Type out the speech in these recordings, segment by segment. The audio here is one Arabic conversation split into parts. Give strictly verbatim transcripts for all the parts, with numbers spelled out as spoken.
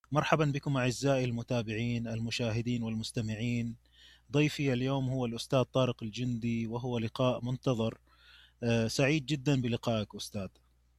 مرحبا بكم أعزائي المتابعين المشاهدين والمستمعين. ضيفي اليوم هو الأستاذ طارق الجندي، وهو لقاء منتظر. آه، سعيد جدا بلقائك أستاذ.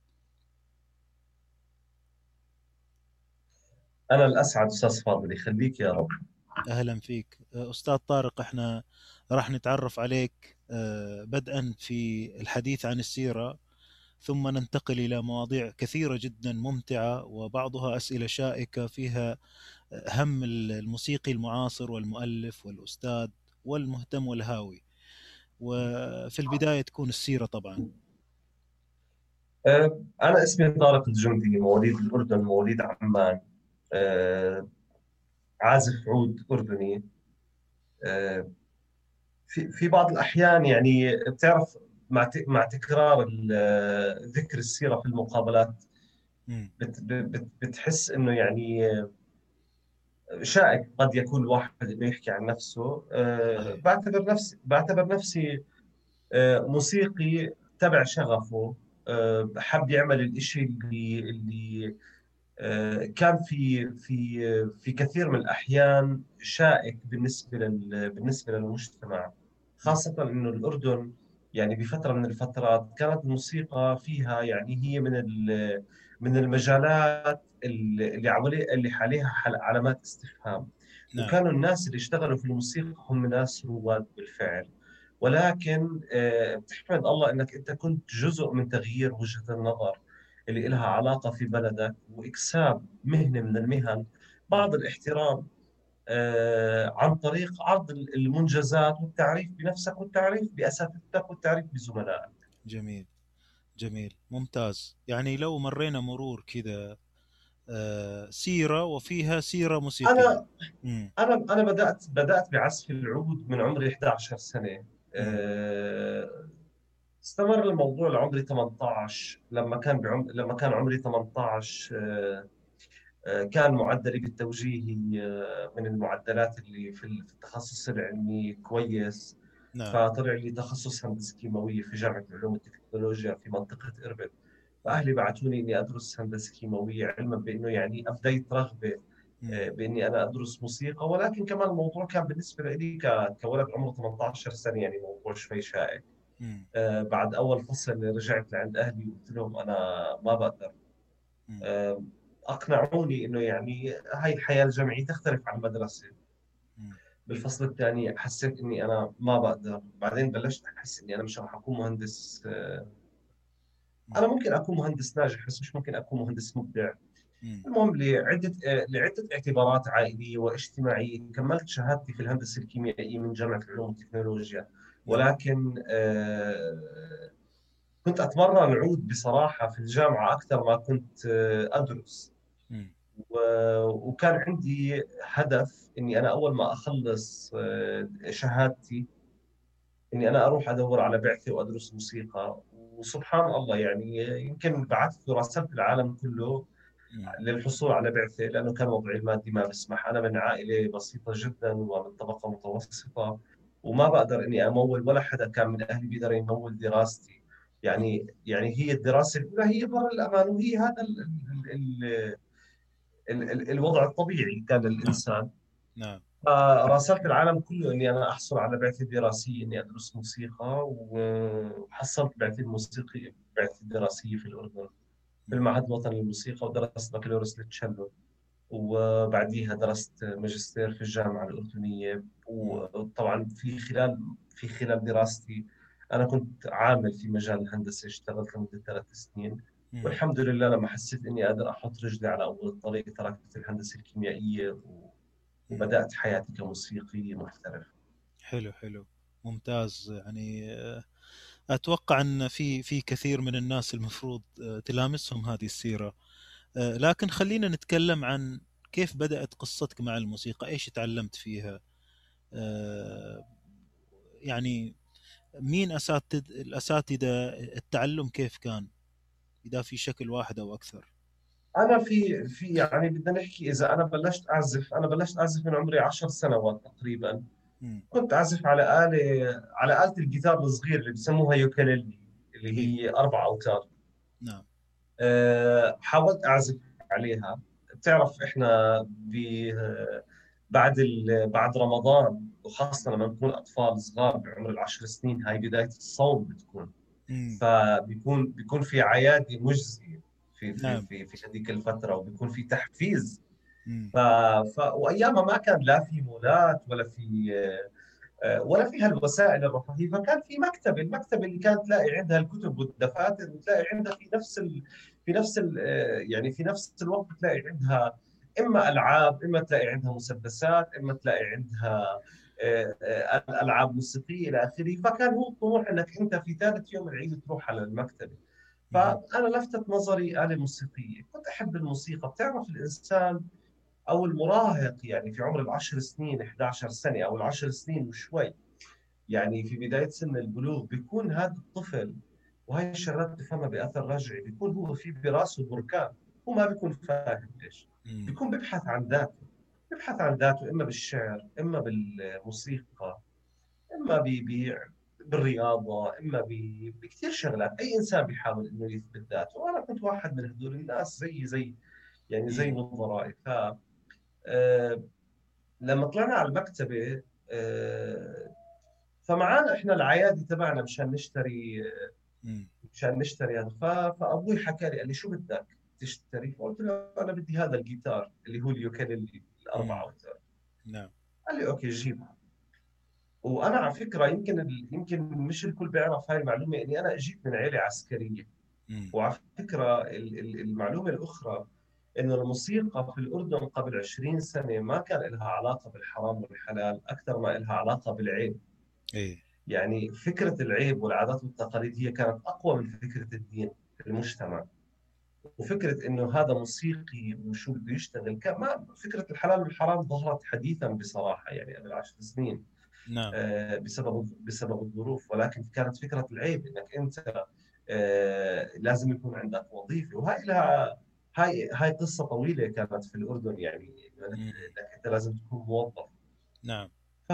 أنا الأسعد أستاذ فاضل، يخليك يا رب. أهلا فيك آه، أستاذ طارق. احنا راح نتعرف عليك آه، بدءا في الحديث عن السيرة، ثم ننتقل إلى مواضيع كثيرة جدا ممتعة، وبعضها أسئلة شائكة فيها هم الموسيقي المعاصر والمؤلف والأستاذ والمهتم والهاوي. وفي البداية تكون السيرة طبعا. أه، أنا اسمي طارق الجندي، مواليد الأردن، مواليد عمان. أه، عازف عود أردني. أه، في في بعض الأحيان يعني بتعرف، مع ت- مع تكرار ال- ذكر السيرة في المقابلات، مم. بت- بت- بتحس إنه يعني شائك قد يكون الواحد إنه يحكي عن نفسه. أه، صحيح. بعتبر نفسي بعتبر نفسي أه، موسيقي تبع شغفه. أه، حب يعمل الإشي اللي اللي آه، كان في في في كثير من الأحيان شائك بالنسبة لل بالنسبة للمجتمع، مم. خاصة إنه الأردن يعني بفترة من الفترات كانت الموسيقى فيها، يعني هي من ال- من المجالات اللي اللي علي اللي عليها حل- علامات استفهام. نعم. وكانوا الناس اللي اشتغلوا في الموسيقى هم ناس رواد بالفعل. ولكن آه، بتحمد الله انك انت كنت جزء من تغيير وجهة النظر اللي لها علاقة في بلدك، وإكساب مهنة من المهن مم. بعض الاحترام، آه، عن طريق عرض المنجزات والتعريف بنفسك والتعريف بأساتذتك والتعريف بزملائك. جميل. جميل ممتاز. يعني لو مرينا مرور كذا، آه، سيرة وفيها سيرة موسيقية. أنا مم. أنا أنا بدأت بدأت بعزف العود من عمري إحدى عشرة سنة. مم. آه، استمر الموضوع لعمري ثمانية عشر. لما كان بعم... لما كان عمري ثمانية عشر، آه، آه، كان معدلي بالتوجيهي آه، من المعدلات اللي في ال- في التخصص العلمي كويس. نعم. فطلع لي تخصص هندسة كيماوية في جامعة العلوم والتكنولوجيا في منطقة إربد. مم. فأهلي بعثوني إني أدرس هندسة كيماوية، علما بأنه يعني أبديت رغبة مم. آه، بإني أنا أدرس موسيقى. ولكن كمان الموضوع كان بالنسبة لي ك- كولد عمره ثمانية عشر سنة يعني موضوع شوي شائك. مم. آه، بعد أول فصل رجعت لعند أهلي وقلت لهم أنا ما بقدر. مم. آه، أقنعوني إنه يعني هاي الحياة الجامعية تختلف عن المدرسة. مم. بالفصل الثاني حسيت إني أنا ما بقدر. بعدين بلشت أحس إني أنا مش راح أكون مهندس. آه، أنا مم. ممكن أكون مهندس ناجح بس مش ممكن أكون مهندس مبدع. مم. المهم لعدة آه، لعدة اعتبارات عائلية واجتماعية كملت شهادتي في الهندسة الكيميائية من جامعة العلوم والتكنولوجيا. نعم. ولكن آه، كنت أتمرن عود بصراحة في الجامعة أكثر ما كنت آه، أدرس. مم. و- وكان عندي هدف إني أنا أول ما أخلص آه، شهادتي إني أنا أروح أدور على بعثة وأدرس موسيقى. وسبحان الله يعني يمكن بعثت وراسلت العالم كله مم. للحصول على بعثة، لأنه كان وضعي المادي ما بسمح. أنا من عائلة بسيطة جدا ومن طبقة متوسطة، وما بقدر إني أمول، ولا حدا كان من أهلي بيقدر يمول دراستي. مم. يعني يعني هي الدراسة الأولى هي بر الأمان، وهي هذا ال ال ال ال ال الوضع الطبيعي كان نعم. للإنسان. نعم. فراسلت العالم كله إني أنا أحصل على بعثة دراسية إني أدرس موسيقى، وحصلت بعثة موسيقية، بعثة دراسية في الأردن في مم. المعهد الوطني للموسيقى، ودرست بكالوريوس للتشيلو. وبعديها درست ماجستير في الجامعة الأردنية. مم. وطبعا في خلال في خلال دراستي أنا كنت عامل في مجال الهندسة، اشتغلت لمدة ثلاث سنين. مم. والحمد لله لما حسيت إني قادر أحط رجلي على أول الطريق تركت الهندسة الكيميائية و- مم. وبدأت حياتي كموسيقي محترف. حلو حلو. ممتاز. يعني آه، أتوقع أن في في كثير من الناس المفروض آه، تلامسهم هذه السيرة. آه، لكن خلينا نتكلم عن كيف بدأت قصتك مع الموسيقى، إيش تعلمت فيها. آه، يعني مين أساتذ الأساتذة، التعلم كيف كان، إذا في شكل واحد أو أكثر. أنا في في يعني بدنا نحكي، إذا أنا بلشت أعزف أنا بلشت أعزف من عمري عشر سنوات تقريبا. مم. كنت أعزف على آلة على آلة الجيتار الصغير اللي بسموها يوكاليلي، اللي إيه. هي أربع أوتار. نعم. أه، حاولت أعزف عليها بتعرف احنا ب بعد ال... بعد رمضان، وخاصة لما نكون أطفال صغار بعمر العشر سنين، هاي بداية الصوم بتكون. مم. فبيكون بيكون في عيادة مجزية في في نعم. في في هذيك الفترة، وبيكون في تحفيز. مم. ف... ف... وأيامها ما كان لا في مولات ولا في آه، ولا في هالوسائل الرفاهية. فكان في مكتبة، المكتبة اللي كانت تلاقي عندها الكتب والدفاتر، وتلاقي عندها في نفس ال... في نفس ال... آه، يعني في نفس الوقت تلاقي عندها إما ألعاب، إما تلاقي عندها مسدسات، إما تلاقي عندها آه، آه، ألعاب موسيقية إلى آخره. فكان هو الطموح أنك أنت في ثالث يوم العيد تروح على المكتبة. مم. فأنا لفتت نظري آلة موسيقية، كنت أحب الموسيقى. بتعرف الإنسان أو المراهق يعني في عمر العشر سنين، إحدى عشرة سنة أو العشر سنين وشوي، يعني في بداية سن البلوغ، بيكون هذا الطفل، وهي الشغلات بتفهمها بأثر رجعي، بيكون هو في براسه بركان. هو ما بيكون فاهم ليش، مم. بيكون بيبحث عن ذاته. بيبحث عن ذاته إما بالشعر، إما بالموسيقى، إما بي بي بالرياضة، إما ب- بكثير شغلات. أي إنسان بيحاول إنه يثبت ذاته، وأنا كنت واحد من هذول الناس، زي زي يعني زي مم. نظرائي. ف آه، لما طلعنا على المكتبة، آه، فمعانا احنا العيادي تبعنا مشان نشتري مم. مشان نشتري هذا. ف- فابوي حكى لي، قال لي شو بدك تشتري؟ فقلت له انا بدي هذا الجيتار اللي هو اليوكليلي الاربع مم. اوتار. نعم. قال لي اوكي جيبها. وانا على فكره، يمكن ال- يمكن مش الكل بيعرف هاي المعلومه، اني انا اجيت من عيله عسكريه. مم. وعلى فكره ال- ال- المعلومه الاخرى، انه الموسيقى في الاردن قبل عشرين سنه ما كان لها علاقه بالحرام والحلال، اكثر ما لها علاقه بالعيب. ايه. يعني فكرة العيب والعادات والتقاليد هي كانت أقوى من فكرة الدين في المجتمع. وفكرة إنه هذا موسيقي وشو بده يشتغل، كان ما فكرة الحلال والحرام ظهرت حديثا بصراحة، يعني قبل عشر سنين، نعم. آه، بسبب بسبب الظروف. ولكن كانت فكرة العيب إنك أنت آه، لازم يكون عندك وظيفة. وهي لها هاي هاي قصة طويلة كانت في الأردن، يعني إنك مم. إنك أنت لازم تكون موظف. نعم. ف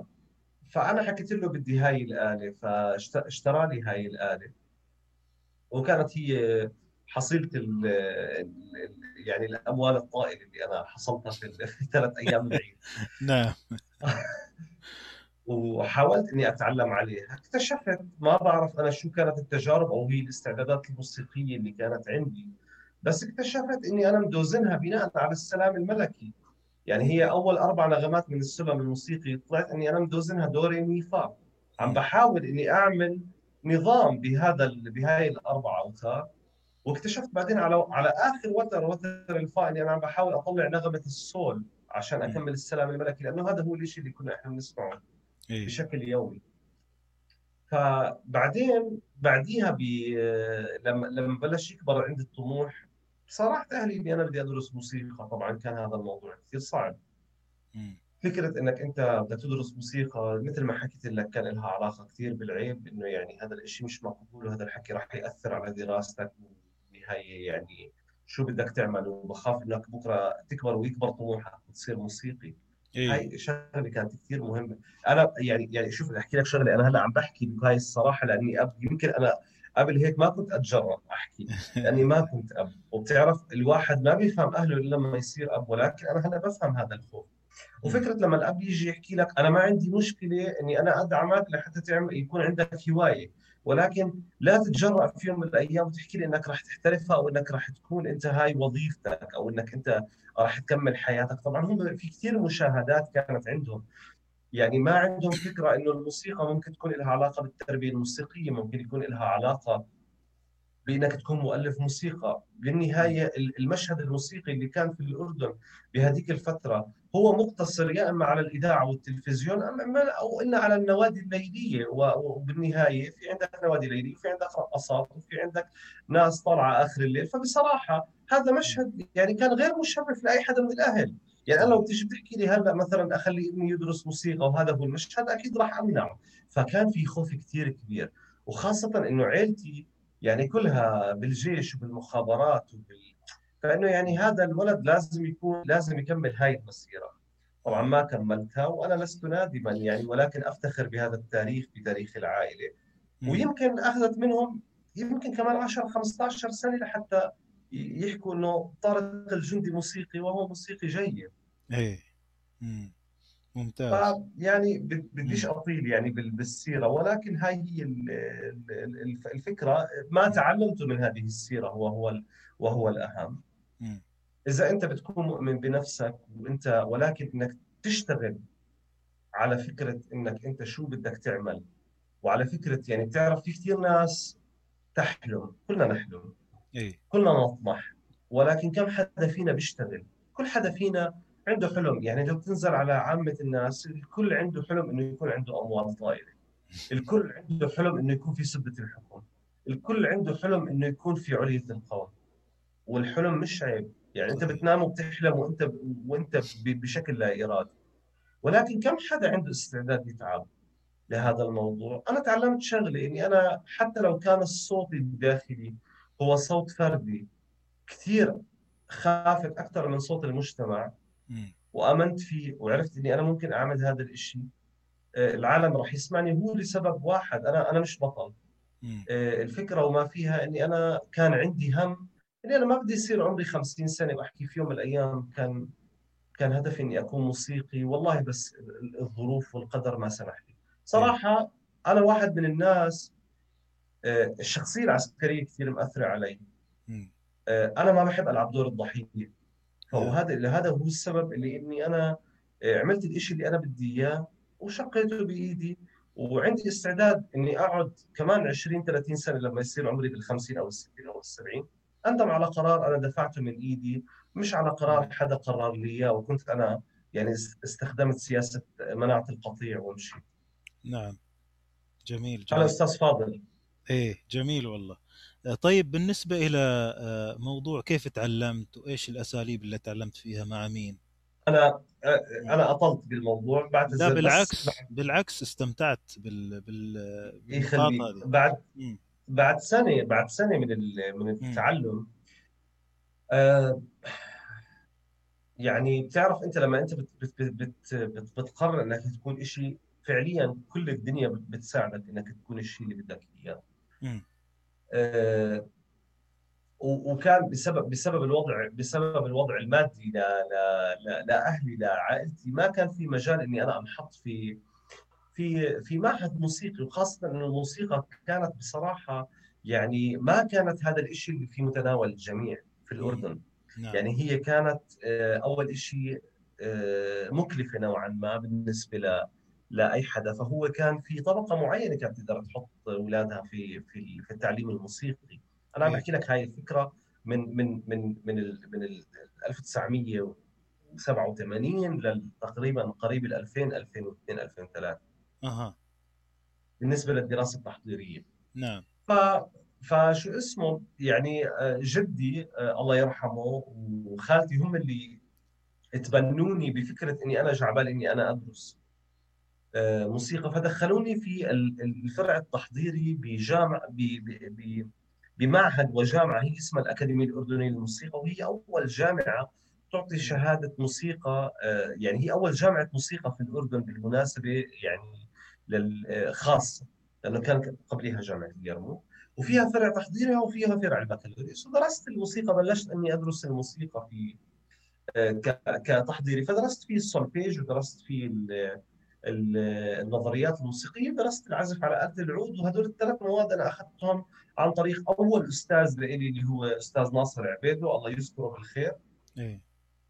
فأنا حكيت له بدي هاي الآلة، فاشترى لي هاي الآلة. وكانت هي حصيلة ال ال- يعني الأموال الطائلة اللي أنا حصلتها في ال- في ثلاث أيام العيد. نعم. وحاولت إني أتعلم عليها. اكتشفت، ما بعرف أنا شو كانت التجارب أو هي الاستعدادات الموسيقية اللي كانت عندي، بس اكتشفت إني أنا مدوزنها بناء على السلام الملكي. يعني مم. هي أول أربع نغمات من السلم الموسيقي، طلعت إني أنا مدوزنها دوري مي فا. عم مم. بحاول إني أعمل نظام بهذا ال- بهاي الأربع أوتار. واكتشفت بعدين على على آخر وتر، وتر الفا، إني أنا عم بحاول أطلع نغمة السول عشان مم. أكمل السلام الملكي، لأنه هذا هو الشيء اللي كنا إحنا بنسمعه ايه. بشكل يومي. فبعدين بعديها ب... لما لما بلش يكبر عندي الطموح، صرحت أهلي إني أنا بدي أدرس موسيقى. طبعا كان هذا الموضوع كثير صعب. مم. فكرة انك انت بدك تدرس موسيقى، مثل ما حكيت لك، كان لها علاقة كثير بالعيب، انه يعني هذا الاشي مش مقبول، وهذا الحكي راح يأثر على دراستك بالنهاية. يعني شو بدك تعمل؟ وبخاف انك بكرة تكبر ويكبر طموحك وتصير موسيقي. ايه. هاي شغله كانت كثير مهمه. انا يعني يعني شوف، بدي احكي لك شغله. انا هلا عم بحكي بهاي الصراحه لاني اب. يمكن انا قبل هيك ما كنت اتجرأ احكي، لاني ما كنت اب. وبتعرف الواحد ما بيفهم اهله الا لما يصير اب، ولكن انا هلا بفهم هذا الخوف. مم. وفكره لما الاب يجي يحكي لك انا ما عندي مشكله اني انا ادعمك لحتى تعمل يكون عندك هوايه، ولكن لا تتجرأ في يوم من الايام وتحكي لي انك راح تحترفها، او انك راح تكون انت هاي وظيفتك، او انك انت راح تكمل حياتك. طبعا هم في كثير مشاهدات كانت عندهم، يعني ما عندهم فكره انه الموسيقى ممكن تكون لها علاقه بالتربيه الموسيقيه، ممكن يكون لها علاقه بانك تكون مؤلف موسيقى. مم. بالنهايه المشهد الموسيقي اللي كان في الاردن بهذيك الفتره هو مقتصر يا اما على الاذاعه والتلفزيون، اما او الا على النوادي الليليه. وبالنهايه في عندك نوادي ليليه، وفي عندك رقصات، وفي عندك ناس طالعه اخر الليل. فبصراحه هذا مم. مشهد يعني كان غير مشرف لاي حدا من الاهل. يعني انا لو صحيح. بتيجي بتحكي لي هلا مثلا اخلي ابني يدرس موسيقى وهذا هو المشهد، اكيد راح امنعه. فكان في خوف كثير كبير، وخاصه انه عيلتي يعني كلها بالجيش وبالمخابرات وبال... فانه يعني هذا الولد لازم يكون لازم يكمل هاي المسيره. طبعا مم. ما كملتها، وانا لست نادما يعني، ولكن افتخر بهذا التاريخ، بتاريخ العائله. مم. ويمكن اخذت منهم يمكن كمان عشر خمسة عشر سنه لحتى يحكوا انه طارق الجندي موسيقي وهو موسيقي جيد. ايه. مم. ممتاز. فيعني بد- بديش مم. اطيل يعني بال- بالسيره، ولكن هاي هي ال- ال- الف- الفكره. ما مم. تعلمته من هذه السيره هو هو ال- وهو الاهم. مم. اذا انت بتكون مؤمن بنفسك وانت، ولكن انك تشتغل على فكره انك انت شو بدك تعمل، وعلى فكره يعني بتعرف في كثير ناس تحلم، كلنا نحلم، ايه. كلنا نطمح، ولكن كم حدا فينا بيشتغل؟ كل حدا فينا عنده حلم. يعني لو بتنزل على عامة الناس، الكل عنده حلم انه يكون عنده اموال طائلة، الكل عنده حلم انه يكون في سدة الحكم، الكل عنده حلم انه يكون في علية القوم. والحلم مش عيب، يعني انت صحيح. بتنام وبتحلم وانت وانت ب- بشكل لا ارادي. ولكن كم حدا عنده استعداد يتعب لهذا الموضوع؟ انا تعلمت شغله، اني انا حتى لو كان الصوت الداخلي هو صوت فردي كثير، خافت اكثر من صوت المجتمع، مم. وامنت فيه وعرفت اني انا ممكن اعمل هذا الاشي. آه، العالم راح يسمعني هو لسبب واحد، انا انا مش بطل. مم. آه، الفكره وما فيها اني انا كان عندي هم اني انا ما بدي يصير عمري خمسين سنه واحكي في يوم من الايام كان كان هدفي اني اكون موسيقي، والله بس ال- الظروف والقدر ما سمح لي. ايه. صراحه انا واحد من الناس، آه، الشخصيه العسكريه كثير مأثره علي. مم. آه، انا ما بحب العب دور الضحيه. نعم. فهذا هذا هو السبب اللي اني انا آه، عملت الاشي اللي انا بدي اياه وشقيته بايدي. وعندي استعداد اني اقعد كمان عشرين ثلاثين سنه لما يصير عمري بال خمسين او ال ستين او ال سبعين اندم على قرار انا دفعته من ايدي، مش على قرار مم. حدا قرر لي اياه وكنت انا يعني است- استخدمت سياسه مناعه القطيع ومشيت. نعم. جميل هذا جميل. استاذ فاضل. ايه جميل والله. آه، طيب بالنسبة إلى آه، موضوع كيف تعلمت وإيش الأساليب اللي تعلمت فيها مع مين؟ انا آه، مم. انا اطلت بالموضوع، لا بعتذر بس بالعكس بالعكس استمتعت بال بال بالنقاط يخليك. هذه. بعد مم. بعد سنه بعد سنه من ال- من مم. التعلم، آه، يعني بتعرف انت لما انت بت بت بت بت بتقرر انك تكون شيء فعليا كل الدنيا بت- بتساعدك انك تكون الشيء اللي بدك اياه. مم. آه، و- وكان بسبب بسبب الوضع بسبب الوضع المادي لا لا لا لا اهلي لا عائلتي، ما كان في مجال اني انا انحط في في في معهد موسيقي، وخاصه انه الموسيقى كانت بصراحه يعني ما كانت هذا الشيء اللي في متناول الجميع في مم. الاردن. نعم. يعني هي كانت آه، أول شيء آه، مكلفة نوعا ما بالنسبة ل لأي حدا. فهو كان في طبقة معينة كانت تقدر تحط أولادها في في في التعليم الموسيقي. أنا عم إيه. بحكي لك هاي الفكرة من من من من ال من ال ألف وتسعمية وسبعة وثمانين لتقريبا قريب ال ألفين ألفين واثنين ألفين وثلاثة أها. بالنسبة للدراسة التحضيرية. نعم. ف فشو اسمه يعني آه، جدي آه، الله يرحمه وخالتي هم اللي تبنوني بفكره اني انا جعبال اني انا ادرس آه، موسيقى، فدخلوني في ال- ال- الفرع التحضيري بجامع ب- ب- ب- بمعهد وجامعه هي اسمها الاكاديميه الاردنيه للموسيقى، وهي اول جامعه تعطي مم. شهاده موسيقى. آه، يعني هي اول جامعه موسيقى في الاردن بالمناسبه، يعني لل- آه، خاصه، لانه كان قبلها جامعه اليرموك. مم. وفيها فرع تحضيري وفيها فرع البكالوريوس. ودرست الموسيقى، بلشت اني ادرس الموسيقى في ك- كتحضيري، فدرست فيه السولفيج ودرست فيه ال- ال- النظريات الموسيقيه، درست العزف على آلة العود. وهدول الثلاث مواد انا اخذتهم عن طريق اول استاذ لي اللي هو استاذ ناصر عبيدو الله يذكره بالخير. إيه.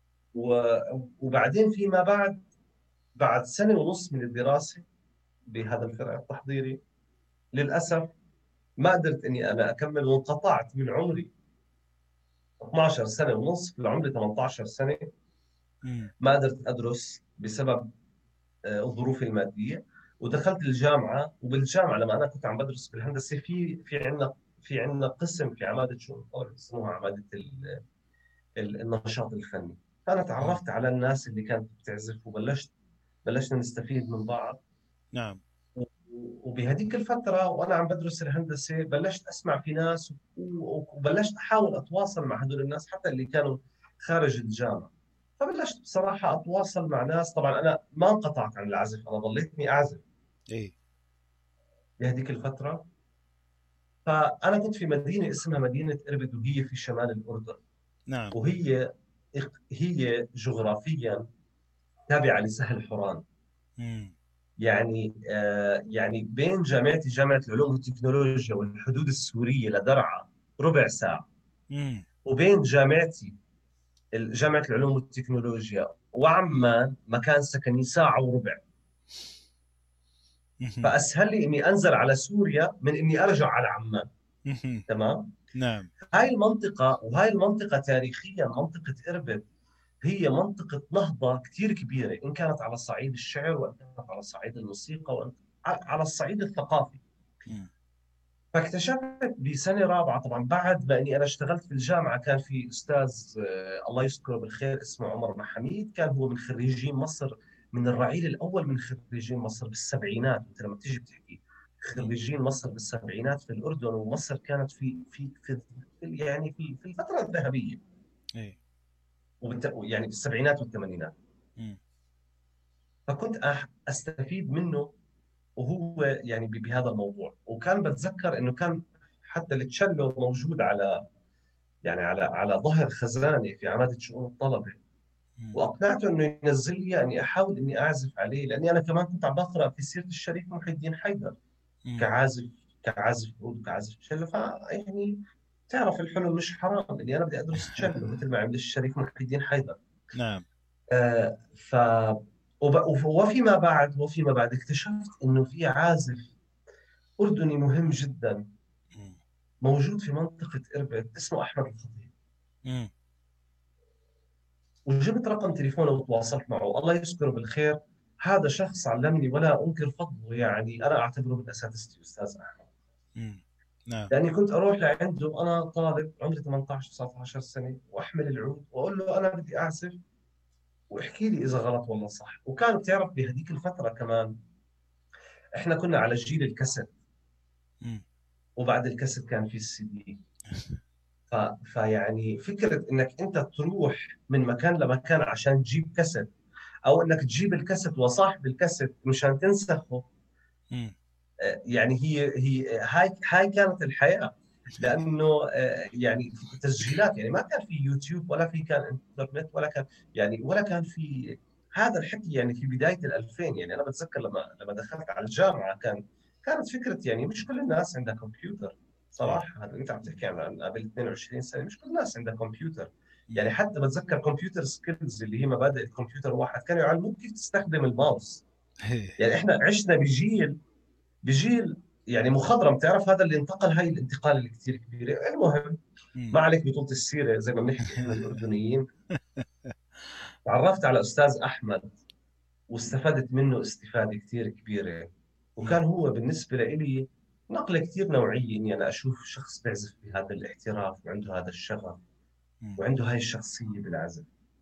و- وبعدين فيما بعد، بعد سنه ونص من الدراسه بهذا الفرع التحضيري، للاسف ما قدرت اني انا اكمل، وانقطعت من عمري اثناشر سنه ونص لعمري ثمانية عشر سنه. مم. ما قدرت ادرس بسبب آه، الظروف الماديه. ودخلت الجامعه، وبالجامعه لما انا كنت عم بدرس بالهندسه في في عندنا في عندنا قسم في عماده شؤون الطلبه اسمها عماده ال- ال- النشاط الفني. فانا آه. تعرفت على الناس اللي كانت بتعزف، وبلشت بلشنا نستفيد من بعض. نعم. و- وبهذيك الفتره وانا عم بدرس الهندسه بلشت اسمع في ناس، و- وبلشت احاول اتواصل مع هدول الناس حتى اللي كانوا خارج الجامعه. فبلشت بصراحه اتواصل مع ناس. طبعا انا ما انقطعت عن العزف، انا ضليتني اعزف إيه. بهذيك الفترة. فأنا كنت في مدينة اسمها مدينة إربد، وهي في شمال الأردن. نعم. وهي هي جغرافيا تابعة لسهل حوران. مم. يعني آه يعني بين جامعتي جامعة العلوم والتكنولوجيا والحدود السورية لدرعا ربع ساعة، مم. وبين جامعتي جامعة العلوم والتكنولوجيا وعمان مكان سكني ساعة وربع. مم. فأسهل لي إني أنزل على سوريا من إني أرجع على عمان. مم. تمام. نعم. هاي المنطقة، وهاي المنطقة تاريخيا منطقة إربد هي منطقة نهضة كثير كبيرة، إن كانت على صعيد الشعر، وإن كانت على صعيد الموسيقى، وإن على الصعيد الثقافي. مم. فاكتشفت بسنة رابعة، طبعا بعد ما إني أنا اشتغلت في الجامعة، كان في أستاذ آه الله يذكره بالخير اسمه عمر محميد، كان هو من خريجين مصر، من الرعيل الأول من خريجين مصر بالسبعينات. أنت لما تيجي بتحكي مم. خريجين مصر بالسبعينات في الأردن، ومصر كانت في في في يعني في في الفترة الذهبية، ايه. وبالت... يعني في السبعينات والثمانينات. مم. فكنت أح استفيد منه، وهو يعني ب- بهذا الموضوع. وكان بتذكر انه كان حتى التشيلو موجود على يعني على على ظهر خزانه في عماده شؤون الطلبه. مم. واقنعته انه ينزل لي اني احاول اني اعزف عليه، لاني انا كمان كنت عم بقرا في سيره الشريف محي الدين حيدر مم. كعازف كعازف عود وكعازف تشيلو. فيعني تعرف الحلم مش حرام، اني انا بدي ادرس تشيلو مثل ما عمل الشريف محي الدين حيدر. نعم. آه ف وب- وفيما بعد وفيما بعد اكتشفت انه في عازف اردني مهم جدا مم. موجود في منطقة إربد اسمه أحمد الخطيب. مم. وجبت رقم تليفونه وتواصلت معه، الله يذكره بالخير. هذا شخص علمني ولا أنكر فضله، يعني أنا أعتبره من أساتذتي أستاذ أحمد. مم. نعم. لأني كنت أروح لعنده، أنا طالب عمري ثمانية عشر تسعة عشر سنة، وأحمل العود وأقول له أنا بدي أعزف، واحكي لي إذا غلط ولا صح. وكان بتعرف بهذيك الفترة كمان إحنا كنا على جيل الكاسيت، مم. وبعد الكاسيت كان في السي دي. ف... فيعني فكرة إنك أنت تروح من مكان لمكان عشان تجيب كاسيت، او انك تجيب الكاسيت وصاحب الكاسيت مشان تنسخه، مم. آه، يعني هي هي هاي هاي كانت الحياه. لانه آه، يعني في تسجيلات، يعني ما كان في يوتيوب، ولا في كان انترنت، ولا كان يعني ولا كان في هذا الحكي. يعني في بدايه الألفين، يعني انا بتذكر لما لما دخلت على الجامعه، كان كانت فكره يعني مش كل الناس عندها كمبيوتر. ايه. صراحه هذا انت عم تحكي عن قبل اثنين وعشرين سنه، مش كل الناس عندها كمبيوتر. يعني مم. حتى بتذكر كمبيوتر سكيلز اللي هي مبادئ الكمبيوتر واحد، كانوا يعلموك كيف تستخدم الماوس. ايه. يعني احنا عشنا بجيل بجيل يعني مخضرم، تعرف هذا اللي انتقل هاي الانتقال اللي كثير كبيره. المهم، مم. ما عليك بطولة السيرة، زي ما بنحكي احنا الأردنيين. تعرفت على أستاذ أحمد واستفدت منه استفادة كثير كبيرة. مم. وكان هو بالنسبة لي نقلة كثير نوعية، إني أنا أشوف شخص بيعزف بهذا الاحتراف وعنده هذا الشغف مم. وعنده هاي الشخصية بالعزف.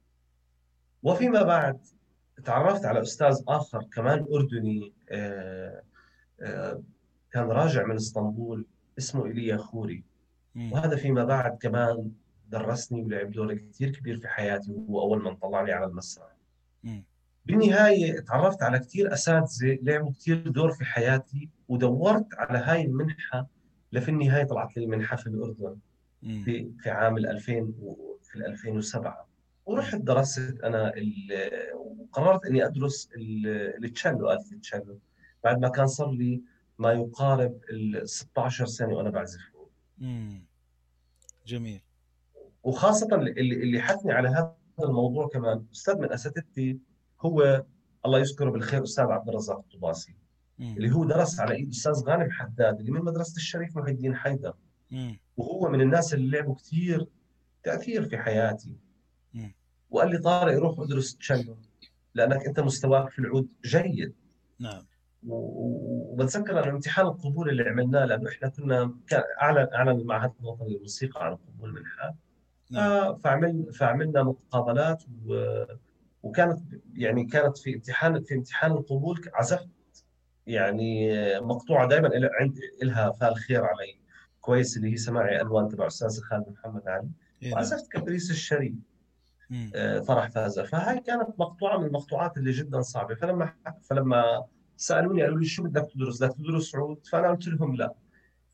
وفيما بعد تعرفت على أستاذ آخر كمان أردني، آه، آه، كان راجع من اسطنبول، اسمه إيليا خوري. مم. وهذا فيما بعد كمان درسني ولعب دور كثير كبير في حياتي، وهو أول من طلعني على المسرح. مم. بالنهاية تعرفت على كثير أساتذة لعبوا كثير دور في حياتي، ودورت على هاي المنحة. لفي النهاية طلعت لي المنحة في الأردن مم. في في عام الألفين و- في ألفين وسبعة. مم. ورحت درست أنا ال- وقررت إني أدرس ال- التشيلو، آلة التشيلو، بعد ما كان صار لي ما يقارب ال ستة عشر سنة وأنا بعزف. مم. جميل. وخاصة اللي اللي حثني على هذا الموضوع كمان أستاذ من أساتذتي، هو الله يذكره بالخير أستاذ عبد الرزاق الطباسي، مم. اللي هو درس على إيد أستاذ غانم حداد اللي من مدرسة الشريف محي الدين حيدر. مم. وهو من الناس اللي لعبوا كثير تأثير في حياتي. مم. وقال لي طارق روح ادرس تشيلو، لأنك أنت مستواك في العود جيد. نعم. و- و- وبتذكر أن امتحان القبول اللي عملناه، لأنه إحنا كنا كان أعلن أعلن المعهد الوطني للموسيقى عن القبول منحة. ف- نعم. فعمل فعملنا مقابلات، و... وكانت يعني كانت في امتحان في امتحان القبول عزفت يعني مقطوعه دائما عند لها فال خير علي كويس، اللي هي سماعي الوان تبع استاذ خالد محمد علي. ايه. نعم. وعزفت كبريس الشريف، مم. آه، فرح فازة. فهاي كانت مقطوعه من المقطوعات اللي جدا صعبه. فلما فلما سالوني قالوا لي شو بدك تدرس، بدك تدرس عود؟ فانا قلت لهم لا.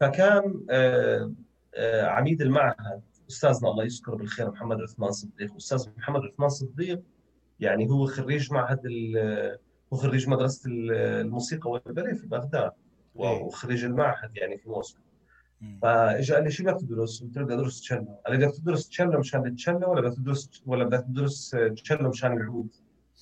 فكان آه، آه، عميد المعهد استاذنا الله يذكره بالخير محمد عثمان صديق. استاذ محمد عثمان صديق يعني هو خريج معهد ال- هو خريج مدرسة الموسيقى والباليه في بغداد، ايه. وخريج المعهد يعني في موسكو. مم. فاجى قال لي شو بدك تدرس؟ قلت له بدي ادرس تشيلو. قال لي بدك تدرس تشيلو مشان التشيلو ولا بدك تدرس ولا بدك تدرس تشيلو مشان العود؟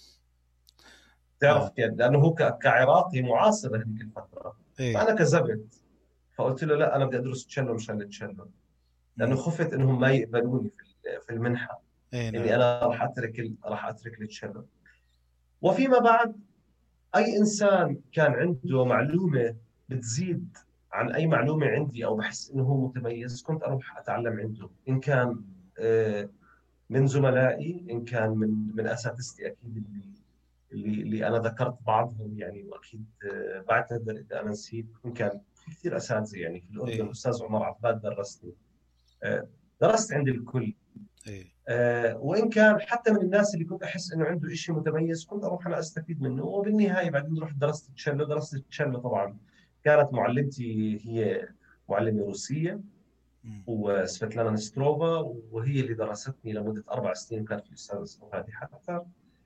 اه. تعرف يعني لانه هو ك- كعراقي معاصر هذيك الفتره. ايه. فانا كذبت، فقلت له لا انا بدي ادرس تشيلو مشان التشيلو، لانه مم. خفت انهم ما يقبلوني في ال- في المنحه، ايه. اني نعم. انا راح اترك ال- راح اترك التشيلو. وفيما بعد اي انسان كان عنده معلومه بتزيد عن اي معلومه عندي او بحس انه هو متميز كنت اروح اتعلم عنده، ان كان آه، من زملائي، ان كان من من اساتذتي اكيد اللي اللي اللي انا ذكرت بعضهم يعني، واكيد آه، بعتذر اذا انا نسيت. ان كان في كثير اساتذه يعني في الاردن، ايه. الاستاذ عمر عباد درسني، آه، درست عند الكل. ايه. آه، وان كان حتى من الناس اللي كنت احس انه عنده شيء متميز كنت اروح انا استفيد منه. وبالنهايه بعدين رحت درست تشيلو. درست تشيلو طبعا كانت معلمتي هي معلمه روسيه، مم. وسفيتلانا نستروفا، وهي اللي درستني لمده اربع سنين، كانت الاستاذه اسمها هادي حتى.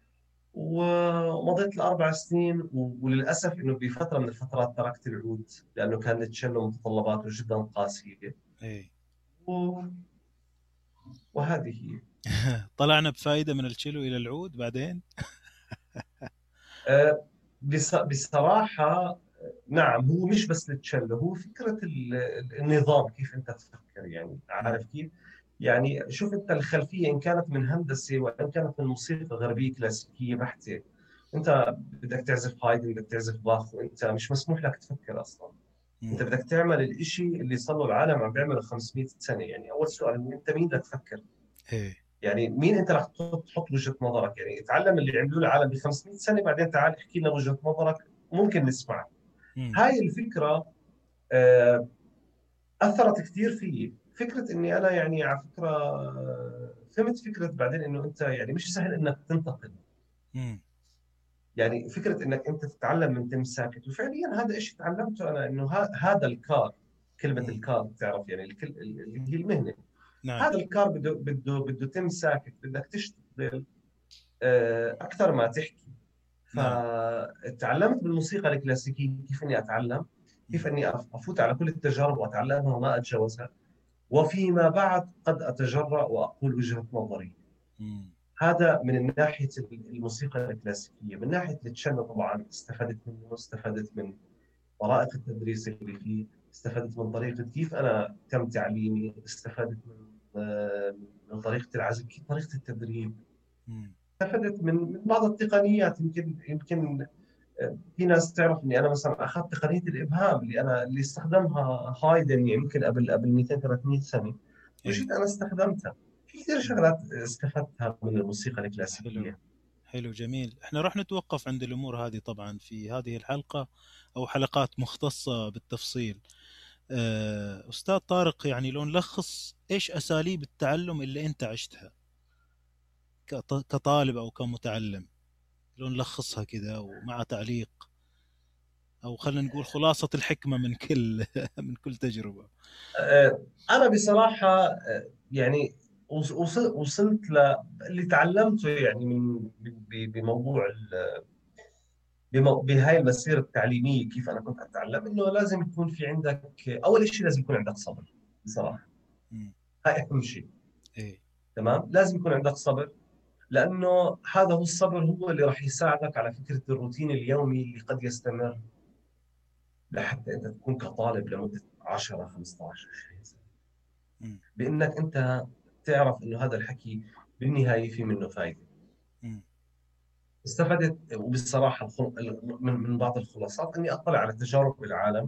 ومضيت الاربع سنين و- وللاسف انه بفتره من الفترات تركت العود لانه كان التشيلو متطلباته جدا قاسيه. ايه. و- وهذه هي. طلعنا بفائدة من التشيلو إلى العود بعدين. آه، بص- بصراحة نعم، هو مش بس التشيلو، هو فكرة ال- النظام، كيف أنت تفكر يعني، مم. عارف كيف؟ يعني شوف أنت الخلفية إن كانت من هندسة وإن كانت من موسيقى غربية كلاسيكية بحتة، أنت بدك تعزف هايدن، بدك تعزف باخ، وأنت مش مسموح لك تفكر أصلا. أنت مم. بدك تعمل الإشي اللي صار له العالم عم بيعمله خمسمئة سنة. يعني أول سؤال، أنت مين بدك تفكر؟ ايه. يعني مين انت رح تحط تحط وجهة نظرك؟ يعني اتعلم اللي عملوه العالم ب خمسمئة سنة، بعدين تعال احكي لنا وجهة نظرك ممكن نسمعك. مم. هاي الفكرة آه، أثرت كثير فيي. فكرة إني أنا يعني على فكرة آه، فهمت فكرة بعدين إنه أنت يعني مش سهل إنك تنتقد. مم. يعني فكرة إنك أنت تتعلم من تم ساكت، وفعليا هذا الشيء تعلمته أنا، إنه ه- هذا الكار، كلمة مم. الكار بتعرف يعني الكل اللي هي المهنة. نعم. هذا الكار بده بده بده تم ساكت، بدك تشتغل آه، أكثر ما تحكي. نعم. فتعلمت بالموسيقى الكلاسيكية كيف إني أتعلم، كيف مم. إني أف- أفوت على كل التجارب وأتعلمها وما أتجاوزها، وفيما بعد قد أتجرأ وأقول وجهة نظري. مم. هذا من ناحية الموسيقى الكلاسيكية. من ناحية التشيلو طبعا استفدت منه، استفدت من طرائقة التدريس اللي فيه، استفدت من طريقة كيف أنا تم تعليمي، استفدت من آه، من طريقة العزف، كيف طريقة التدريب. مم. استفدت من من بعض التقنيات. يمكن يمكن في ناس تعرف اني انا مثلا اخذت تقنيه الابهام اللي انا اللي استخدمها هايدن يمكن قبل قبل مئتين ثلاثمئة سنه، ايه. وجيت انا استخدمتها. في كثير مم. شغلات استفدتها من الموسيقى حلو. الكلاسيكيه. حلو، جميل. احنا راح نتوقف عند الأمور هذه طبعا في هذه الحلقة أو حلقات مختصة بالتفصيل. آه، أستاذ طارق، يعني لو نلخص إيش أساليب التعلم اللي أنت عشتها كط- كطالب أو كمتعلم، لو نلخصها كذا ومع تعليق، أو خلينا نقول خلاصة الحكمة من كل من كل تجربة. آه، انا بصراحه آه، يعني وص- وصل- وصلت للي تعلمته يعني من من- ب- بموضوع ال- بمو- بهاي المسيره التعليميه. كيف انا كنت اتعلم انه لازم يكون في عندك، اول شيء لازم يكون عندك صبر بصراحه. مم. هاي اهم شيء. إيه. تمام، لازم يكون عندك صبر، لأنه هذا هو الصبر هو اللي راح يساعدك على فكرة الروتين اليومي اللي قد يستمر لحتى أنت تكون كطالب لمدة عشرة خمسة عشر عشرين سنة، مم. بأنك أنت تعرف أنه هذا الحكي بالنهاية في منه فائدة. مم. استفدت وبصراحة الخل- من من بعض الخلاصات إني أطلع على تجارب العالم،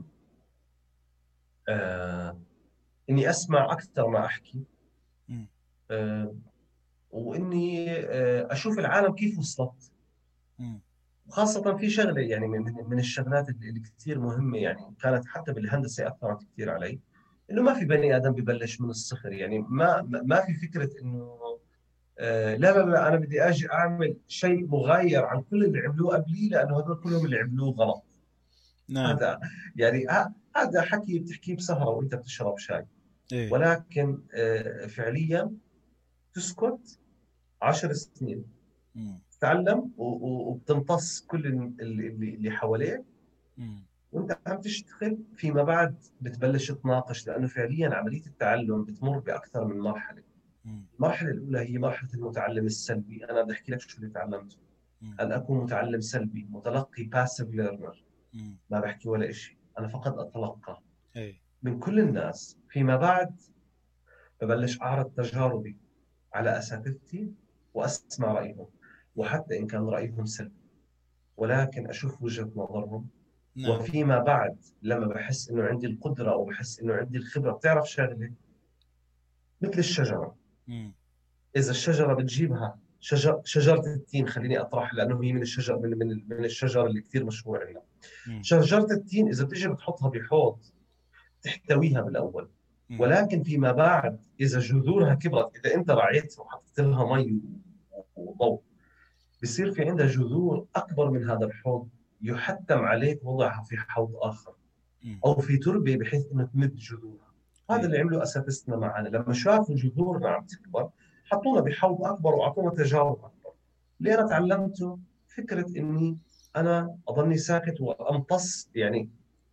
آه، إني أسمع أكثر ما أحكي، مم. آه، وإني آه، أشوف العالم كيف وصلت. مم. وخاصة في شغلة يعني من من من الشغلات اللي اللي كثير مهمة يعني كانت حتى بالهندسة أثرت كثير علي، إنه ما في بني آدم ببلش من الصفر. يعني ما ما ما في فكرة إنه آه لا لا لا أنا بدي أجي أعمل شيء مغاير عن كل اللي عملوه قبلي، لأنه هذول كلهم اللي عملوه غلط. نعم. هذا يعني ه- هذا حكي بتحكيه بسهرة وانت بتشرب شاي. ايه. ولكن آه، فعليا تسكت عشر سنين، مم. تتعلم و- و- وبتمتص كل اللي, اللي اللي حواليك، مم. وانت عم تشتغل فيما بعد بتبلش تناقش، لانه فعليا عمليه التعلم بتمر باكثر من مرحله. مم. المرحله الاولى هي مرحله المتعلم السلبي. انا بدي احكي لك شو اللي تعلمته. مم. ان اكون متعلم سلبي، متلقي باسيف ليرنر، مم. ما بحكي ولا شيء، انا فقط اتلقى ايه. من كل الناس. فيما بعد ببلش اعرض تجاربي على اساتذتي واسمع رايهم، مم. وحتى ان كان رايهم سلبي ولكن اشوف وجهه نظرهم. نعم. وفيما بعد لما بحس انه عندي القدره او بحس انه عندي الخبره، بتعرف شغله مثل الشجره، مم. اذا الشجره بتجيبها شجر شجره التين، خليني اطرح لانه هي من الشجر من من من الشجر اللي كثير مشهور عندنا. مم. شجره التين اذا بتيجي بتحطها بحوض تحتويها بالاول، مم. ولكن فيما بعد اذا جذورها كبرت، اذا انت رعيتها وحطيت لها مي وضوء، بصير في عندها جذور اكبر من هذا الحوض، يحتم عليك وضعها في حوض اخر مم. او في تربه بحيث انه تمد جذورها. هذا ايه. اللي عمله اساتذتنا معنا، لما شافوا جذورنا عم تكبر حطونا بحوض اكبر واعطونا تجارب اكبر. اللي انا تعلمته فكره اني انا اضلني ساكت وامتص، يعني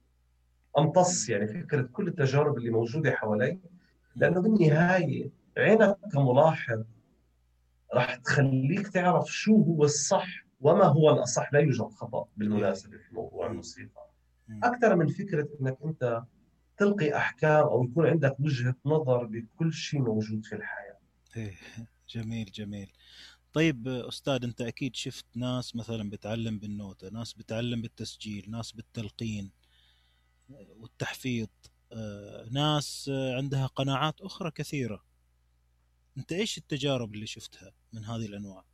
امتص يعني فكره كل التجارب اللي موجوده حوالي، مم. لانه بالنهايه عينك كملاحظ راح تخليك تعرف شو هو الصح وما هو الاصح. لا يوجد خطا ايه. بالمناسبه في موضوع مم. الموسيقى، مم. اكثر من فكره انك انت تلقي أحكام أو يكون عندك وجهة نظر بكل شيء موجود في الحياة. ايه. جميل جميل. طيب أستاذ، أنت أكيد شفت ناس مثلا بتعلم بالنوتة، ناس بتعلم بالتسجيل، ناس بالتلقين والتحفيظ، آه، ناس آه، عندها قناعات أخرى كثيرة. أنت إيش التجارب اللي شفتها من هذه الأنواع؟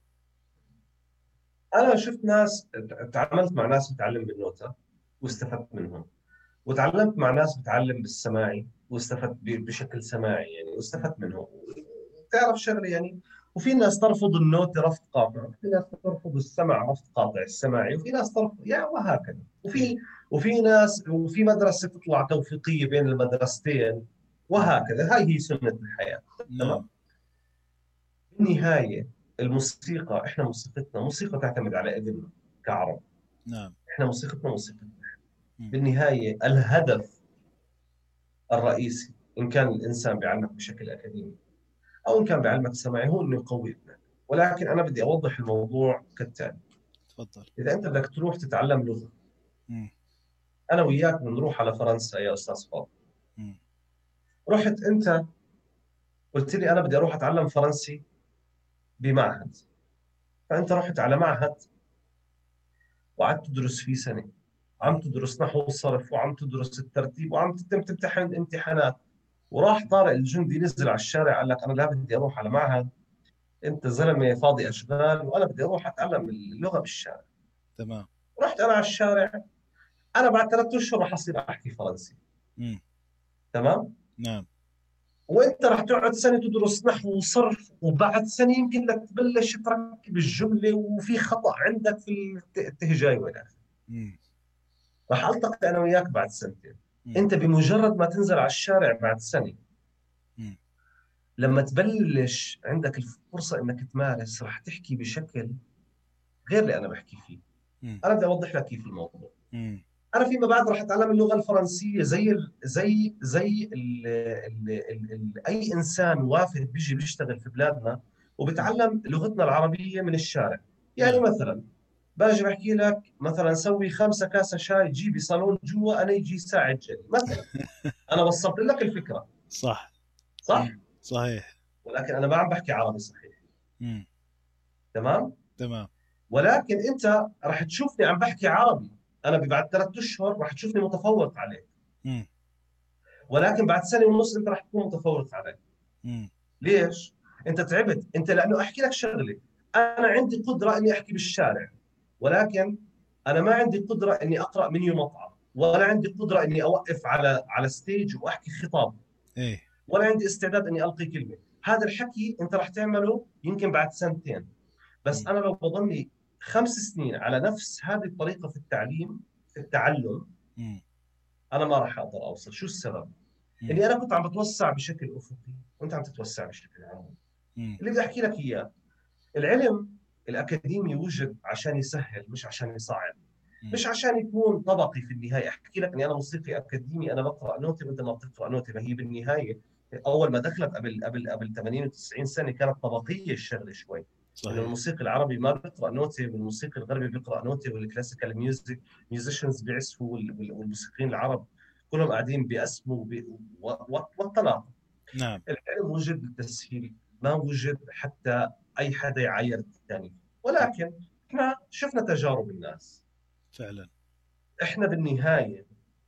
أنا شفت ناس، تعاملت مع ناس بتعلم بالنوتة م- واستفدت منهم، وتعلمت مع ناس بتعلم بالسماعي واستفدت ب- بشكل سماعي يعني م- واستفدت منهم. تعرف شغله يعني، وفي ناس ترفض النوتة رفض قاطع، وفي ناس ترفض السمع رفض قاطع السماعي، وفي ناس ترفض يعني وهكذا. إيه. وفي وفي ناس وفي مدرسة تطلع توفيقية بين المدرستين، م- وهكذا. هاي هي سنة الحياة. تمام. نعم. بالنهاية الموسيقى، احنا موسيقتنا موسيقى تعتمد على اذننا كعرب. نعم. احنا موسيقتنا موسيقتنا. م- بالنهاية الهدف الرئيسي ان كان الانسان بيعلمك بشكل اكاديمي او ان كان بيعلمك سماعي هو انه يقوي ابنك. ولكن انا بدي اوضح الموضوع كالتالي. تفضل. اذا انت بدك تروح تتعلم لغة، م- انا وياك بنروح على فرنسا يا استاذ فاضل. م- رحت انت قلت لي انا بدي اروح اتعلم فرنسي بمعهد، فانت رحت على معهد وقعدت تدرس فيه سنة، م- عم تدرس نحو الصرف وعم تدرس الترتيب وعم تتم تمتحن امتحانات، وراح طارق الجندي نزل على الشارع قال لك انا لا بدي اروح على معهد، انت زلمه فاضي اشغال وانا بدي اروح اتعلم اللغه بالشارع. تمام. رحت انا على الشارع، انا بعد ثلاث اشهر راح اصير احكي فرنسي. م- تمام. نعم. وانت راح تقعد سنه تدرس نحو وصرف، وبعد سنه يمكن لك تبلش تركب الجمله وفي خطا عندك في التهجاي والى اخره. م- راح التقي انا وياك بعد سنتين. م- انت بمجرد ما تنزل على الشارع بعد سنه، م- لما تبلش عندك الفرصه انك تمارس، راح تحكي بشكل غير اللي انا بحكي فيه. م- انا بدي اوضح لك كيف الموضوع. م- انا فيما بعد راح اتعلم اللغه الفرنسيه زي ال زي زي ال ال ال ال اي انسان وافد بيجي بيشتغل في بلادنا م- وبتعلم لغتنا العربيه من الشارع. يعني نعم. مثلا باجي بحكي لك مثلا سوي خمسة كاسة شاي جيبي صالون جوا انا يجي ساعد جري مثلا. انا وصلت لك الفكره صح. صح؟ م- صحيح. ولكن انا ما عم بحكي عربي صحيح. م- تمام. تمام. ولكن انت راح تشوفني عم بحكي عربي، انا بعد ثلاث اشهر راح تشوفني متفوق عليك، م- ولكن بعد سنه ونص انت راح تكون متفوق علي. م- ليش؟ انت تعبت. انت لانه احكي لك شغله، انا عندي قدره اني احكي بالشارع، ولكن انا ما عندي قدره اني اقرا منيو مطعم، ولا عندي قدره اني اوقف على على ستيج واحكي خطاب، ايه. ولا عندي استعداد اني القي كلمه. هذا الحكي انت راح تعمله يمكن بعد سنتين. بس م- انا لو بضلني خمس سنين على نفس هذه الطريقه في التعليم في التعلم، مم. انا ما راح اقدر اوصل. شو السبب؟ مم. اني انا كنت عم بتوسع بشكل افقي وانت عم تتوسع بشكل عام. مم. اللي بدي احكي لك اياه، العلم الاكاديمي وجد عشان يسهل مش عشان يصعب، مم. مش عشان يكون طبقي. في النهايه احكي لك اني انا موسيقي اكاديمي، انا بقرا نوتي وانت ما بتقرا نوتي، ما هي بالنهايه اول ما دخلت قبل قبل قبل ثمانين و90 سنه كانت طبقيه الشغله شوي، انه صحيح. الموسيقي العربي ما بيقرا نوتي والموسيقي الغربي بيقرا نوتي، والكلاسيكال ميوزك ميوزيشنز بيعزفوا، وال- وال- والموسيقيين العرب كلهم قاعدين بيقسموا وبي- و- و- والتناقض. نعم. العلم وجد للتسهيل، ما وجد حتى اي حدا يعاير الثاني. مم. ولكن احنا شفنا تجارب الناس. فعلا. احنا بالنهايه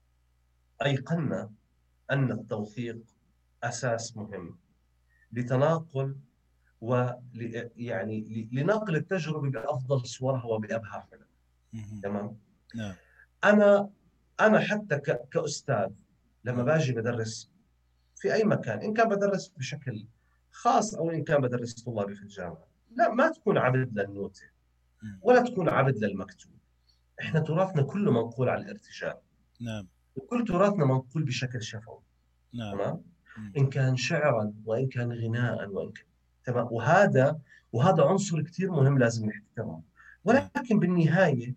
ايقنا ان التوثيق اساس مهم لتناقل و يعني لنقل التجربه بافضل صورها وبابهى حلها. مم. تمام. نعم. انا انا حتى ك- كاستاذ لما مم. باجي بدرس في اي مكان، ان كان بدرس بشكل خاص او ان كان بدرس طلابي في الجامعه، لا ما تكون عبد للنوتة مم. ولا تكون عبد للمكتوب. احنا مم. تراثنا كله منقول على الارتجال، نعم. وكل تراثنا منقول بشكل شفوي. نعم. تمام. مم. ان كان شعرا وان كان غناء وان كان، تمام. وهذا وهذا عنصر كثير مهم لازم نحترمه. نعم. ولكن بالنهايه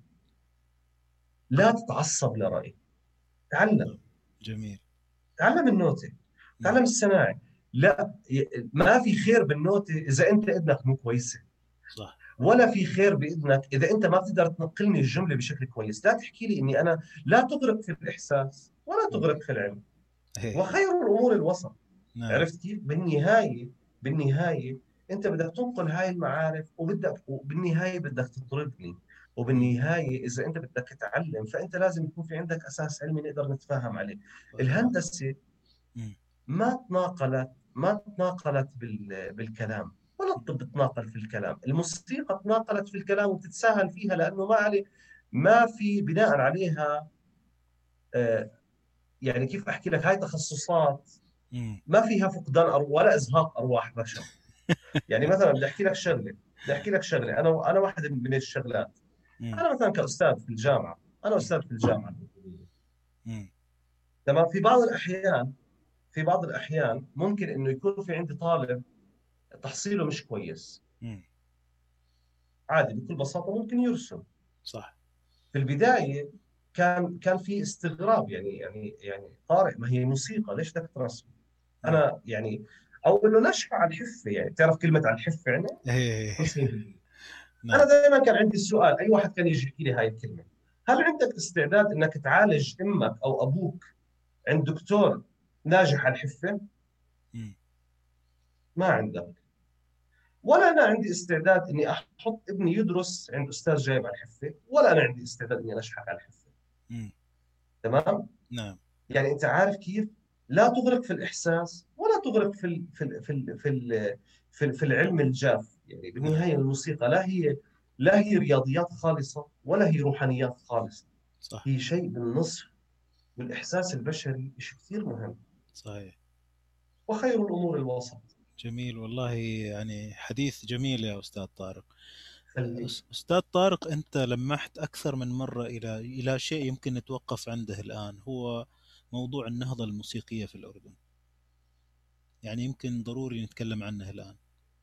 لا تتعصب لرأي. تعلم. جميل. تعلم النوتة، مم. تعلم السماعي. لا ي- ما في خير بالنوتة اذا انت اذنك مو كويسه، صح. ولا في خير باذنك اذا انت ما بتقدر تنقلني الجمله بشكل كويس. لا تحكي لي اني انا، لا تغرق في الاحساس ولا مم. تغرق في العلم، هي. وخير الامور الوسط. نعم. عرفت كيف؟ بالنهايه بالنهايه انت بدك تنقل هاي المعارف، وبدك وبالنهايه بدك تطربني. مم. وبالنهايه اذا انت بدك تتعلم فانت لازم يكون في عندك اساس علمي نقدر نتفاهم عليه. صحيح. الهندسه مم. ما تناقلت ما تناقلت بال... بالكلام، ولا الطب تناقل في الكلام. الموسيقى تناقلت في الكلام وتتساهل فيها لانه ما عليه، ما في بناء عليها. آه يعني كيف احكي لك، هاي تخصصات مم. ما فيها فقدان أرواح ولا ازهاق ارواح بشر. يعني مثلا بدي احكي لك شغله بدي احكي لك شغله انا انا واحده من الشغلات. مم. انا مثلا كاستاذ في الجامعه، انا مم. استاذ في الجامعه. مم. تمام. في بعض الاحيان في بعض الاحيان ممكن انه يكون في عندي طالب تحصيله مش كويس، مم. عادي بكل بساطه ممكن يرسم. صح. في البدايه كان كان في استغراب، يعني يعني يعني طارق ما هي موسيقى ليش بدك ترسم؟ مم. انا يعني، او انه نشفع على الحفه، يعني بتعرف كلمه على الحفه يعني هي. تسعين بالمية. انا نعم. دائما كان عندي السؤال، اي واحد كان يجي يحكي لي هاي الكلمه، هل عندك استعداد انك تعالج امك او ابوك عند دكتور ناجح على الحفه؟ مم. ما عندك. ولا انا عندي استعداد اني احط ابني يدرس عند استاذ جايب على الحفه، ولا انا عندي استعداد اني اشحق على الحفه. مم. تمام. نعم. يعني انت عارف كيف؟ لا تغرق في الاحساس ولا تغرق في ال في ال في ال في ال في, ال في العلم الجاف. يعني نعم. بالنهايه الموسيقى لا هي لا هي رياضيات خالصه ولا هي روحانيات خالصه، صح. هي شيء بالنصف. والاحساس البشري شيء كثير مهم، صحيح. وخير الامور الوسط. جميل والله، يعني حديث جميل يا أستاذ طارق. خلي. أس- أستاذ طارق، أنت لمحت أكثر من مرة إلى إلى شيء يمكن نتوقف عنده الآن، هو موضوع النهضة الموسيقية في الأردن. يعني يمكن ضروري نتكلم عنه الآن.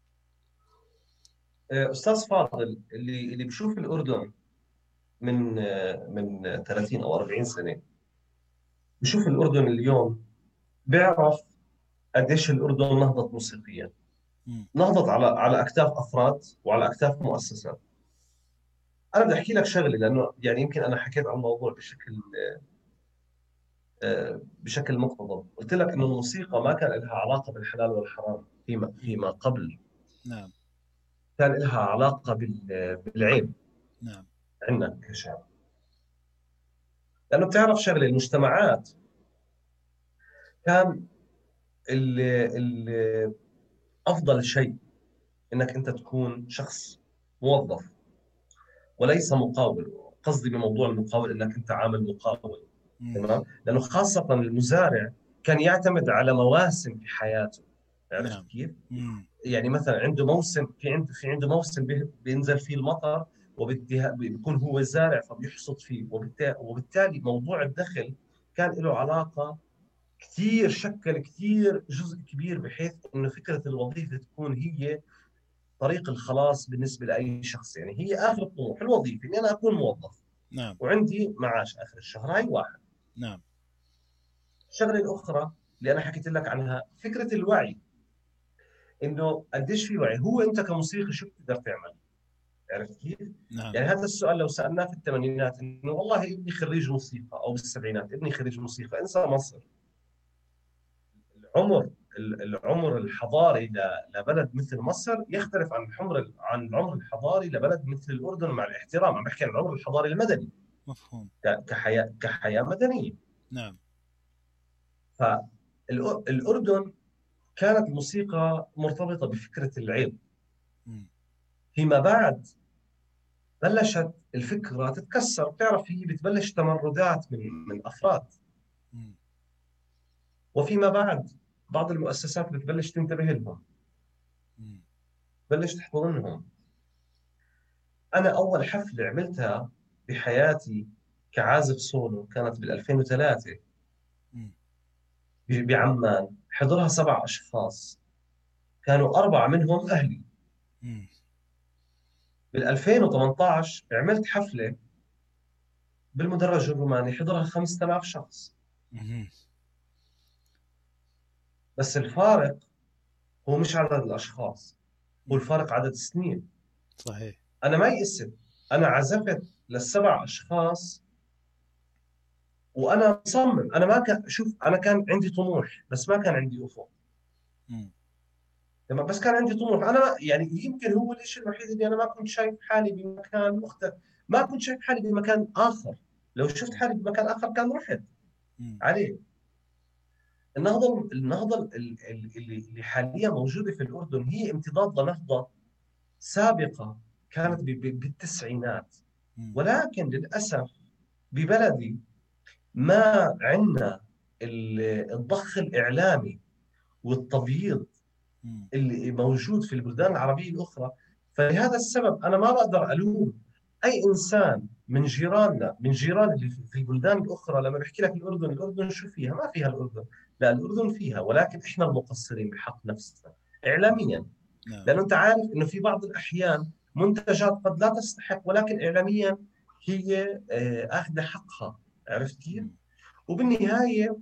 آه، استاذ فاضل، اللي اللي بيشوف الاردن من آه، من ثلاثين او أربعين سنه، بيشوف الاردن اليوم، بيعرف قديش الاردن نهضت موسيقيا. مم. نهضت على على اكتاف افراد وعلى اكتاف مؤسسات. انا بدي احكي لك شغله، لانه يعني يمكن انا حكيت عن الموضوع بشكل آه، بشكل مقتضب. قلت لك انه الموسيقى ما كان لها علاقه بالحلال والحرام فيما مم. فيما قبل، نعم. كان لها علاقه بال- بالعيب نعم. عندنا كشعب. لانه بتعرف شغله، المجتمعات كان ال ال افضل شيء انك انت تكون شخص موظف وليس مقاول. قصدي بموضوع المقاول انك انت عامل مقاول. مم. تمام. لانه خاصه المزارع كان يعتمد على مواسم في حياته. عرفت نعم. كيف؟ مم. يعني مثلا عنده موسم، في عنده في عنده موسم بي- بينزل فيه المطر، وبالتالي بيكون هو زارع فبيحصد فيه، وبالتالي وبالتالي موضوع الدخل كان له علاقة كثير، شكل كثير جزء كبير، بحيث انه فكرة الوظيفة تكون هي طريق الخلاص بالنسبة لأي شخص. يعني هي آخر الطموح الوظيفة، إني أنا أكون موظف نعم. وعندي معاش آخر الشهر، هاي واحد. نعم. الشغلة الأخرى اللي أنا حكيت لك عنها فكرة الوعي، إنه قديش في وعي. هو أنت كموسيقي شو بتقدر تعمل؟ عرفت كيف؟ نعم. يعني هذا السؤال لو سألناه في الثمانينات، إنه والله ابني خريج موسيقى، أو بالسبعينات ابني خريج موسيقى، انسى مصر. العمر العمر الحضاري ل- لبلد مثل مصر يختلف عن العمر عن العمر الحضاري لبلد مثل الأردن، مع الاحترام عم بحكي عن العمر الحضاري المدني، مفهوم. ك- كحياة كحياة مدنية. نعم. فالأردن كانت الموسيقى مرتبطة بفكرة العيب. مم. فيما بعد بلشت الفكرة تتكسر، بتعرف هي بتبلش تمردات من من أفراد، مم. وفيما بعد بعض المؤسسات بتبلش تنتبه لهم، مم. بلش تحضنهم. أنا أول حفلة عملتها بحياتي كعازف سولو كانت بال ألفين وثلاثة مم. ب- بعمان، حضرها سبع أشخاص، كانوا أربعة منهم أهلي. مم. بال ألفين وثمانية عشر عملت حفلة بالمدرج الروماني، حضرها خمسة آلاف شخص. مم. بس الفارق هو مش عدد الأشخاص، هو مم. الفارق عدد السنين. صحيح. أنا ما يئست، أنا عزفت للسبع أشخاص وأنا مصمم. أنا ما كان، شوف، أنا كان عندي طموح بس ما كان عندي أفق. مم. تمام، بس كان عندي طموح. أنا ما يعني، يمكن هو الشيء الوحيد اللي أنا ما كنت شايف حالي بمكان مختلف، ما كنت شايف حالي بمكان آخر. لو شفت حالي بمكان آخر كان رحت مم. عليه. النهضة النهضة ال- ال- اللي اللي حاليا موجودة في الأردن هي امتداد لنهضة سابقة كانت مم. ب- ب- بالتسعينات. مم. ولكن للأسف ببلدي ما عندنا الضخ الإعلامي والتبييض مم. اللي موجود في البلدان العربية الأخرى. فلهذا السبب أنا ما بقدر ألوم أي إنسان من جيراننا، من جيران اللي في في البلدان الأخرى. لما بحكي لك الأردن، الأردن شو فيها؟ ما فيها الأردن، لا الأردن فيها، ولكن إحنا المقصرين بحق نفسنا إعلاميا. نعم. لأنه أنت عارف إنه في بعض الأحيان منتجات قد لا تستحق، ولكن إعلاميا هي آه، أخذ حقها. عرفت كيف؟ مم. وبالنهاية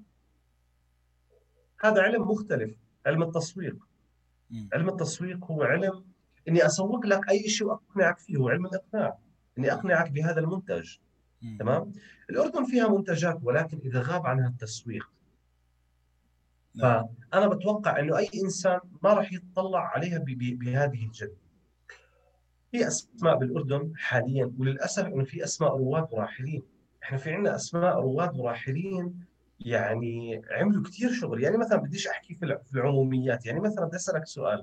هذا علم مختلف، علم التسويق. مم. علم التسويق هو علم إني أسوق لك أي شيء وأقنعك فيه، هو علم الإقناع، إني مم. أقنعك بهذا المنتج. مم. تمام. الأردن فيها منتجات، ولكن إذا غاب عنها التسويق نعم. فأنا بتوقع إنه أي إنسان ما راح يتطلع عليها ب- ب- بهذه الجدة. في أسماء بالأردن حاليا، وللأسف إنه في أسماء رواد وراحلين. إحنا في عندنا أسماء رواد وراحلين يعني عملوا كثير شغل. يعني مثلا بديش أحكي في الع- في العموميات، يعني مثلا بدي أسألك سؤال.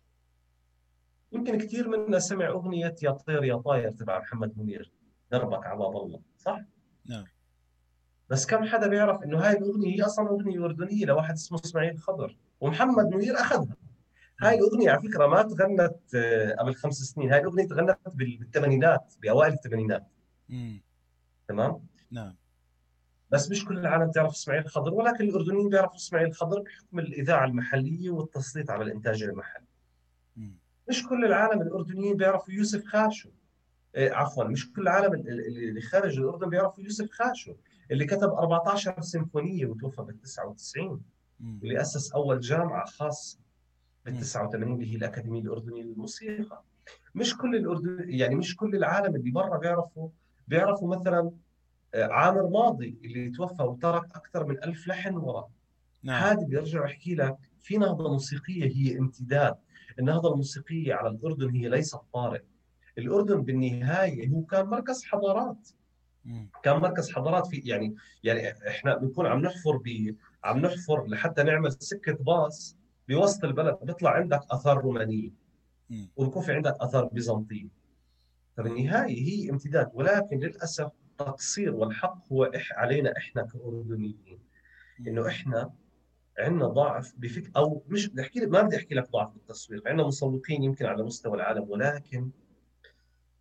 يمكن كثير منا سمع أغنية يا طير يا طاير تبع محمد منير، دربك على باب الله، صح؟ نعم. بس كم حدا بيعرف إنه هاي الأغنية هي أصلا أغنية أردنية لواحد اسمه إسماعيل خضر، ومحمد منير أخذها. هاي مم. الأغنية على فكرة ما تغنت آه، قبل خمس سنين، هاي الأغنية تغنت بال- بالثمانينات، بأوائل الثمانينات. مم. تمام. نعم. بس مش كل العالم تعرف اسماعيل خضر، ولكن الأردنيين بيعرفوا اسماعيل خضر بحكم الإذاعة المحلية والتسليط على الإنتاج المحلي. مم. مش كل العالم الأردنيين بيعرفوا يوسف خاشو. إيه، عفوا، مش كل العالم ال- ال- اللي خارج الأردن بيعرفوا يوسف خاشو، اللي كتب أربعة عشر سيمفونية وتوفى بال تسعة وتسعين، مم. واللي أسس أول جامعة خاصة بال مم. تسعة وثمانين اللي هي الأكاديمية الأردنية للموسيقى. مش كل الأردن، يعني مش كل العالم اللي برا بيعرفوا بيعرفوا مثلا آه، عامر ماضي اللي توفى وترك أكثر من ألف لحن وراء. نعم. هذه بيرجع يحكي لك في نهضة موسيقية هي امتداد. النهضة الموسيقية على الأردن هي ليست طارئ. الأردن بالنهاية هو كان مركز حضارات، مم. كان مركز حضارات في يعني. يعني احنا بنكون عم نحفر ب عم نحفر لحتى نعمل سكة باص بوسط البلد، بيطلع عندك آثار رومانية، مم. وبكون في عندك آثار بيزنطية. مم. فبالنهاية هي امتداد، ولكن للأسف التقصير والحق هو إح علينا إحنا كأردنيين. مم. إنه إحنا عندنا ضعف بفكر، او مش بدي احكي لك، ما بدي احكي لك ضعف بالتسويق، عندنا مسوقين يمكن على مستوى العالم، ولكن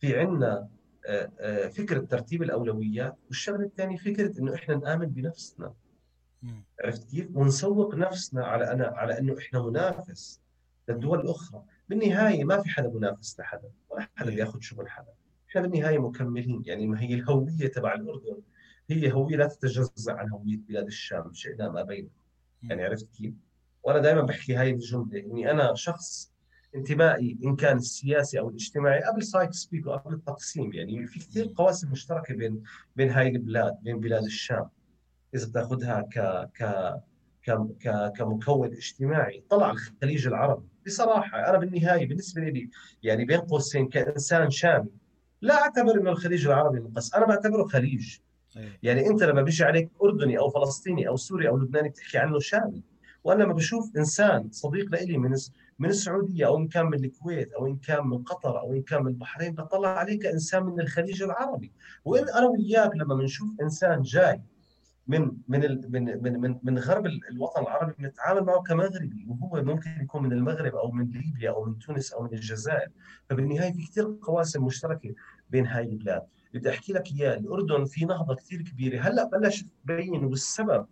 في عندنا آه، آه، فكره ترتيب الاولويات، والشغله الثانيه فكره انه احنا نامن بنفسنا. مم. عرفت كيف؟ ونسوق نفسنا على أنا على انه احنا منافس مم. للدول الاخرى. بالنهايه ما في حدا منافس لحدا، ولا حدا إيه. بياخذ شغل حدا. احنا بالنهايه مكملين. يعني ما هي الهويه تبع الاردن هي هويه لا تتجزا عن هويه بلاد الشام، شئنا ما بينا. مم. يعني عرفت كيف؟ وانا دائما مم. بحكي هاي الجمله، اني انا شخص انتمائي ان كان السياسي او الاجتماعي قبل سايكس بيكو، قبل التقسيم. يعني في كثير مم. قواسم مشتركه بين بين هاي البلاد، بين بلاد الشام. اذا بتاخذها ك ك ك ك كمكون اجتماعي. طلع الخليج العربي بصراحه، انا بالنهايه بالنسبه لي، يعني بين قوسين كانسان شامي، لا اعتبر انه الخليج العربي مقص، انا بعتبره خليج. إيه. يعني انت لما بيجي عليك اردني او فلسطيني او سوري او لبناني بتحكي عنه شامي. وانا لما بشوف انسان صديق لي من من السعوديه، او ان كان من الكويت، او ان كان من قطر، او ان كان من البحرين، بطلع عليه كانسان من الخليج العربي. وان مم. انا وياك لما بنشوف انسان جاي من من ال- من من من من غرب ال- الوطن العربي، بنتعامل معه كمغربي، وهو ممكن يكون من المغرب او من ليبيا او من تونس او من الجزائر. فبالنهايه في كثير قواسم مشتركه بين هاي البلاد. بدي احكي لك اياه، الاردن في نهضه كثير كبيره هلا بلشت تبين، والسبب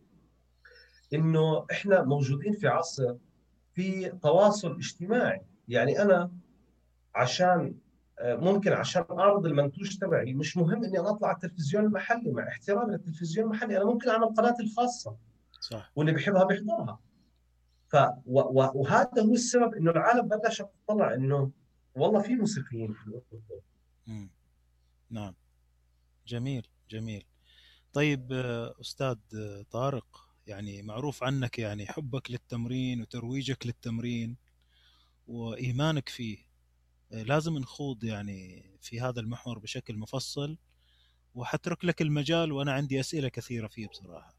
انه احنا موجودين في عصر في تواصل اجتماعي. يعني انا عشان آه، ممكن عشان اعرض المنتوج تبعي، مش مهم اني انا اطلع على التلفزيون المحلي، مع احترامي للتلفزيون المحلي، انا ممكن اعمل قناتي الخاصه، صح. واللي بيحبها بيحضرها. ف و و وهذا هو السبب انه العالم بلشت تطلع انه والله في موسيقيين في الأردن. مم. نعم. جميل جميل. طيب آه، أستاذ آه، طارق، يعني معروف عنك يعني حبك للتمرين وترويجك للتمرين وإيمانك فيه. آه، لازم نخوض يعني في هذا المحور بشكل مفصل، وحترك لك المجال، وأنا عندي أسئلة كثيرة فيه بصراحة.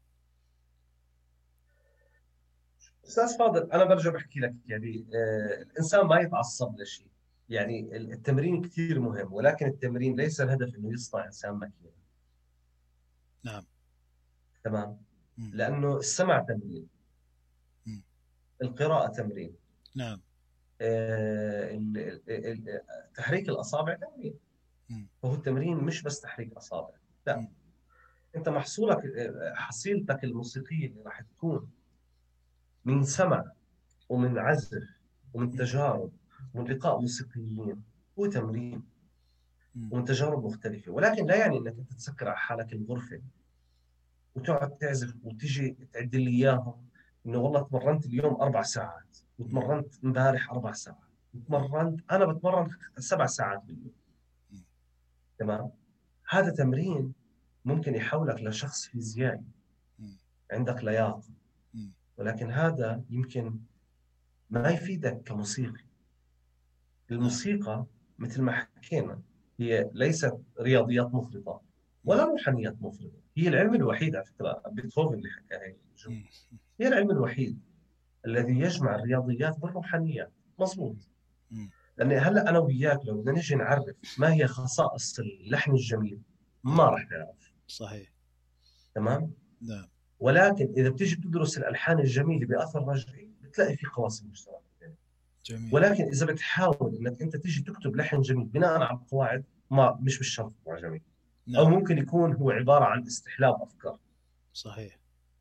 استاذ فاضل، انا برجع بحكي لك، يعني آه الانسان ما يتعصب لشيء. يعني التمرين كثير مهم، ولكن التمرين ليس الهدف انه يصنع انسان ماكينه. نعم. تمام. مم. لانه السمع تمرين، مم. القراءه تمرين، نعم. آه ال- ال- ال- تحريك الاصابع تمرين. مم. فهو التمرين مش بس تحريك اصابع، لا. مم. انت محصولك، حصيلتك الموسيقيه اللي راح تكون من سمع، ومن عزف، ومن مم. تجارب، ومن لقاء موسيقيين، هو تمرين، مم. ومن تجارب مختلفه. ولكن لا يعني انك انت تسكر على حالك الغرفه وتقعد تعزف وتيجي تعد لي اياهم، انه والله تمرنت اليوم اربع ساعات، مم. وتمرنت امبارح اربع ساعات، وتمرنت انا بتمرن سبع ساعات باليوم. مم. تمام. هذا تمرين ممكن يحولك لشخص فيزيائي مم. عندك لياقه، مم. ولكن هذا يمكن ما يفيدك كموسيقي. نعم. الموسيقى مثل ما حكينا هي ليست رياضيات مفرطة ولا مم. روحانيات مفرطة. هي العلم الوحيد على فكرة، بيتهوفن اللي حكى هي الجملة. مم. هي العلم الوحيد الذي يجمع الرياضيات بالروحانيات. مظبوط. مم. لأن هلا أنا وياك لو بدنا نجي نعرف ما هي خصائص اللحن الجميل، ما إيه. راح نعرف. صحيح. تمام. نعم. ولكن إذا بتيجي بتدرس الألحان الجميلة بأثر رجعي، بتلاقي في قواسم مشتركة. جميل. ولكن اذا بتحاول انك انت تيجي تكتب لحن جميل بناء على القواعد، ما مش بالشرط يطلع جميل. او نعم. ممكن يكون هو عباره عن استحلاب افكار. صحيح.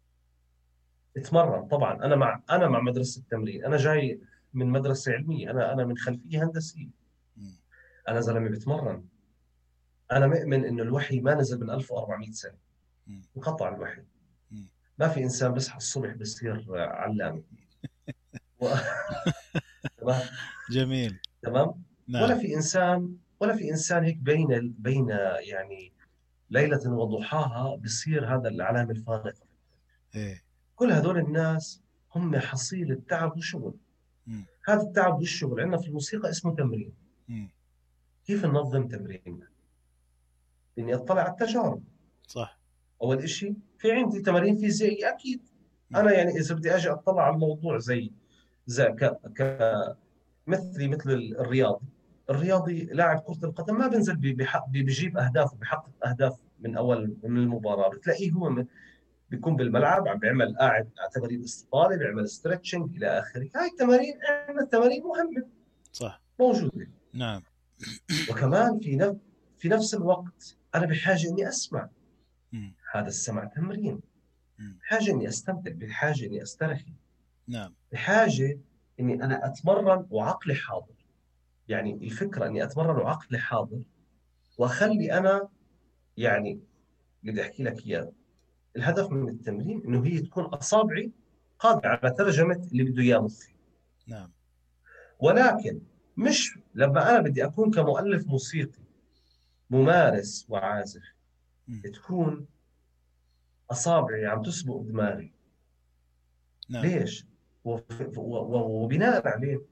اتمرن طبعا. انا مع انا مع مدرسه التمرين. انا جاي من مدرسه علميه، انا انا من خلفيه هندسيه. مم. انا زلمه بتمرن. انا مؤمن انه الوحي ما نزل من ألف وأربعمئة سنه، مم. انقطع الوحي. مم. ما في انسان بيصحى الصبح بصير علامه و... تمام. جميل. تمام. ولا نعم. في انسان ولا في انسان هيك بين بين يعني ليلة وضحاها بصير هذا العلامة الفارقة. إيه. كل هذول الناس هم حصيلة تعب وشغل. مم. هذا التعب والشغل عندنا في الموسيقى اسمه تمرين. مم. كيف ننظم تمريننا؟ إني أطلع على التجارب. صح. أول إشي في عندي تمارين فيزيائية أكيد. مم. أنا يعني إذا بدي أجي أطلع على الموضوع زي زي ك... ك... مثلي مثل الرياضي. الرياضي لاعب كرة القدم ما بنزل بي- بيحق- بي- بيجيب أهداف وبيحقق أهداف من أول من المباراة. بتلاقيه هو بيكون بالملعب عم بيعمل قاعد على تمارين استطاله، بيعمل ستريتشنج الى اخره. هاي التمارين، عندنا التمارين مهمه صح. موجوده. نعم. وكمان في نفس في نفس الوقت انا بحاجه اني اسمع. مم. هذا السمع تمرين. مم. بحاجه اني استمتع، بحاجه اني استرخي، نعم. بحاجه اني انا اتمرن وعقلي حاضر. يعني الفكره اني اتمرن وعقلي حاضر، واخلي انا يعني بدي احكي لك اياه. الهدف من التمرين انه هي تكون اصابعي قادره على ترجمه اللي بده اياه مخي. نعم. ولكن مش لما انا بدي اكون كمؤلف موسيقي ممارس وعازف مم. تكون اصابعي عم تسبق دماغي. نعم. ليش؟ وف- و- و- وبناء عليه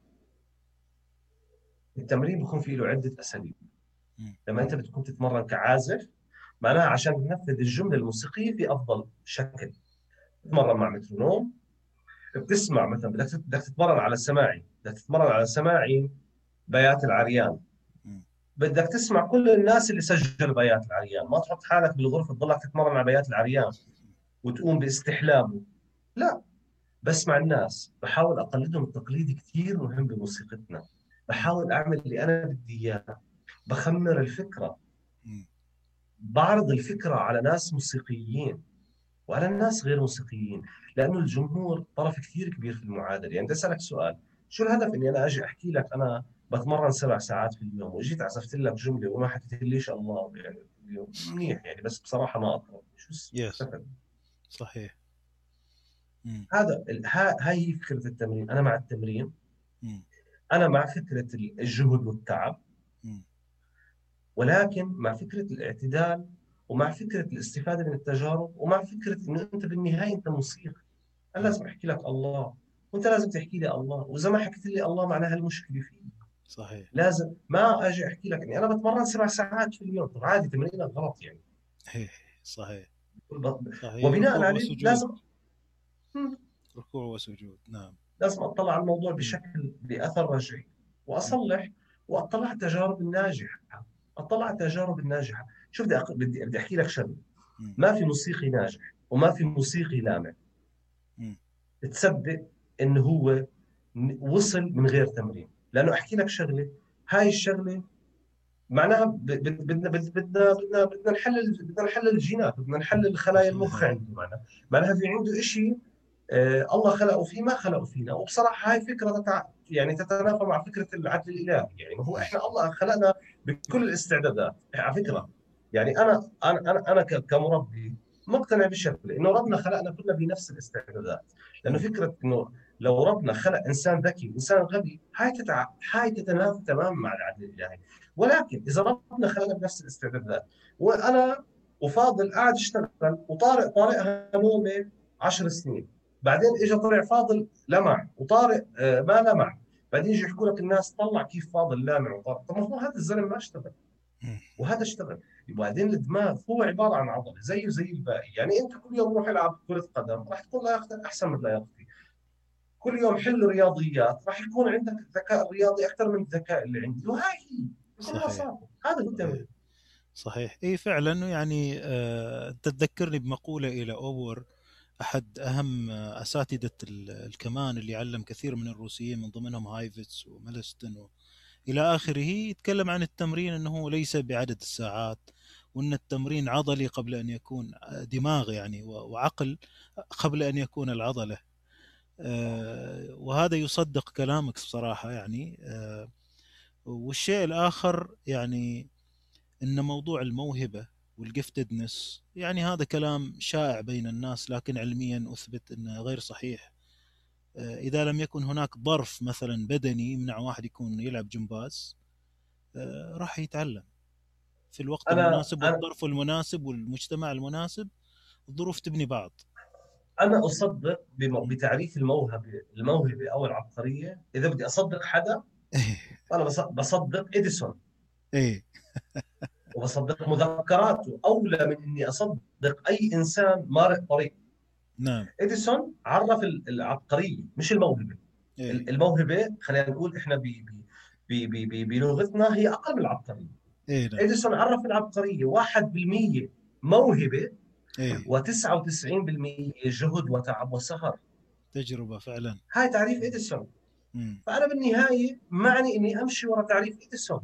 التمرين بيكون في له عده اساليب. مم. لما انت بتكون تتمرن كعازف، معناها عشان تنفذ الجمله الموسيقيه في افضل شكل، تتمرن مع مترونوم. بتسمع مثلا، بدك بدك تتمرن على سماعي، بدك تتمرن على سماعي بيات العريان. مم. بدك تسمع كل الناس اللي سجلوا بيات العريان، ما تحط حالك بالغرفه تضلك تتمرن على بيات العريان وتقوم باستحلامه. لا، بسمع الناس، بحاول اقلدهم. التقليد كثير مهم بموسيقتنا. مم. بحاول اعمل اللي انا بدي اياه، بخمر الفكره، مم. بعرض الفكره على ناس موسيقيين وعلى الناس غير موسيقيين، لانه الجمهور طرف كثير كبير في المعادله. يعني بدي اسالك سؤال: شو الهدف اني انا اجي احكي لك انا بتمرن سبع ساعات في اليوم، وجيت عزفت لك جمله وما حكيت ليش الله؟ يعني منيح يعني، بس بصراحه ما اطرب، شو يس. استفدت؟ صحيح. مم. هذا ال- ها- هاي هي فكره التمرين. انا مع التمرين، مم. انا مع فكره الجهد والتعب، مم. ولكن مع فكره الاعتدال، ومع فكره الاستفاده من التجارب، ومع فكره انه انت بالنهايه انت موسيقي. انا مم. لازم احكي لك الله، وانت لازم تحكي لي الله. واذا ما حكيت لي الله معناها المشكله فيك. صحيح. لازم ما اجي احكي لك اني انا بتمرن سبع ساعات في اليوم، طب عادي تمرينك غلط يعني. إيه، صحيح. ب- صحيح، وبناء ركوع عليه وسجود. لازم ركوع وسجود. نعم. لازم اطلع على الموضوع مم. بشكل باثر رجعي مم. واصلح، واطلع على التجارب الناجحه. اطلع على التجارب الناجحه. شوف بدي أق- بدي بدي احكي لك شغله: مم. ما في موسيقي ناجح وما في موسيقي لامع مم. تصدق انه هو ن- وصل من غير تمرين. لانه احكي لك شغله، هاي الشغله معناها ب- ب- بدنا بدنا بدنا بدنا بدنا نحلل بدنا نحلل الجينات، بدنا نحلل خلايا المخ صحيح. عنده. معناها معناها في عنده شيء آه الله خلقه فيه ما خلقه فينا. وبصراحه هاي فكره تتع... يعني تتنافى مع فكره العدل الالهي. يعني ما هو احنا الله خلقنا بكل الاستعدادات على مم. فكره. يعني انا انا انا انا ك- كمربي مقتنع بالشغله انه ربنا خلقنا كلنا بنفس الاستعدادات. لانه مم. فكره انه لو ربنا خلق انسان ذكي وانسان غبي، هاي تتع... هاي تتنافى تماما مع العدل الالهي. ولكن اذا ربنا خلقنا بنفس الاستعدادات، وانا وفاضل قاعد اشتغل، وطارق طارقها نومه عشر سنين، بعدين اجى طلع فاضل لمع، وطارق آه، ما لمع، بعدين يجي يحكوا لك الناس طلع كيف فاضل لامع وطارق. طب ما هو هذا الزلمه ما اشتغل مم. وهذا اشتغل. وبعدين الدماغ هو عباره عن عضله زيه زي الباقي. يعني انت كل يوم روح العب كره قدم راح تكون لياقتك احسن من لياقتي. كل يوم حل رياضيات راح يكون عندك ذكاء رياضي اكثر من الذكاء اللي عندي. وهاي هي بكل صحيح. بساطه هذا هو صحيح. التمرين. صحيح. اي فعلا. يعني آه، تذكرني بمقولة إلى أوبر، أحد أهم آه، أساتذة ال- الكمان اللي علم كثير من الروسيين من ضمنهم هايفتس وملستن إلى آخره. يتكلم عن التمرين أنه ليس بعدد الساعات، وأن التمرين عضلي قبل أن يكون دماغ، يعني و- وعقل قبل أن يكون العضلة. آه، وهذا يصدق كلامك بصراحة. يعني آه، والشيء الآخر يعني ان موضوع الموهبه والجفتدنس، يعني هذا كلام شائع بين الناس، لكن علميا اثبت انه غير صحيح. آه، اذا لم يكن هناك ظرف مثلا بدني يمنع واحد يكون يلعب جمباز، آه، راح يتعلم في الوقت انا المناسب انا والظرف المناسب والمجتمع المناسب. الظروف تبني بعض. انا اصدق بم- بتعريف الموهبه الموهبه او العبقريه. اذا بدي اصدق حدا، ايه. انا بص- بصدق اديسون، ايه. وبصدق مذكراته اولى من اني اصدق اي انسان مارق طريق. نعم. اديسون عرف ال- العبقريه مش الموهبه. ايه. ال- الموهبه خلينا نقول احنا ب- ب- ب- ب- ب- بلغتنا هي اقل من العبقريه. ايه. نعم. اديسون عرف العبقريه واحد بالمية موهبه ايه. و99% جهد وتعب وسهر. تجربة فعلا. هاي تعريف اديسون. مم. فانا بالنهايه معني اني امشي ورا تعريف اديسون.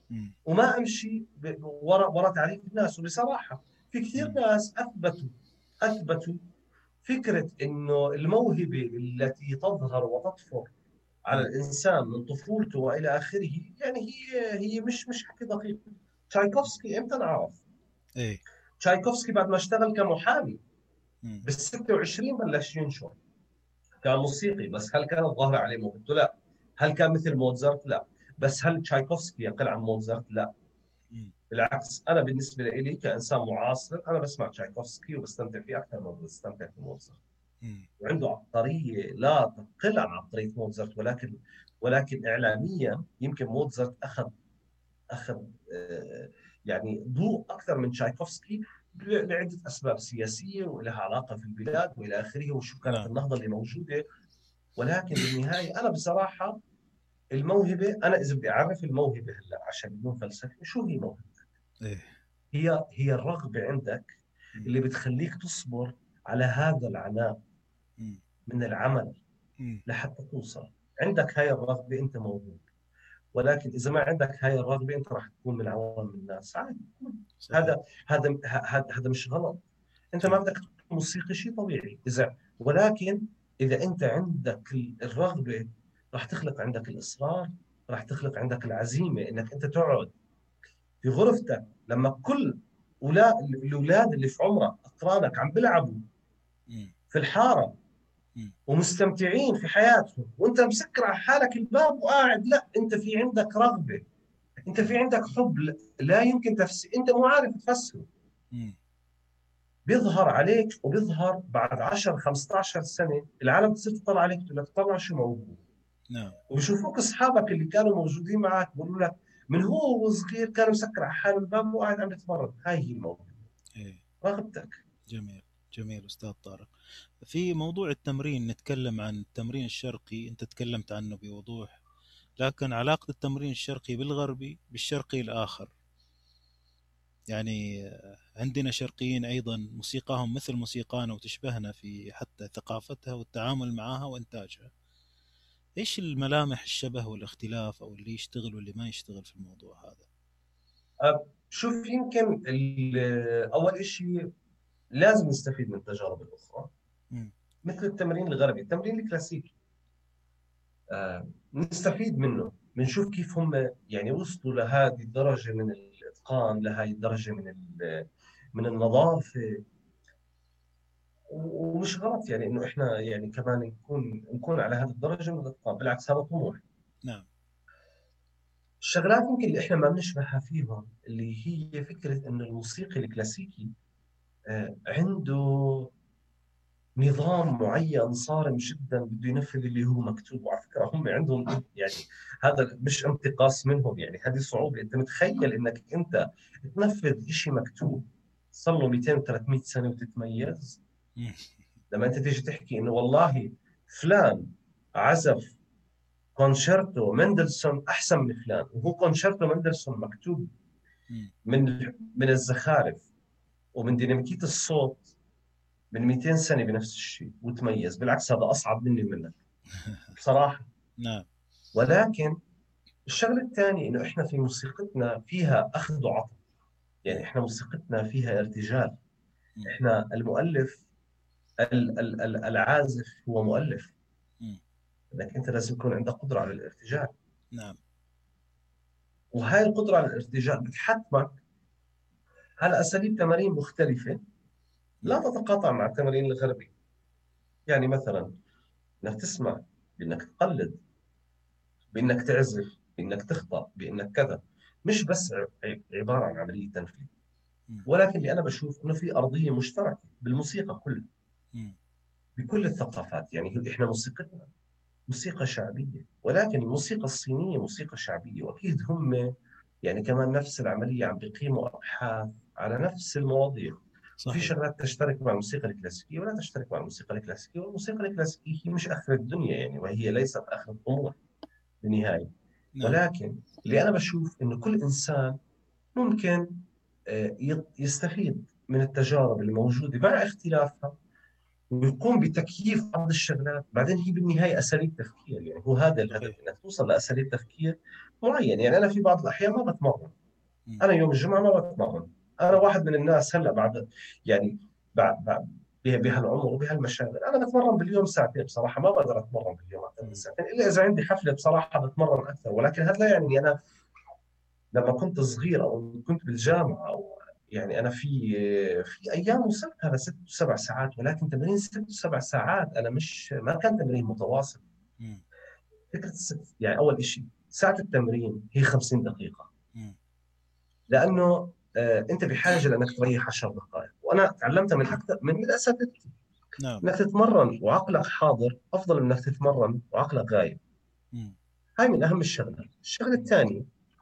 مم. وما امشي ب- ورا ورا تعريف الناس. وبصراحه في كثير مم. ناس اثبتوا اثبتوا فكره انه الموهبه التي تظهر وتطفر على مم. الانسان من طفولته والى اخره، يعني هي هي مش مش حكي دقيق. تشايكوفسكي امتى انعرف؟ ايه. تشايكوفسكي بعد ما اشتغل كمحامي مم. بال ستة وعشرين بلش ينشر كموسيقي. بس هل كانت ظاهرة عليه موهبته؟ لا. هل كان مثل موتزارت؟ لا. بس هل تشايكوفسكي يقل عن موتزارت؟ لا. مم. بالعكس، انا بالنسبه لي كانسان معاصر انا بسمع تشايكوفسكي وبستمتع فيه اكثر ما بستمتع في موتزارت. مم. وعنده عبقريه لا تقل عن عبقريه موتزارت، ولكن ولكن اعلاميا يمكن موتزارت اخذ اخذ آه، يعني ضوء اكثر من تشايكوفسكي لعده اسباب سياسيه ولها علاقه في البلاد والى اخره، وشو كانت نعم. النهضه اللي موجوده. ولكن بالنهايه انا بصراحه الموهبه، انا اذا بدي اعرف الموهبه هلا عشان بدون فلسفه، شو هي موهبه؟ ايه. هي هي الرغبه عندك مم. اللي بتخليك تصبر على هذا العناء مم. من العمل مم. لحتى توصل. عندك هاي الرغبه انت موهوب. ولكن اذا ما عندك هاي الرغبه انت راح تكون من عوام الناس عادي. صحيح. هذا هذا هذا هذا مش غلط. انت ما صحيح. بدك تكون موسيقي، شيء طبيعي اذا. ولكن اذا انت عندك الرغبه راح تخلق عندك الاصرار، راح تخلق عندك العزيمه انك انت تقعد في غرفتك لما كل أولاد الاولاد اللي في عمرك اقرانك عم بيلعبوا مم. في الحاره مم. ومستمتعين في حياتهم، وانت مسكر على حالك الباب وقاعد. لا، انت في عندك رغبه، انت في مم. عندك حب لا يمكن تفسير، انت مو عارف تفسره. مم. بيظهر عليك وبيظهر بعد عشر خمسة عشر سنه، العالم تصير تطلع عليك تقول لك طلع شو موجود. نعم. وبشوفوك اصحابك اللي كانوا موجودين معك بيقولوا لك من هو وصغير كان مسكر على حاله الباب وقاعد عم يتمرن. هاي هي الموضوع، ايه. رغبتك. جميل. جميل أستاذ طارق. في موضوع التمرين، نتكلم عن التمرين الشرقي، أنت تكلمت عنه بوضوح، لكن علاقة التمرين الشرقي بالغربي بالشرقي الآخر، يعني آه، عندنا شرقيين أيضا موسيقاهم مثل موسيقانا وتشبهنا في حتى ثقافتها والتعامل معها وإنتاجها. إيش الملامح الشبه والاختلاف، أو اللي يشتغل واللي ما يشتغل في الموضوع هذا؟ أه، شوف، يمكن ال- اول شيء لازم نستفيد من التجارب الاخرى، مم. مثل التمرين الغربي، التمرين الكلاسيكي. آه، نستفيد منه، بنشوف كيف هم يعني وصلوا لهذه الدرجة من الإتقان، لهذه الدرجة من ال- من النظافة. و- ومش غلط يعني إنه إحنا يعني كمان نكون نكون على هذه الدرجة من الإتقان، بالعكس هذا طموح. نعم. الشغلات يمكن اللي إحنا ما بنشبهها فيهم اللي هي فكرة إنه الموسيقي الكلاسيكي آه، عنده نظام معين صارم جدا بده ينفذ اللي هو مكتوب. وعلى فكره هم عندهم يعني هذا مش انتقاص منهم، يعني هذه صعوبه. انت متخيل انك انت تنفذ شيء مكتوب صار له مئتين ثلاثمئة سنه وتتميز؟ مم. لما انت تيجي تحكي انه والله فلان عزف كونشيرتو مندلسون احسن من فلان، وهو كونشيرتو مندلسون مكتوب مم. من من الزخارف ومن ديناميكيه الصوت من مئتين سنه بنفس الشيء وتميز. بالعكس هذا اصعب مني ومنك بصراحه. نعم. ولكن الشغله الثانيه انه احنا في موسيقتنا فيها اخذ وعطاء. يعني مم. احنا موسيقتنا فيها ارتجال. مم. احنا المؤلف، ال ال ال العازف هو مؤلف، مم. لكن انت لازم يكون عندك قدره على الارتجال. نعم. وهاي القدره على الارتجال بتحتمك على اساليب تمارين مختلفه لا مم. تتقاطع مع التمارين الغربي. يعني مثلا انك تسمع، بانك تقلد، بانك تعزف، بانك تخطأ، بانك كذا. مش بس ع- عباره عن عمليه تنفيذ، مم. ولكن اللي انا بشوف انه في ارضيه مشتركه بالموسيقى كلها مم. بكل الثقافات. يعني احنا موسيقتنا موسيقى شعبيه، ولكن الموسيقى الصينيه موسيقى شعبيه، واكيد هم يعني كمان نفس العمليه عم بيقيموا ابحاث على نفس المواضيع. وفي صحيح. شغلات تشترك مع الموسيقى الكلاسيكيه ولا تشترك مع الموسيقى الكلاسيكيه. والموسيقى الكلاسيكيه هي مش اخر الدنيا يعني، وهي ليست اخر الطموح بالنهايه. نعم. ولكن اللي انا بشوف انه كل انسان ممكن آه، يستفيد من التجارب اللي موجوده مع اختلافها، ويقوم بتكييف بعض الشغلات. بعدين هي بالنهايه اساليب تفكير، يعني هو هذا الهدف، صحيح. انك توصل لاساليب تفكير معين. يعني انا في بعض الاحيان ما بتمرن، مم. انا يوم الجمعه ما بتمرن. انا مم. واحد من الناس هلا بعد يعني بعد بعد به- بهالعمر وبهالمشاغل انا بتمرن باليوم ساعتين. بصراحه ما بقدر اتمرن باليوم اكثر من مم. ساعتين، الا اذا عندي حفله بصراحه بتمرن اكثر. ولكن هذا لا يعني إني انا لما كنت صغير او كنت بالجامعه او يعني انا في في ايام وصلت هذا ست وسبع ساعات، ولكن تمرين ست وسبع ساعات انا مش ما كان تمرين متواصل. مم. فكره الست يعني اول شيء ساعه التمرين هي خمسين دقيقه، مم. لانه آه، انت بحاجه لانك تريح عشر دقائق. وانا تعلمتها من اكثر من من اساتذتي، نعم. انك تتمرن وعقلك حاضر افضل من انك تتمرن وعقلك غايب. مم. هاي من اهم الشغلات. الشغله مم. الثانيه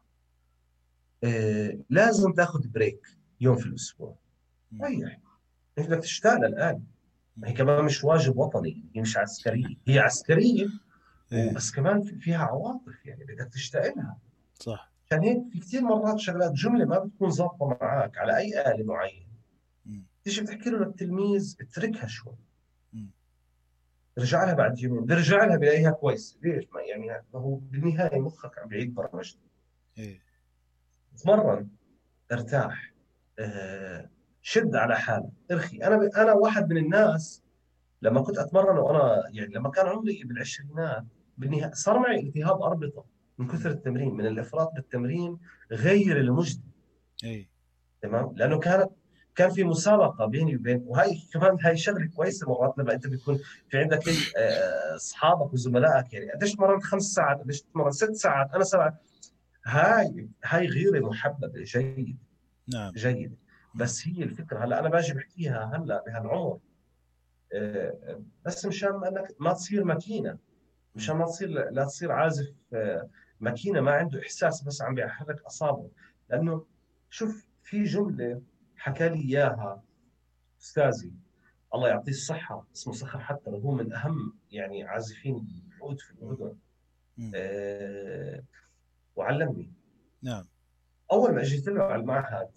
آه، لازم تاخذ بريك يوم في الاسبوع، مم. ريح. انت بدك تشتغل الان، هي مم. كمان مش واجب وطني، هي مش عسكريه، هي عسكريه ايه. وبس كمان في- فيها عواطف، يعني بدك تشتاق لها. صح. عشان هيك في كثير مرات شغلات جمله ما بتكون ظابطه معك على اي آلة معينه، مم. تيجي بتحكي له للتلميذ اتركها شوي، مم. رجع لها بعد يومين، برجع لها بلاقيها كويس. ليش؟ ما يعني ما هو بالنهايه مخك عم بيعيد برمجته. ايه. اتمرن، ارتاح، آه، شد على حالك، ارخي. انا ب... انا واحد من الناس لما كنت اتمرن وانا يعني لما كان عمري بالعشرينات، بالنهايه صار معي التهاب اربطه من كثر مم. التمرين، من الافراط بالتمرين غير المجدي. ايه. تمام، لانه كانت كان في مسابقه بيني وبين، وهي كمان هاي شغله كويسه مرات لما انت بيكون في عندك هيك آه، اصحابك وزملائك، يعني قديش تمرنت خمس ساعات، قديش تمرنت ست ساعات، انا سبعة. هاي هاي غيره محببه، جيد نعم. جيد. مم. بس هي الفكره هلا انا باجي بحكيها هلا بهالعمر، آه، آه، بس مشان انك ما تصير ماكينه، مم. مشان ما تصير لا تصير عازف آه، ماكينه ما عنده احساس، بس عم بيحرك اصابعه. لانه شوف في جمله حكى لي اياها استاذي الله يعطيه الصحه، اسمه صخر حتى، هو من اهم يعني عازفين العود في مم. الاردن. مم. أه وعلمني. نعم. اول ما اجيت له على المعهد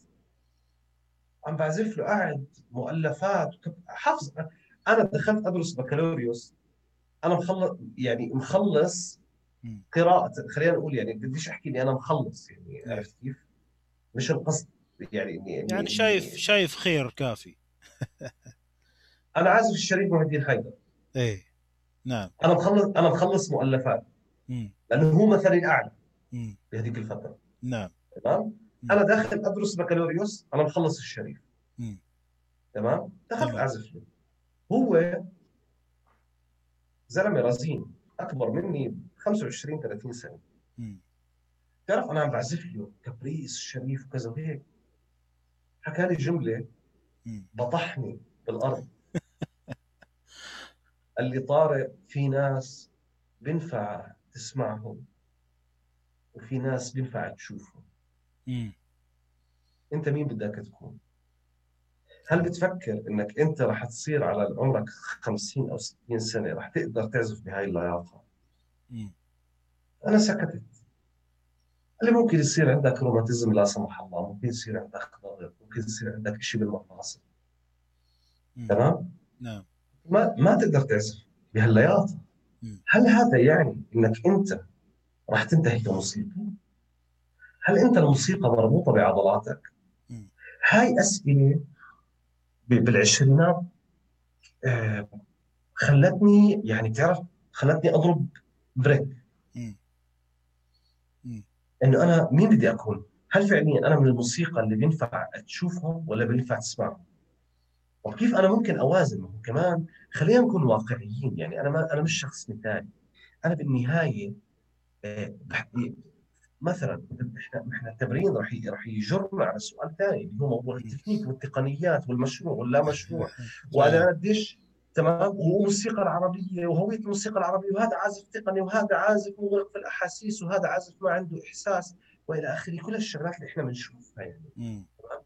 عم بعزف له قاعد مؤلفات وكب- حافظ. انا دخلت ادرس بكالوريوس، انا مخلص يعني مخلص مم. قراءة، خلينا نقول يعني بديش احكي اني انا مخلص، يعني ايه. عرفت كيف؟ مش القصد يعني اني يعني اني شايف اني شايف خير كافي. انا عازف الشريف مهدي الحيدر، ايه. نعم. انا مخلص انا مخلص مؤلفات، مم. لانه هو مثلي الاعلى مم. بهذيك الفترة. نعم. تمام، مم. انا داخل ادرس بكالوريوس، انا مخلص الشريف. مم. تمام، دخلت تمام. اعزف له. هو زلمه رزين اكبر مني ب خمسة وعشرين ثلاثين سنه. مم. تعرف انا عم بعزف له كبريس الشريف وكذا وهيك، حكى لي جمله مم. بطحني بالارض. قال لي طارق، في ناس بينفع تسمعهم وفي ناس بينفع تشوفهم، مم. انت مين بدك تكون؟ هل بتفكر انك انت رح تصير على عمرك خمسين او ستين سنه رح تقدر تعزف بهاي اللياقه؟ مم. انا سكتت. قال لي ممكن يصير عندك روماتيزم لا سمح الله، ممكن يصير عندك ضغط، ممكن يصير عندك شيء بالمفاصل. مم. تمام، نعم. ما ما تقدر تعزف بهاللياقه. مم. هل هذا يعني انك انت راح تنتهي كموسيقي؟ هل انت الموسيقى مربوطه بعضلاتك؟ مم. هاي اسئله ب- بالعشرينات آه، خلتني يعني تعرف، خلتني اضرب بريك. مم. مم. انه انا مين بدي اكون؟ هل فعليا انا من الموسيقى اللي بينفع تشوفهم ولا بينفع تسمعهم؟ طب كيف انا ممكن اوازن؟ ما هو كمان خلينا نكون واقعيين، يعني انا ما انا مش شخص مثالي. انا بالنهايه آه، بح- مثلا احنا احنا التمرين راح ي- راح يجرنا على سؤال ثاني اللي هو موضوع مم. التكنيك والتقنيات والمشروع واللا مشروع. وانا نعم. قديش تمام، والموسيقى العربيه وهويه الموسيقى العربيه، وهذا عازف تقني وهذا عازف مغرق في الاحاسيس وهذا عازف ما عنده احساس والى اخره، كل الشغلات اللي احنا بنشوفها يعني. مم. تمام،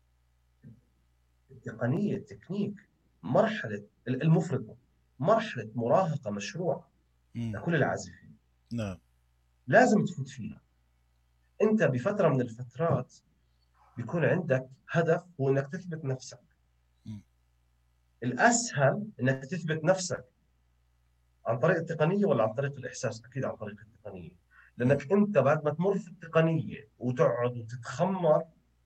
التقنيه التكنيك مرحله المفرطه، مرحله مراهقه مشروعه مم. لكل العازفين، نعم. لازم تفوت فيها. انت بفتره من الفترات بيكون عندك هدف هو انك تثبت نفسك. مم. الاسهل انك تثبت نفسك عن طريق التقنيه ولا عن طريق الاحساس؟ اكيد عن طريق التقنيه. مم. لانك انت بعد ما تمر في التقنيه وتقعد وتتخمر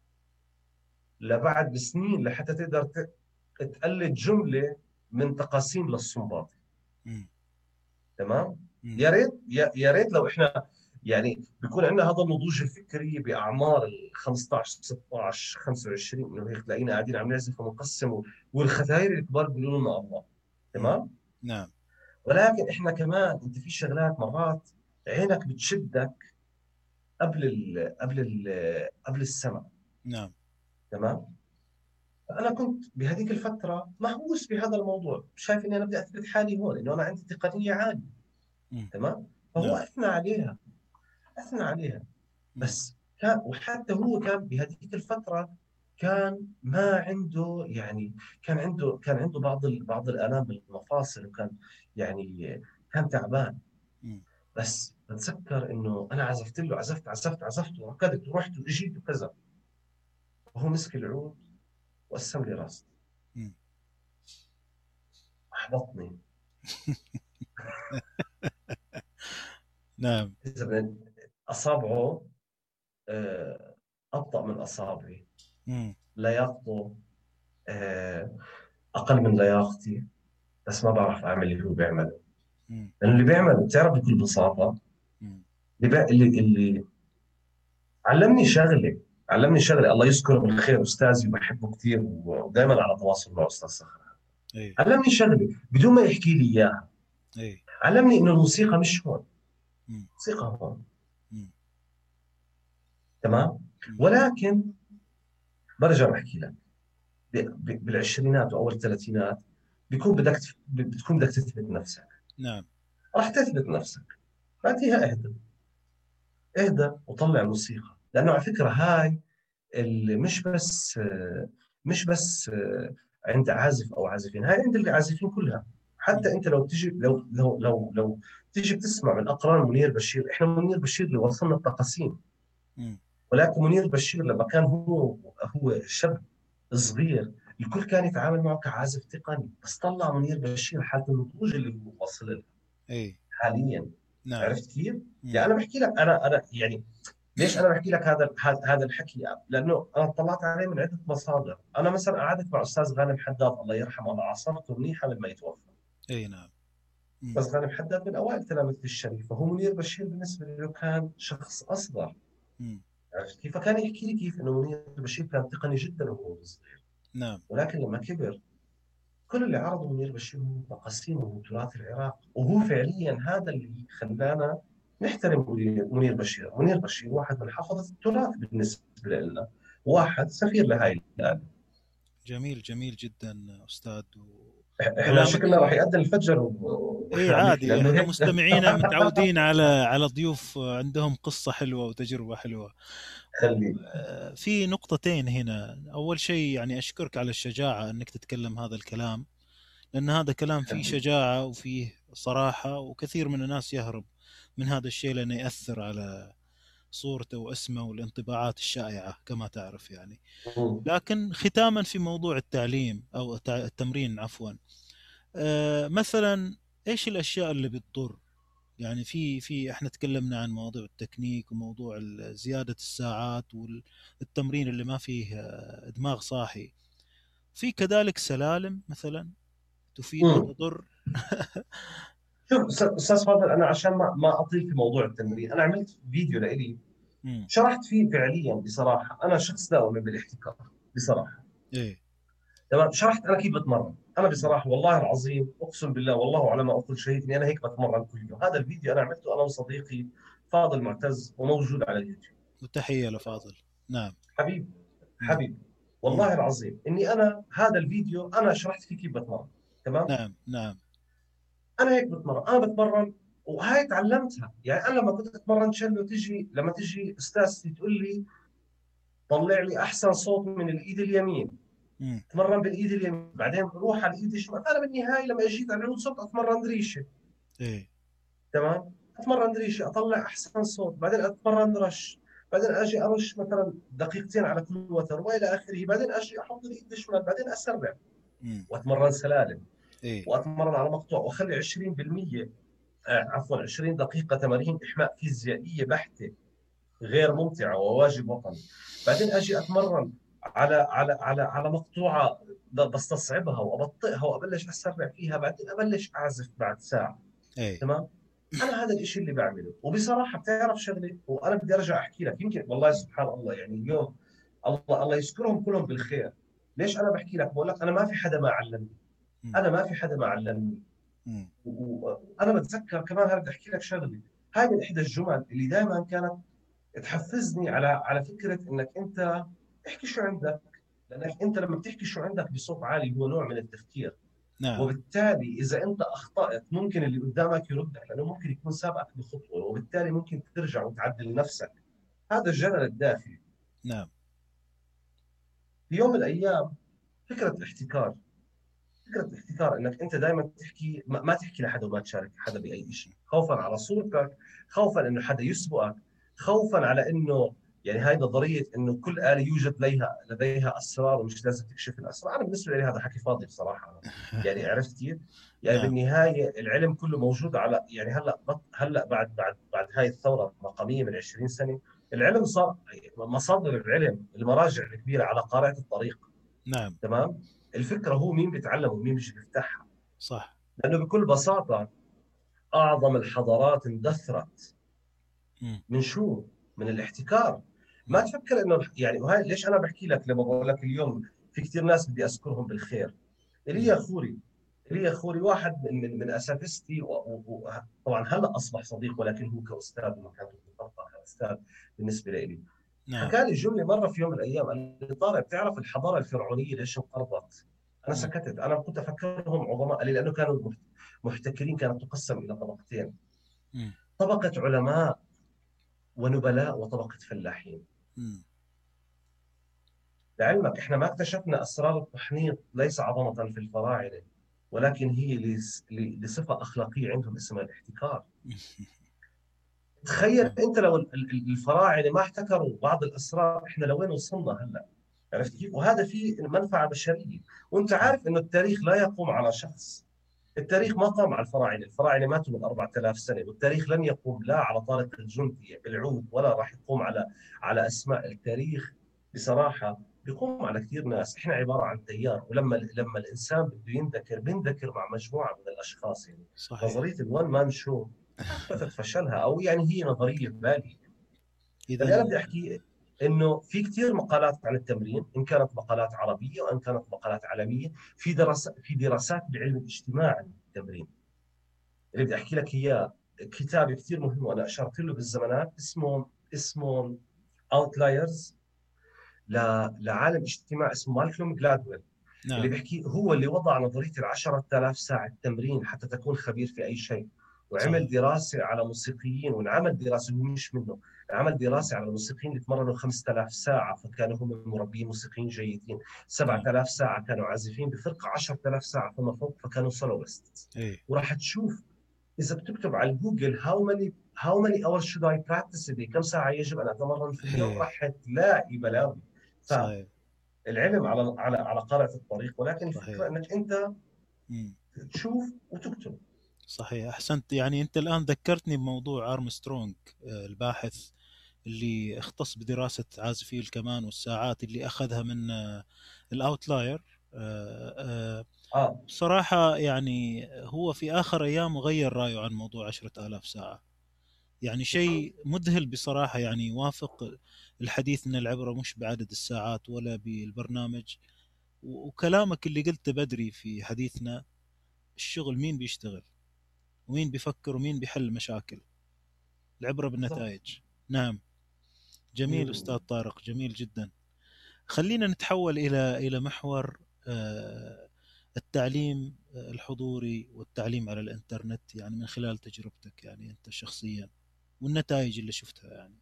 لبعد بسنين لحتى تقدر ت- تقلد جمله من تقاسيم للصنباطي. مم. تمام. مم. يا ريت يا يا ريت لو احنا يعني بيكون عندنا هذا النضوج الفكري باعمار ال خمستاشر ستاشر خمسة وعشرين، انه هيك تلاقينا قاعدين عم نعزف ونقسم، والختاير الكبار بيقولوا لنا الله. مم. تمام. نعم. ولكن احنا كمان انت في شغلات مرات عينك بتشدك قبل ال قبل ال قبل السمع. نعم. تمام. فانا كنت بهذيك الفتره مهووس بهذا الموضوع، شايف اني انا بدي اثبت حالي هون، انه انا عندي تقنيه عاليه. مم. تمام. فهو نعم. اثنى عليها، اثنى عليها. مم. بس كان، وحتى هو كان بهذيك الفتره كان ما عنده يعني، كان عنده كان عنده بعض ال- بعض الالام بالمفاصل، وكان يعني كان تعبان. مم. بس بتذكر انه انا عزفت له، عزفت عزفت عزفت وركضت ورحت واجيت وكذا، وهو مسك العود وقسم لي راسي، مم. احبطني. نعم. اذا بدك، اصابعه آه، ابطا من اصابعي، مم. لياقته آه، اقل من لياقتي. بس ما بعرف اعمل اللي هو بيعمله. مم. لانه اللي بيعمله بتعرف بكل بساطه، مم. اللي, بي... اللي اللي علمني شغله، علمني شغله الله يذكره بالخير، استاذي وبحبه كثير ودائما على تواصل مع استاذ صخر. ايه. علمني شغله بدون ما يحكي لي اياها. ايه. علمني انه الموسيقى مش هون، مم. الموسيقى هون. مم. تمام. مم. ولكن برجع بحكي لك، ب- ب- بالعشرينات واول الثلاثينات بيكون بدك تف- بتكون بدك تثبت نفسك. نعم. راح تثبت نفسك، بعديها اهدى، اهدى وطلع موسيقى. لانه على فكره هاي اللي مش بس مش بس عند عازف او عازفين، هاي عند العازفين كلها. حتى مم. انت لو تجي لو لو لو لو تجي بتسمع من اقران منير بشير، احنا منير بشير اللي وصلنا التقاسيم. مم. ولكن منير بشير لما كان هو هو شاب صغير، الكل كان يتعامل معه كعازف تقني. بس طلع منير بشير حالة النضوج اللي هو واصل لها ايه. حاليا. نعم. عرفت كيف؟ يعني مم. انا بحكي لك، انا انا يعني ليش انا بحكي لك هذا هذا هذا الحكي؟ لانه انا اطلعت عليه من عده مصادر. انا مثلا قعدت مع استاذ غانم حداد الله يرحمه، انا عاصرته منيحه لما يتوفى. ايه. نعم. مم. بس غانم حداد من اوائل تلامذتي الشريفه، هو منير بشير بالنسبه له كان شخص اصغر. مم. عرفت كيف؟ فكان يحكي لي كيف انه منير بشير كان تقني جدا وهو صغير. نعم. ولكن لما كبر، كل اللي عرضه منير بشير هو تقاسيم وتراث العراق. وهو فعليا هذا اللي خلانا نحترم منير بشير. منير بشير واحد من حفظة التراث بالنسبة لنا، واحد سفير لهاي الآلة. جميل، جميل جدا أستاذ. احنا وكلامك. شكلنا راح يأذن الفجر و- اي واحنا عم نحكي، عادي، لانه احنا هيك. مستمعينا متعودين على على ضيوف عندهم قصة حلوة وتجربة حلوة. خلي. وفي نقطتين هنا. أول شيء يعني أشكرك على الشجاعة أنك تتكلم هذا الكلام، لأن هذا كلام فيه خلي. شجاعة وفيه صراحة، وكثير من الناس يهرب من هذا الشيء لأنه يأثر على صورته واسمه والانطباعات الشائعة كما تعرف يعني. مم. لكن ختاما في موضوع التعليم أو التع- التمرين عفوا، آه، مثلا ايش الاشياء اللي بتضر؟ يعني في في احنا تكلمنا عن موضوع التكنيك وموضوع ال- زيادة الساعات والتمرين اللي ما فيه آه، دماغ صاحي. في كذلك سلالم مثلا تفيد مم. وتضر. شوف أستاذ أستاذ فاضل، انا عشان ما ما اطيل في موضوع التمرين، انا عملت فيديو لإلي امم. شرحت فيه فعليا. بصراحه انا شخص دائما بالاحتكار بصراحه. ايه. تمام. شرحت انا كيف بتمرن. انا مم. بصراحه والله العظيم اقسم بالله والله على ما اقول شهيد اني انا هيك بتمرن كل يوم. هذا الفيديو انا عملته انا وصديقي فاضل معتز، وموجود على اليوتيوب. وتحية لفاضل. نعم. حبيبي، مم. حبيبي، مم. والله العظيم اني انا هذا الفيديو انا شرحت فيه كيف بتمرن. تمام. نعم. نعم. انا هيك بتمرن، انا بتمرن. وهاي تعلمتها. يعني انا لما كنت اتمرن تشيلو، تجي لما تجي استاذتي تقول لي طلع لي احسن صوت من الايد اليمين، مم. اتمرن بالايد اليمين، بعدين بروح على الايد الشمال. انا بالنهايه لما اجيت على العود صرت اتمرن دريشه. ايه. تمام. اتمرن ريشه اطلع احسن صوت، بعدين اتمرن رش، بعدين اجي ارش مثلا دقيقتين على كل وتر والى اخره، بعدين اجي احط الايد الشمال، بعدين اسرع. مم. واتمرن سلالم، ايه. واتمرن على مقطوع، واخلي عشرين بالمية آه، عفوا عشرين دقيقة تمارين إحماء فيزيائية بحتة غير ممتعة وواجب وطني. بعدين أجي أتمرن على على على على مقطوعة ب- بستصعبها وأبطئها وأبلش أسرع فيها، بعدين أبلش أعزف بعد ساعة. ايه. تمام. أنا هذا الإشي اللي بعمله. وبصراحة بتعرف شغلة، وأنا بدي أرجع أحكي لك، يمكن والله سبحان الله يعني اليوم الله الله يذكرهم كلهم بالخير. ليش أنا بحكي لك؟ بقول لك أنا ما في حدا ما علمني. مم. أنا ما في حدا ما علمني. مم. وانا بتذكر كمان، هذا بدي احكي لك شغله. هاي من احدى الجمل اللي دائما كانت تحفزني على على فكره انك انت احكي شو عندك. لانك انت لما بتحكي شو عندك بصوت عالي هو نوع من التفكير، نعم. وبالتالي اذا انت اخطات ممكن اللي قدامك يردك، لانه ممكن يكون سابقك بخطوه، وبالتالي ممكن ترجع وتعدل نفسك. هذا الجدل الداخلي. نعم. في يوم من الايام فكره الاحتكار، فكره الاحتكار انك انت دائما تحكي، ما ما تحكي لحدا وما تشارك حدا باي شيء، خوفا على صورتك، خوفا انه حدا يسبقك، خوفا على انه يعني هاي نظريه انه كل آلة يوجد لديها لديها اسرار ومش لازم تكشف الاسرار. انا بالنسبه لي هذا حكي فاضي بصراحه. أنا يعني عرفت كيف؟ يعني نعم. بالنهايه العلم كله موجود على، يعني هلا بط- هلا بعد بعد بعد هاي الثوره الرقميه من عشرين سنه، العلم صار مصادر العلم المراجع الكبيره على قارعه الطريق. نعم. تمام. الفكره هو مين بيتعلم ومين مش بيفتحها. صح. لانه بكل بساطه اعظم الحضارات اندثرت مم. من شو؟ من الاحتكار. ما مم. تفكر انه يعني، وهي ليش انا بحكي لك لما بقول لك اليوم في كثير ناس بدي اذكرهم بالخير. مم. ايليا خوري. ايليا خوري واحد من من, من اساتذتي، وطبعا هلا اصبح صديق، ولكن هو كاستاذ مكانته في الطرقه كاستاذ بالنسبه لي. نعم. حكى لي جمله مره في يوم من الايام، قال لي طارق بتعرف الحضاره الفرعونيه ليش انقرضت؟ انا مم. سكتت. انا كنت افكرهم عظماء. قال لي لانه كانوا محت- محتكرين. كانت تقسم الى طبقتين: مم. طبقه علماء ونبلاء، وطبقه فلاحين. مم. لعلمك احنا ما اكتشفنا اسرار التحنيط ليس عظمه في الفراعنه، ولكن هي لس- ل- لصفه اخلاقيه عندهم اسمها الاحتكار. تخيل نعم. انت لو ال- ال- الفراعنه ما احتكروا بعض الاسرار، احنا لوين وصلنا هلا؟ عرفت كيف؟ وهذا فيه منفعه بشريه. وانت صحيح. عارف انه التاريخ لا يقوم على شخص. التاريخ ما قام على الفراعنه. الفراعنه ماتوا من أربعة آلاف سنه، والتاريخ لن يقوم لا على طارق الجندي بالعود، ولا راح يقوم على على اسماء. التاريخ بصراحه بيقوم على كثير ناس. احنا عباره عن تيار، ولما لما الانسان بده ينذكر بينذكر مع مجموعه من الاشخاص يعني. صحيح. نظريه الوان مان شو اثبتت فشلها، او يعني هي نظريه ببالي. اذا. فاللي انا بدي احكيه انه في كثير مقالات عن التمرين، ان كانت مقالات عربيه وان كانت مقالات عالميه. في دراسات في دراسات بعلم الاجتماع عن التمرين. اللي بدي احكي لك اياه كتاب كثير مهم وانا اشرت له بالزمانات، اسمه اسمه اوتلايرز، لعالم اجتماع اسمه مالكولم جلادويل. اللي نعم. بيحكي هو اللي وضع نظريه العشرة آلاف ساعه تمرين حتى تكون خبير في اي شيء. وعمل صحيح. دراسه على موسيقيين، وانعمل دراسه هو مش منه، عمل دراسه على الموسيقيين اللي تمرنوا خمسة آلاف ساعه فكانوا هم مربين موسيقيين جيدين، نعم. سبعة آلاف ساعه كانوا عازفين بفرقه، عشرة آلاف ساعه فما فوق فكانوا سولويست. ايه. وراح تشوف اذا بتكتب على جوجل هاو ماني هاو ماني hours should I practice a day، كم ساعه يجب ان اتمرن في اليوم، ايه. راح تلاقي بلاوي. صحيح. فالعلم على على على قارعه الطريق، ولكن الفكره صحيح. انك انت مم. تشوف وتكتب. صحيح، احسنت. يعني انت الان ذكرتني بموضوع ارمسترونغ، آه، الباحث اللي اختص بدراسة عازفي الكمان والساعات، اللي اخذها من آه، الاوتلاير. آه، آه، اه بصراحة يعني هو في آخر أيامه غير رأيه عن موضوع عشرة آلاف ساعة. يعني شيء مذهل بصراحة، يعني يوافق الحديث أن العبرة مش بعدد الساعات ولا بالبرنامج. وكلامك اللي قلته بدري في حديثنا، الشغل مين بيشتغل ومين بيفكر ومين بيحل مشاكل، العبرة بالضبط. بالنتائج. نعم. جميل أستاذ مم. طارق، جميل جدا. خلينا نتحول إلى إلى محور آه، التعليم آه، الحضوري والتعليم على الإنترنت، يعني من خلال تجربتك يعني أنت شخصيا والنتائج اللي شفتها يعني.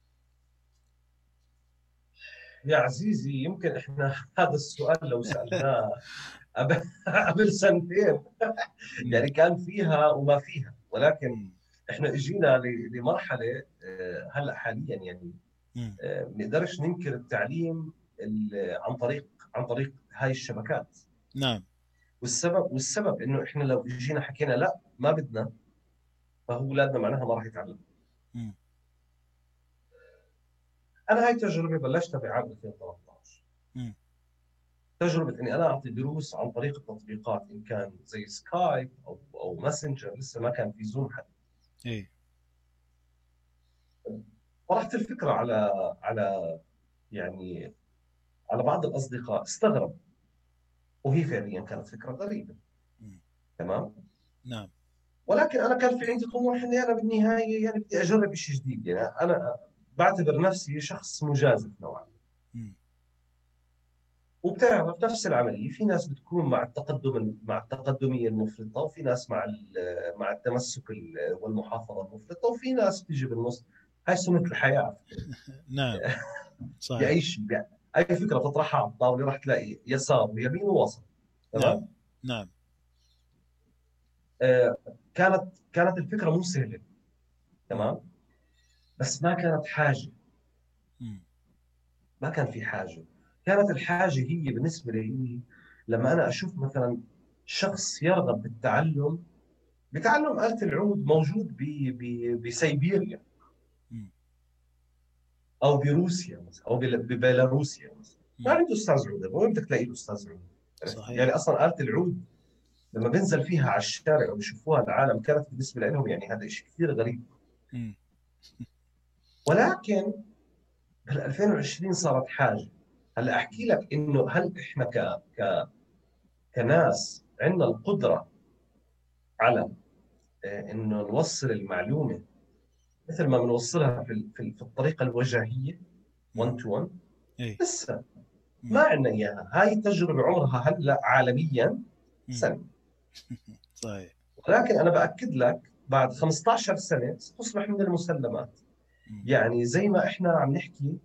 يا عزيزي يمكن احنا هذا السؤال لو سالناه قبل قبل سنتين مم. يعني كان فيها وما فيها، ولكن مم. احنا اجينا ل- لمرحله آه، هلا حاليا يعني مم. آه، ما بنقدرش ننكر التعليم ال- عن طريق عن طريق هاي الشبكات. نعم. والسبب والسبب انه احنا لو جينا حكينا لا ما بدنا، فهو اولادنا معناها ما راح يتعلم. مم. انا هاي التجربه بلشتها بعام ألفين وثلاثة عشر، مم. تجربه اني انا اعطي دروس عن طريق التطبيقات، ان كان زي سكايب او او ماسنجر، لسه ما كان في زوم حتى. ايه. طرحت الفكره على على يعني على بعض الاصدقاء، استغرب، وهي فعليا كانت فكره غريبه. مم. تمام. نعم. ولكن انا كان في عندي طموح اني انا بالنهايه يعني بدي اجرب شيء جديد. يعني انا بعتبر نفسي شخص مجازف نوعا ما. مم. وبتعرف نفس العمليه، في ناس بتكون مع التقدم مع التقدميه المفرطه، وفي ناس مع ال- مع التمسك ال- والمحافظه المفرطه، وفي ناس بتيجي بالنص. هاي سنه الحياه على فكرة. نعم. باي صحيح. شيء يعني، اي فكره تطرحها على الطاوله راح تلاقي يسار ويمين ووسط. نعم. تمام. نعم. آه كانت كانت الفكره مو سهله. مم. تمام. بس ما كانت حاجه، مم. ما كان في حاجة. كانت الحاجة هي بالنسبة لي لما أنا أشوف مثلا شخص يرغب بالتعلم، بتعلم آلة العود موجود ب... ب... بسيبيريا مم. أو بروسيا مثلا أو بل- ببيلاروسيا مثلا. ما مم. عنده أستاذ عود، وين بدك تلاقي له أستاذ عود؟ عرفت؟ يعني صحيح. أصلا آلة العود لما بنزل فيها على الشارع وبيشوفوها العالم، كانت بالنسبة لهم يعني هذا شيء كثير غريب. مم. ولكن بال ألفين وعشرين صارت حاجة. هلا أحكي لك إنه هل إحنا ك... ك... كناس عندنا القدرة على آه، انه نوصل المعلومه مثل ما بنوصلها في ال- في ال- في الطريقه الوجاهيه مم. واحد تو واحد؟ ايه. لسه ما مم. عندنا اياها. هاي التجربه عمرها هلا عالميا مم. سنه. صحيح. ولكن انا باكد لك بعد خمسة عشر سنه ستصبح من المسلمات. مم. يعني زي ما احنا عم نحكي،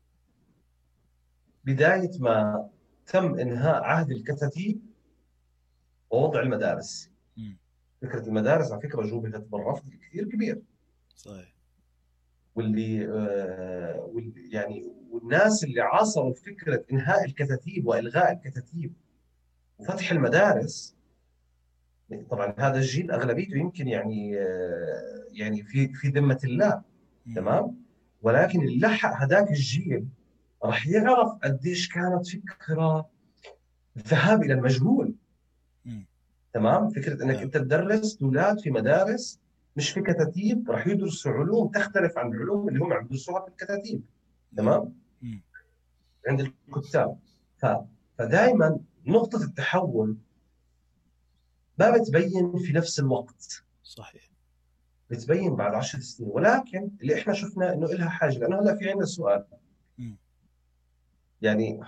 بدايه ما تم انهاء عهد الكتاتيب ووضع المدارس. مم. فكره المدارس على فكره جوبهت بالرفض كثير كبير. صحيح. واللي آه، واللي يعني والناس اللي عاصروا فكره انهاء الكتاتيب والغاء الكتاتيب وفتح المدارس، طبعا هذا الجيل اغلبيته يمكن يعني آه، يعني في في ذمه الله. مم. تمام. ولكن اللي لحق هذاك الجيل راح يعرف قديش كانت فكره الذهاب الى المجهول. مم. تمام. فكره انك نعم. انت تدرس اولاد في مدارس مش في كتاتيب، راح يدرسوا علوم تختلف عن العلوم اللي هم عم يدرسوها في الكتاتيب. نعم. تمام. مم. عند الكتاب. ف... فدائما نقطة التحول ما بتبين في نفس الوقت، صحيح. بتبين بعد عشر سنين. ولكن اللي احنا شفنا انه لها حاجة، لانه هلا في عندنا سؤال. مم. يعني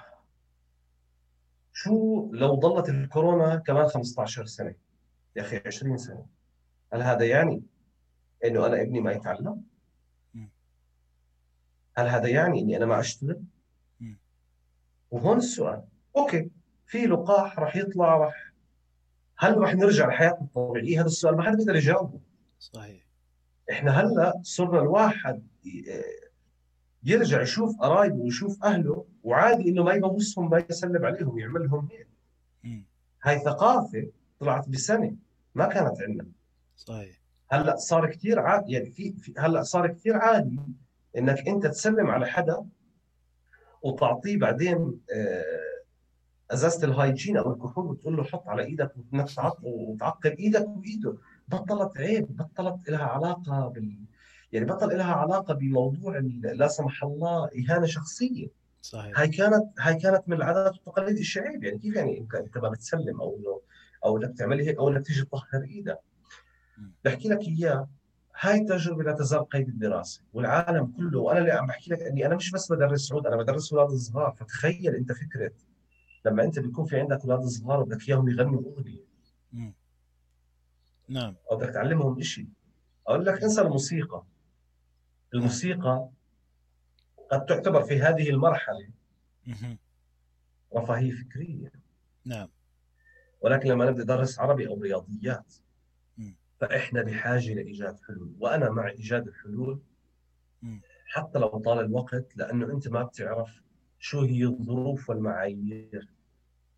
شو لو ضلت الكورونا كمان خمسة عشر سنة، يا اخي عشرين سنة؟ هل هذا يعني انه انا ابني ما يتعلم؟ مم. هل هذا يعني اني انا ما اشتغل؟ مم. وهون السؤال. اوكي، في لقاح راح يطلع، راح هل راح نرجع لحياتنا الطبيعية؟ هذا السؤال ما حدا بيقدر يجاوبه. صحيح. احنا هلا صرنا الواحد يرجع يشوف قرايبه ويشوف اهله وعادي انه ما يبوسهم ما يسلم عليهم يعمل لهم هيك. مم. هاي ثقافه طلعت بسنه ما كانت عندنا. صحيح. هلا صار كثير عادي، يعني في, في هلا صار كثير عادي انك انت تسلم على حدا وتعطيه بعدين آه، ازازه الهايجين او الكحول وتقول له حط على ايدك، وانك تعق وتعقم ايدك وايده. بطلت عيب، بطلت لها علاقه بال يعني بطل لها علاقه بموضوع ال- لا سمح الله اهانه شخصيه. صحيح. هاي كانت هاي كانت من العادات والتقاليد الشعبيه. يعني كيف يعني انت انت ما بتسلم او انه او انك تعملي هيك او انك تيجي تطهر ايدك؟ مم. بحكي لك اياه. هاي التجربه لا تزال قيد الدراسه والعالم كله. وانا اللي عم بحكي لك اني انا مش بس بدرس عود، انا بدرس اولاد صغار. فتخيل انت فكره لما انت بيكون في عندك اولاد صغار وبدك اياهم يغنوا اغنيه مم. نعم. او بدك تعلمهم شيء. اقول لك مم. انسى الموسيقى. نعم. الموسيقى قد تعتبر في هذه المرحله مهم. رفاهيه فكريه. نعم. ولكن لما نبدا ندرس عربي او رياضيات، مم. فإحنا بحاجة لإيجاد حلول. وأنا مع إيجاد الحلول مم. حتى لو طال الوقت، لأنه أنت ما بتعرف شو هي الظروف والمعايير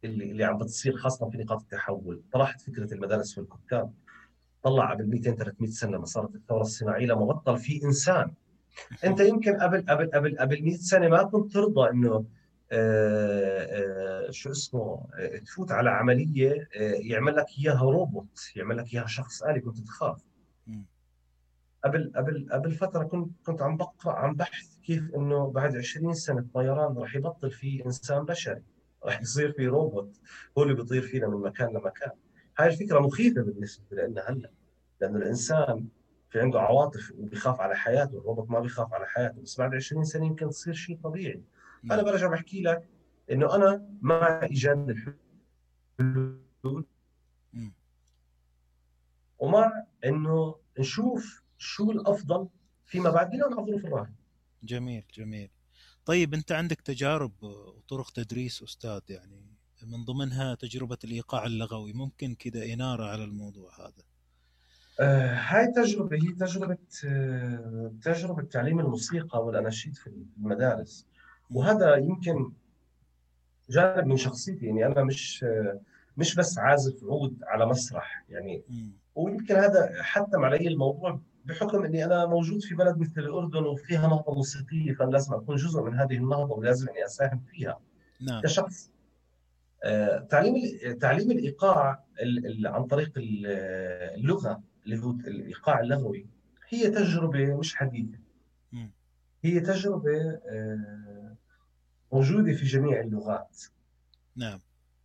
اللي اللي عم بتصير خاصه في نقاط التحول. طرحت فكره المدارس والكتاب، طلع قبل مئتين ثلاثمئة سنه لما صارت الثوره الصناعيه، لما بطل في انسان. انت يمكن قبل قبل قبل قبل مئة سنه ما كنت ترضى انه آه، آه، شو اسمه آه، تفوت على عمليه آه، يعمل لك اياها روبوت، يعمل لك اياها شخص آلي، كنت تخاف. مم. قبل قبل قبل فتره كنت كنت عم بقرا عن بحث كيف انه بعد عشرين سنه الطيران راح يبطل فيه انسان بشري، راح يصير في روبوت هو اللي بيطير فينا من مكان لمكان. هاي الفكره مخيفه بالنسبه لنا هلا، لانه الانسان في عنده عواطف وبيخاف على حياته، الروبوت ما بيخاف على حياته، بس بعد عشرين سنه يمكن تصير شيء طبيعي. انا نعم. برجع بحكي لك انه انا مع ايجاد الحلول، مم. ومع انه نشوف شو الافضل فيما بعد بناء على الظروف الراهنه. جميل جميل. طيب أنت عندك تجارب وطرق تدريس أستاذ، يعني من ضمنها تجربة الإيقاع اللغوي، ممكن كده إنارة على الموضوع هذا؟ آه، هاي تجربة هي تجربة آه، تجربة تعليم الموسيقى والأناشيد في المدارس. مم. وهذا يمكن جانب من شخصيتي، يعني أنا مش آه، مش بس عازف عود على مسرح يعني. مم. ويمكن هذا حتم علي الموضوع بحكم أني أنا موجود في بلد مثل الأردن وفيها نهضة موسيقية، فأنا لازم أكون جزء من هذه النهضة ولازم أني أساهم فيها نعم. كشخص. آه، تعليم تعليم الإيقاع ال- ال- عن طريق ال- اللغة، اللي هو الإيقاع اللغوي، هي تجربة مش حديثة. مم. هي تجربة آه، موجودة في جميع اللغات. نعم.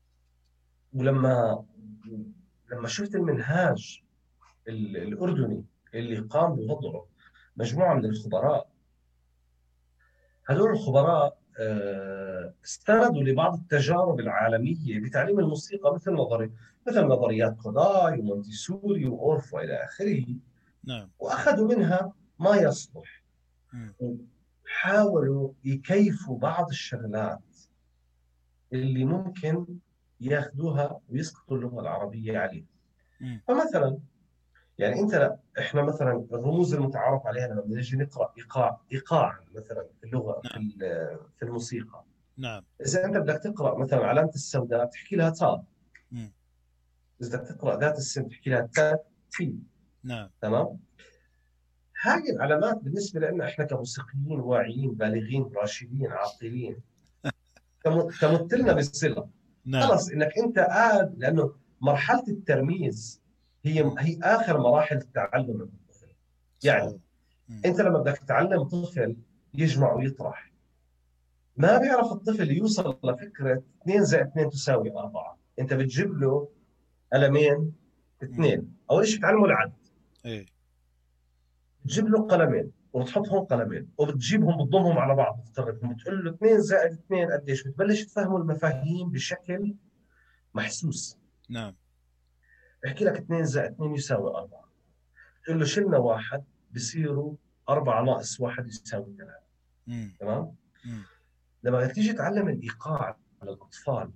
ولما لما شفت المنهاج ال- الأردني اللي قام بوضعه مجموعة من الخبراء، هذول الخبراء آه، استندوا لبعض التجارب العالمية بتعليم الموسيقى، مثل نظري مثل نظريات كوداي ومونتيسوري وأورفو إلى آخره، نعم. وأخذوا منها ما يصلح، مم. وحاولوا يكيفوا بعض الشغلات اللي ممكن ياخذوها ويسقطوا اللغة العربية عليها. مم. فمثلا يعني انت لا احنا مثلا الرموز المتعارف عليها لما بنجي نقرا ايقاع ايقاعا مثلا في اللغه في نعم. ال- في الموسيقى، نعم. اذا انت بدك تقرا مثلا علامه السوداء بتحكي لها تا، مم. اذا بدك تقرا ذات السن بتحكي لها تا تي. نعم. تمام. هاي العلامات بالنسبه لنا احنا كموسيقيين واعيين بالغين راشدين عاقلين تمت تمت لنا بالصله. نعم. خلص انك انت قاعد، لانه مرحله الترميز هي مم. هي اخر مراحل التعلم عند الطفل. يعني صحيح. مم. انت لما بدك تعلم طفل يجمع ويطرح، ما بيعرف الطفل يوصل لفكره اثنين زائد اثنين تساوي أربعة. انت بتجيب له قلمين مم. اثنين، اول شيء بتعلمه العد، ايه. بتجيب له قلمين وبتحطهم قلمين وبتجيبهم بتضمهم على بعض بتقربهم، بتقول له اثنين زائد اثنين قديش، بتبلش تفهمه المفاهيم بشكل محسوس. نعم. بحكي لك اثنين زائد اثنين يساوي أربعة، تقول له شلنا واحد بصيروا أربعة ناقص واحد يساوي ثلاثة. مم. تمام. مم. لما بدك تيجي تعلم الإيقاع للأطفال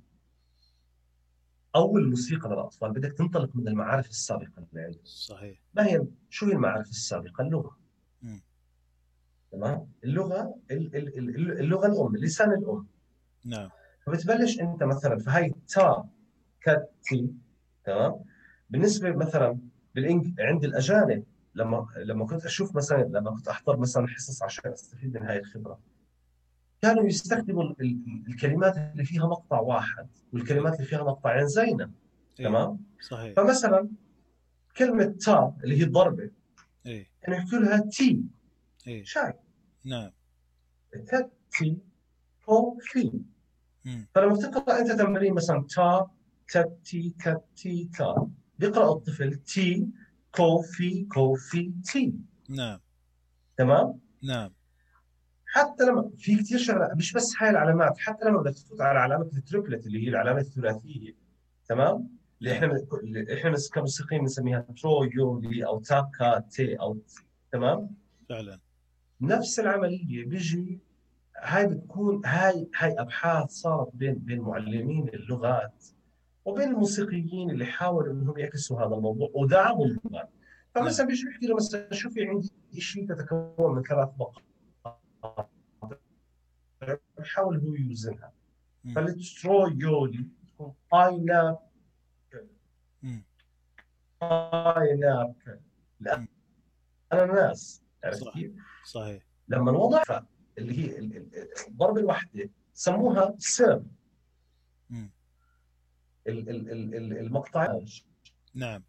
أو الموسيقى للأطفال، بدك تنطلق من المعارف السابقة اللي عندهم. صحيح. ما هي شو هي المعارف السابقة؟ اللغة. مم. تمام. اللغة ال- ال- ال- اللغة الأم، لسان الأم. نعم. فبتبلش أنت مثلا في هاي تا كات تي. تمام. بالنسبة مثلا بالإنج عند الأجانب، لما لما كنت أشوف مثلا، لما كنت أحضر مثلا حصص عشان أستفيد من هاي الخبرة، كانوا يستخدموا ال- ال- الكلمات اللي فيها مقطع واحد ايه. والكلمات اللي فيها مقطعين زينا. ايه. تمام. صحيح. فمثلا كلمة تا اللي هي الضربة، ايه. يعني يحكوا لها تي ايه. شاي، نعم. تا تي كوفي. مم. فلما تقرأ أنت تمرين مثلا تا تا تي تا تي تا، بيقرأ الطفل تي كوفي كوفي تي. نعم. تمام. نعم. حتى لما في كثير شغلات، مش بس هاي العلامات، حتى لما بدك تفوت على علامة التريبلت اللي هي العلامة الثلاثية. تمام. اللي نعم. احنا اللي احنا كموسيقيين بنسميها ترو يولي او تاكا تي او تي. تمام. فعلا. نفس العملية بيجي، هاي بتكون هاي هاي ابحاث صارت بين بين معلمين اللغات وبين الموسيقيين اللي حاولوا انهم يعكسوا هذا الموضوع ودعموا اللغات. نعم. فمثلا بيجي بيحكي له مثلا شو في عندي شيء تتكون من ثلاث مقاطع، بحاول هو يوزنها. مم. فالترو يولي اسمهم باينابل مم. باينابل مم. الاناناس، عرفت صح. كيف؟ صحيح. لما وضعها اللي هي ال- ال- الضربه الواحده سموها سيرب، مم. ال- ال- ال- ال- المقطع. نعم.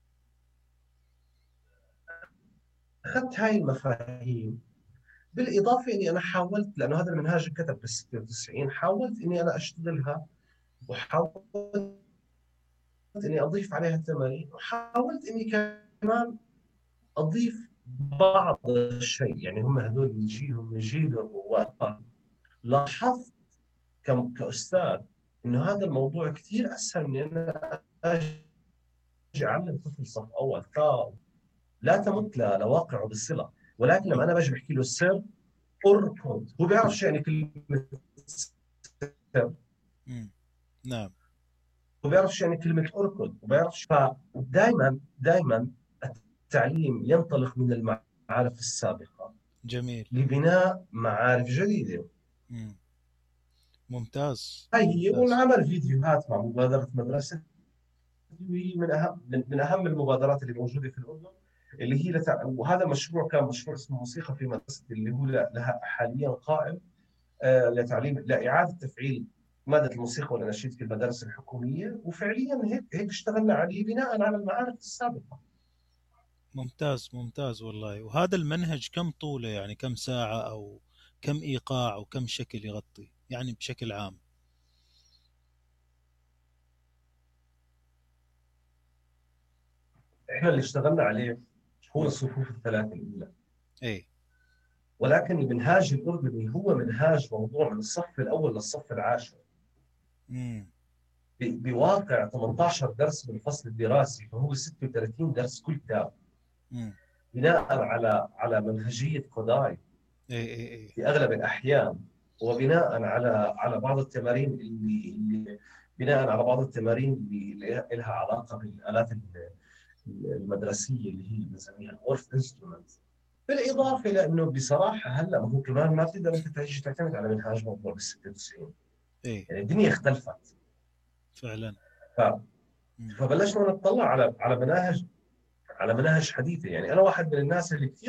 اخذت هاي المفاهيم، بالاضافه اني انا حاولت، لانه هذا المنهاج انكتب بال ستة وتسعين، حاولت اني انا اشتغلها، وحاولت اني اضيف عليها تمارين، وحاولت اني كمان اضيف بعض الشيء. يعني هم هذول من جيلهم من جيل الرواد، لاحظت كم كاستاذ انه هذا الموضوع كثير اسهل من ان انا اجي اعلم طفل صف اول ثاني، لا تمت ل- لواقعه بالصله. ولكن لما مم. انا باجي بحكي له السر، اركض، هو بيعرف شو يعني كلمه سر، مم. نعم. وبيعرف شو يعني كلمه اركض، وبيعرف شو. فدائما دائما التعليم ينطلق من المعارف السابقه جميل. لبناء معارف جديده. مم. ممتاز. هاي هي، ممتاز. ونعمل فيديوهات مع مبادره مدرسه، وهي من اهم من, من اهم المبادرات اللي موجوده في الاردن، اللي هي لتع... وهذا المشروع كان مشروع اسمه موسيقى في مدرسه، اللي هو ل- لها حاليا قائم، آه، لتعليم لاعاده تفعيل ماده الموسيقى والاناشيد في المدارس الحكوميه. وفعليا هيك هيك اشتغلنا عليه بناء على المعارف السابقه. ممتاز. ممتاز والله. وهذا المنهج كم طوله، يعني كم ساعة أو كم إيقاع أو كم شكل يغطي يعني بشكل عام؟ احنا اللي اشتغلنا عليه هو مم. الصفوف الثلاثه الاولى، إيه. ولكن المنهاج الاردني هو منهاج موضوع من الصف الاول للصف العاشر، مم. ب- بواقع ثمانية عشر درس بالفصل الدراسي، فهو ستة وثلاثين درس كل كتاب، مم. بناء على على منهجيه كوداي إيه إيه إيه. في اغلب الاحيان، وبناء على على بعض التمارين اللي اللي بناء على بعض التمارين اللي لها علاقه بالالات المدرسيه اللي هي بنسميها الاورف انسترومنت. بالاضافه لانه بصراحه هلا ما هو كمان ما بتقدر انت تيجي تعتمد على منهاج موضوع بال ستة وتسعين، إيه. يعني الدنيا اختلفت. فعلا. ف... مم. فبلشنا نطلع على على مناهج على مناهج حديثه. يعني انا واحد من الناس اللي كثير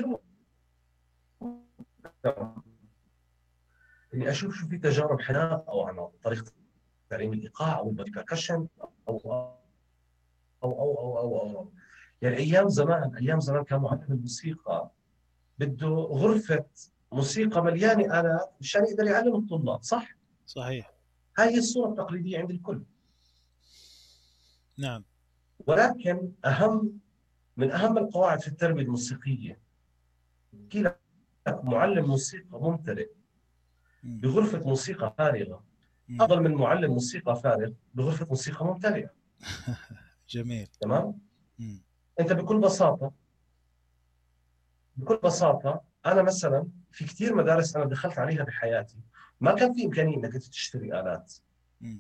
مهتم اني اشوف شو في تجارب حياه او عن طريقه تعليم الايقاع او البركشن، او او او او او, أو, أو. يعني ايام زمان ايام زمان كان معلم الموسيقى بده غرفه موسيقى مليانه الات مشان يقدر يعلم الطلاب، صح؟ صحيح. هاي هي الصوره التقليديه عند الكل. نعم. ولكن اهم من اهم القواعد في التربيه الموسيقيه، بحكي لك معلم موسيقى ممتلئ مم. بغرفه موسيقى فارغه مم. افضل من معلم موسيقى فارغ بغرفه موسيقى ممتلئه. جميل. تمام؟ مم. انت بكل بساطه بكل بساطه انا مثلا في كثير مدارس انا دخلت عليها بحياتي ما كان في امكانيه انك انت تشتري الات. مم.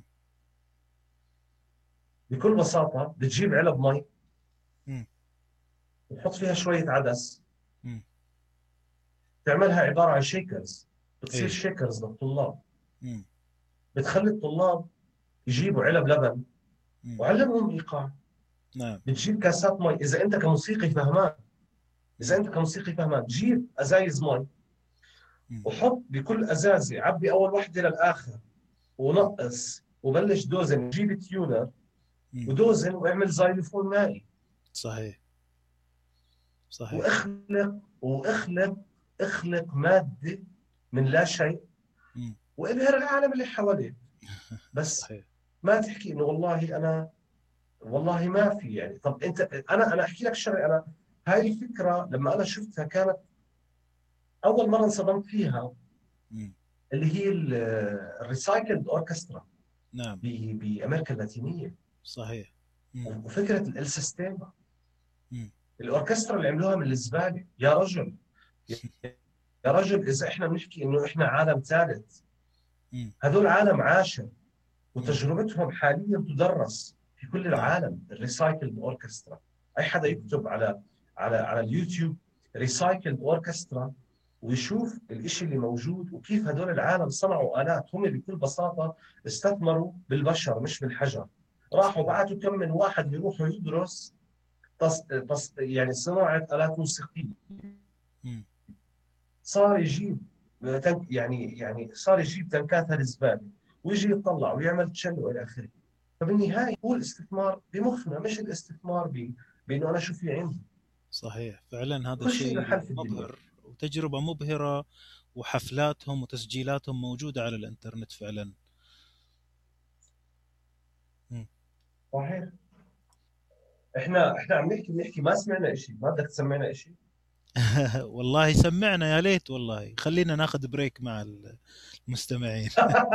بكل بساطه بتجيب علب مي مم. وتحط فيها شويه عدس، مم. تعملها عباره عن شيكرز، بتصير إيه. شيكرز للطلاب. مم. بتخلي الطلاب يجيبوا علب لبن مم. وعلمهم ايقاع. نعم. بتجيب كاسات مي، اذا انت كموسيقي فهمان اذا مم. انت كموسيقي فهمان جيب ازايز مي مم. وحط بكل ازازه، عبي اول وحده للاخر ونقص وبلش دوزن، جيب تيونر مم. ودوزن واعمل زايلوفون مائي، صحيح. صحيح. واخلق واخلق اخلق ماده من لا شيء، مم. وابهر العالم اللي حواليك. بس صحيح. ما تحكي انه والله انا والله ما في. يعني طب انت، انا انا احكي لك شغله. انا هاي الفكره لما انا شفتها كانت اول مره انصدمت فيها، مم. اللي هي الريسايكلد اوركسترا نعم. بامريكا اللاتينيه، صحيح. مم. وفكره السيستيما، مم. الاوركسترا اللي عملوها من الزباله. يا رجل يا رجل، اذا احنا بنحكي انه احنا عالم ثالث، مم. هذول عالم عاشر مم. وتجربتهم حاليا تدرس في كل نعم. العالم. الريسايكلد اوركسترا، اي حدا يكتب على على على اليوتيوب ريسايكلد اوركسترا ويشوف الإشي اللي موجود وكيف هدول العالم صنعوا آلات. هم بكل بساطة استثمروا بالبشر مش بالحجر. راحوا صحيح. بعثوا كم من واحد يروحوا يدرس تص... تص... يعني صناعة آلات موسيقية. مم. صار يجيب تنك يعني يعني صار يجيب تنكات الزبالة ويجي يطلع ويعمل تشيلو إلى آخره. فبالنهاية هو الاستثمار بمخنا، مش الاستثمار ب... بإنه أنا شو في عندي. صحيح، فعلا هذا كل شيء له حل شيء في الدنيا. مبهر وتجربة مبهرة، وحفلاتهم وتسجيلاتهم موجودة على الإنترنت فعلا. مم. صحيح. احنا احنا عم نحكي بنحكي ما سمعنا شيء، ما بدك تسمعنا شيء؟ والله سمعنا، يا ليت والله، خلينا ناخذ بريك مع المستمعين.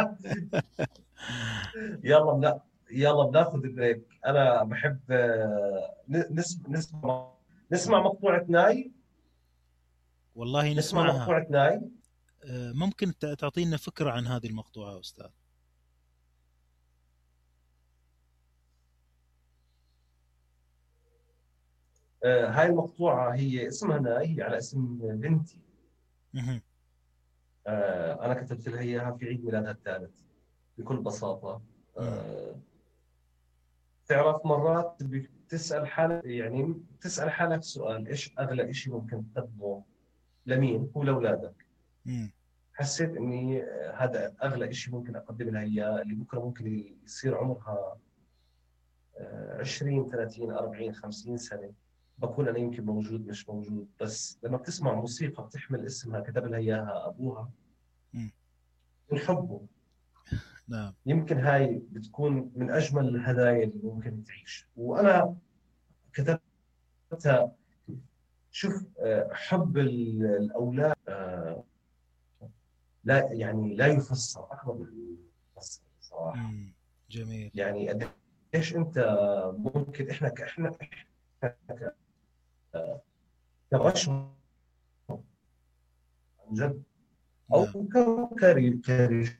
يلا بنا يلا بناخذ بريك. انا بحب آه، ن- نسمع نسمع نسمع مقطوعة ناي. والله نسمع نسمعها. مقطوعة ناي. آه، ممكن ت- تعطينا فكرة عن هذه المقطوعة أستاذ؟ آه، هاي المقطوعة هي اسمها ناي، هي على اسم بنتي. مهم. آه، أنا كتبت لها إياها في عيد ميلادها الثالث بكل بساطة. مم. آه، تعرف مرات بتسأل حالك، يعني بتسأل حالك سؤال: إيش أغلى شيء ممكن تقدمه لمين؟ هو لأولادك. مم. حسيت إني آه، هذا أغلى شيء ممكن أقدم لها إياه، اللي بكرة ممكن يصير عمرها آه، عشرين ثلاثين أربعين خمسين سنة. بكون أنا يمكن موجود مش موجود، بس لما بتسمع موسيقى بتحمل اسمها كتب لها إياها أبوها مم. من حبه، نعم. يمكن هاي بتكون من أجمل الهدايا اللي ممكن تعيش. وأنا كتبتها. شوف، آه، حب ال- الأولاد آه، لا يعني لا يفسر، أكبر من يفسر صراحة. مم. جميل. يعني قديش أنت ممكن، إحنا ك- إحنا كبشر عن جد، أو نعم. ك- كري- كرجال،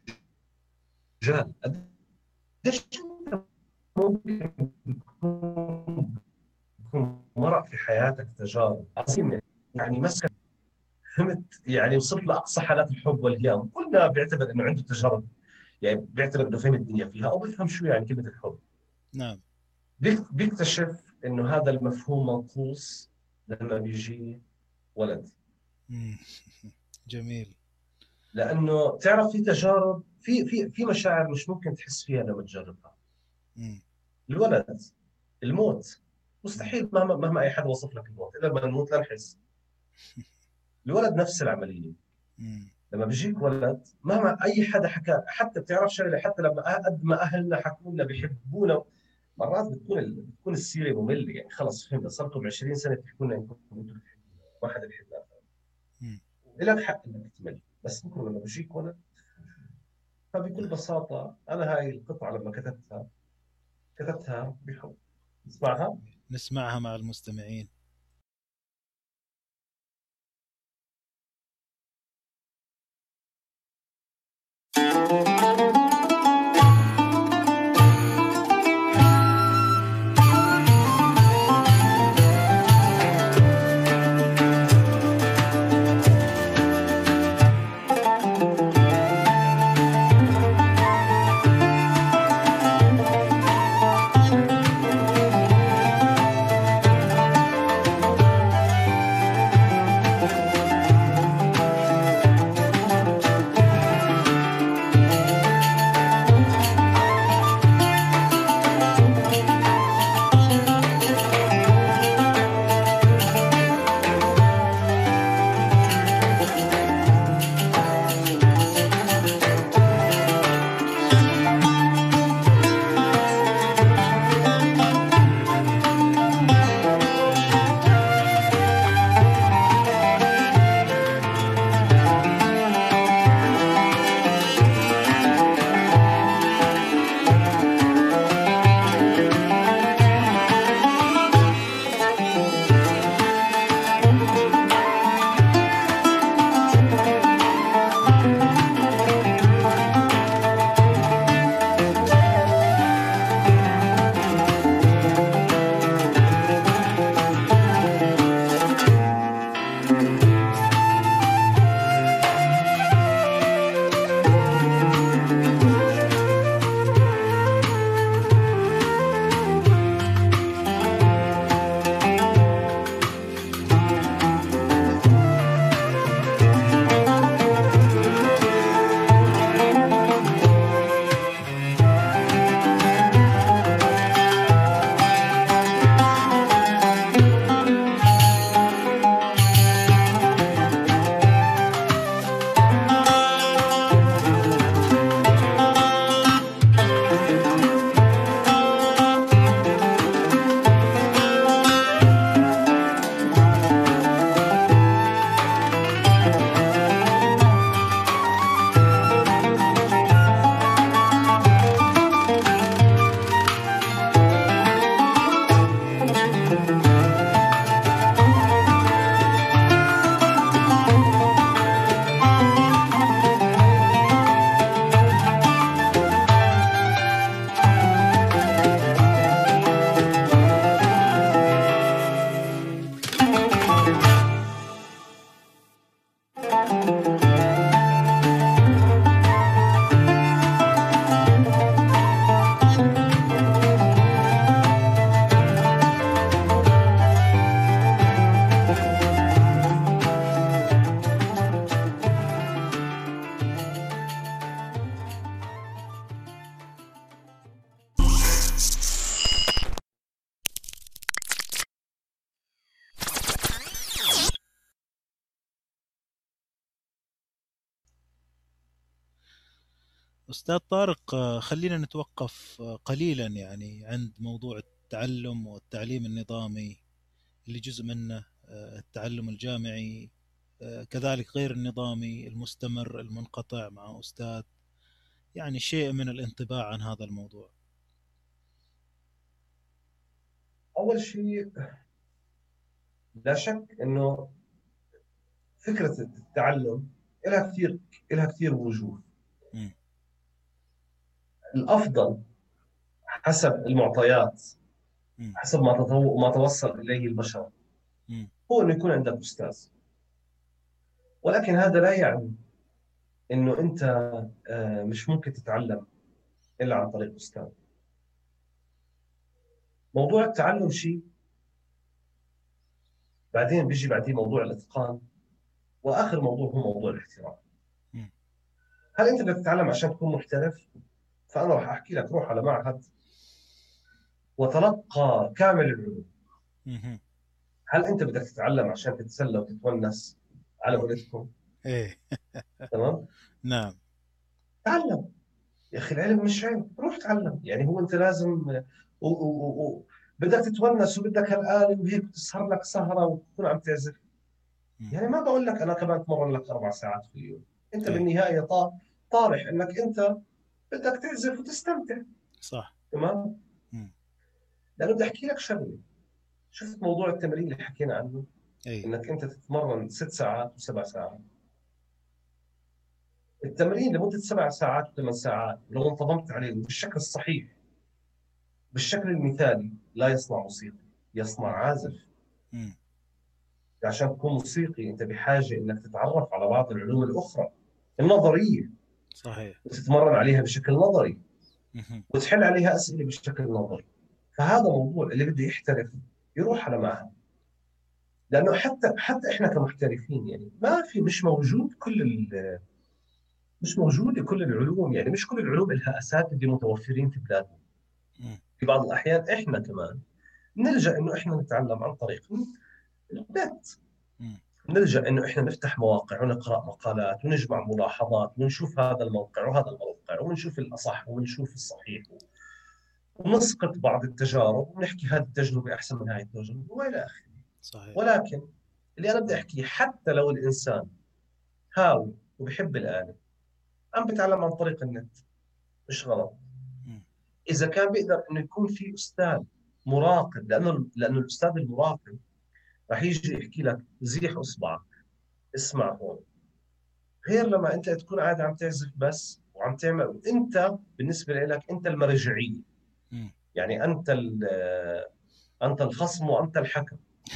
قديش أنت ممكن تكون تكون مرق في حياتك تجارب عظيمة. يعني مثلا فهمت، يعني وصلت لاقصى حالات الحب والهيام. كلنا بيعتبر انه عنده تجارب، يعني بيعتبر انه فهم الدنيا فيها او بيفهم شو يعني كلمه الحب. نعم. بيك- بيكتشف انه هذا المفهوم منقوص لما بيجي ولد. مم. جميل. لانه تعرف في تجارب، في في في مشاعر مش ممكن تحس فيها لما تجربها. مم. الولد، الموت، مم. مستحيل مهما مهما اي حدا وصف لك الموت، الا لما نموت لا نحس. الولد نفس العمليه. مم. لما بيجيك ولد مهما اي حدا حكى، حتى بتعرف شغله، حتى لما أه- قد ما اهلنا حكوا لنا بيحبونا، مرات بتكون ال... بتكون السيره ممله. يعني خلص فهمنا، صرتوا عشرين سنه تحكوا لنا انكم انتم بتحبونا، ما حدا بيحبنا. مم. لك حق انك تمل، بس بكره لما بيجيك ولد. فبكل بساطه انا هاي القطعه لما كتبتها كتبتها بحب. اسمعها. نسمعها مع المستمعين. أستاذ طارق، آه، خلينا نتوقف آه، قليلا يعني عند موضوع التعلم والتعليم النظامي اللي جزء منه آه، التعلم الجامعي، آه، كذلك غير النظامي المستمر المنقطع مع أستاذ، يعني شيء من الانطباع عن هذا الموضوع. أول شيء، لا شك إنه فكرة التعلم لها كثير لها كثير وجوه. مم. الأفضل حسب المعطيات، مم. حسب ما تطو... ما توصل إليه البشر، مم. هو إنه يكون عندك أستاذ. ولكن هذا لا يعني إنه أنت آه، مش ممكن تتعلم إلا عن طريق أستاذ. موضوع التعلم شيء، بعدين بيجي بعدين موضوع الإتقان، وآخر موضوع هو موضوع الاحتراف. مم. هل أنت بدك تتعلم عشان تكون محترف؟ فأنا راح أحكي لك روح على معهد وتلقى كامل العلوم. مم. هل أنت بدك تتعلم عشان تتسلى وتتونس على مم. قولتكم؟ إيه. تمام؟ نعم. تعلم يا أخي، العلم مش عيب، روح تعلم. يعني هو أنت لازم و... و... و... بدك تتونس وبدك هالآلة وهيك تسهر لك سهرة وتكون عم تعزف. مم. يعني ما بقول لك أنا كمان أتمرن لك أربع ساعات في اليوم. أنت إيه. بالنهاية طا... طارح إنك أنت بدك تعزف وتستمتع. صح. تمام؟ مم. لأنه بدي أحكي لك شغلة. شفت موضوع التمرين اللي حكينا عنه، إيه. إنك أنت تتمرن ست ساعات وسبع ساعات. التمرين لمدة سبع ساعات وثمان ساعات لو انتظمت عليه بالشكل الصحيح، بالشكل المثالي، لا يصنع موسيقي، يصنع مم. عازف. مم. عشان تكون موسيقي أنت بحاجة إنك تتعرف على بعض العلوم الأخرى النظرية، صحيح. وتتمرن عليها بشكل نظري، مم. وتحل عليها أسئلة بشكل نظري. فهذا موضوع اللي بده يحترف يروح على معهد. لأنه حتى حتى إحنا كمحترفين يعني ما في، مش موجود كل ال مش موجودة كل العلوم. يعني مش كل العلوم لها أساتذة متوفرين في بلادنا. مم. في بعض الأحيان إحنا كمان نلجأ إنه إحنا نتعلم عن طريق النت. مم. نلجأ إنه إحنا نفتح مواقع ونقرأ مقالات ونجمع ملاحظات ونشوف هذا الموقع وهذا الموقع ونشوف الأصح ونشوف الصحيح، ونسقط بعض التجارب ونحكي هذه التجربة أحسن من هذه التجربة وإلى آخره. صحيح. ولكن اللي أنا بدي أحكيه، حتى لو الإنسان هاوي وبحب الآلة، عم بتعلم عن طريق النت، مش غلط. مم. إذا كان بيقدر إنه يكون في أستاذ مراقب، لأنه لأنه الأستاذ المراقب راح يجي يحكي لك زيح إصبعك، اسمع هون، غير لما انت تكون قاعد عم تعزف بس وعم تعمل، وانت بالنسبه لك انت المرجعيه. مم. يعني انت ال- انت الخصم وانت الحكم.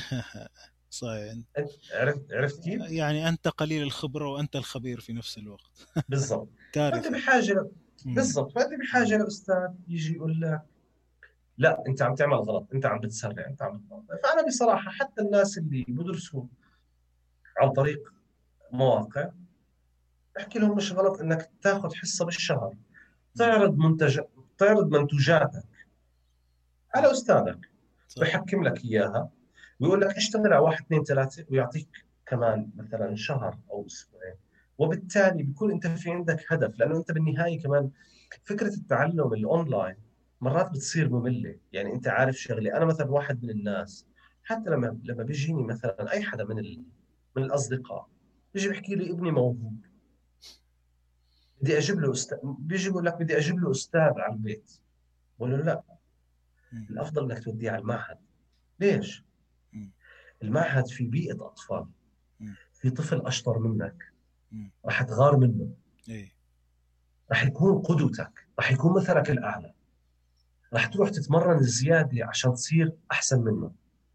صحيح. انت عرفت عرفت كيف؟ يعني أنت قليل الخبرة وأنت الخبير في نفس الوقت. بالضبط. فانت كارثة. بحاجه، مم. بالضبط، فانت بحاجه لاستاذ يجي يقول لك لا انت عم تعمل غلط، انت عم بتسرع، انت عم بتغلط. فانا بصراحه حتى الناس اللي بدرسوا عن طريق مواقع، بحكي لهم مش غلط انك تاخذ حصه بالشهر، مم. تعرض منتج تعرض منتوجاتك مم. على استاذك، صح. بحكم لك اياها ويقول لك اشتغل على واحد اثنين ثلاثه، ويعطيك كمان مثلا شهر او اسبوعين. وبالتالي بيكون انت في عندك هدف. لانه انت بالنهايه كمان فكره التعلم الاونلاين مرات بتصير ممله. يعني انت عارف شغله، انا مثلا واحد من الناس، حتى لما لما بيجيني مثلا اي حدا من ال... من الاصدقاء بيجي بيحكي لي ابني موهوب، بدي اجيب له استاذ، بيجي بيقول لك بدي اجيب له استاذ على البيت. بقول له لا، مم. الافضل انك توديه على المعهد. ليش؟ مم. المعهد في بيئة أطفال، مم. في طفل أشطر منك مم. راح تغار منه، إيه. راح يكون قدوتك، راح يكون مثلك الأعلى، راح تروح تتمرن زيادة عشان تصير أحسن منه،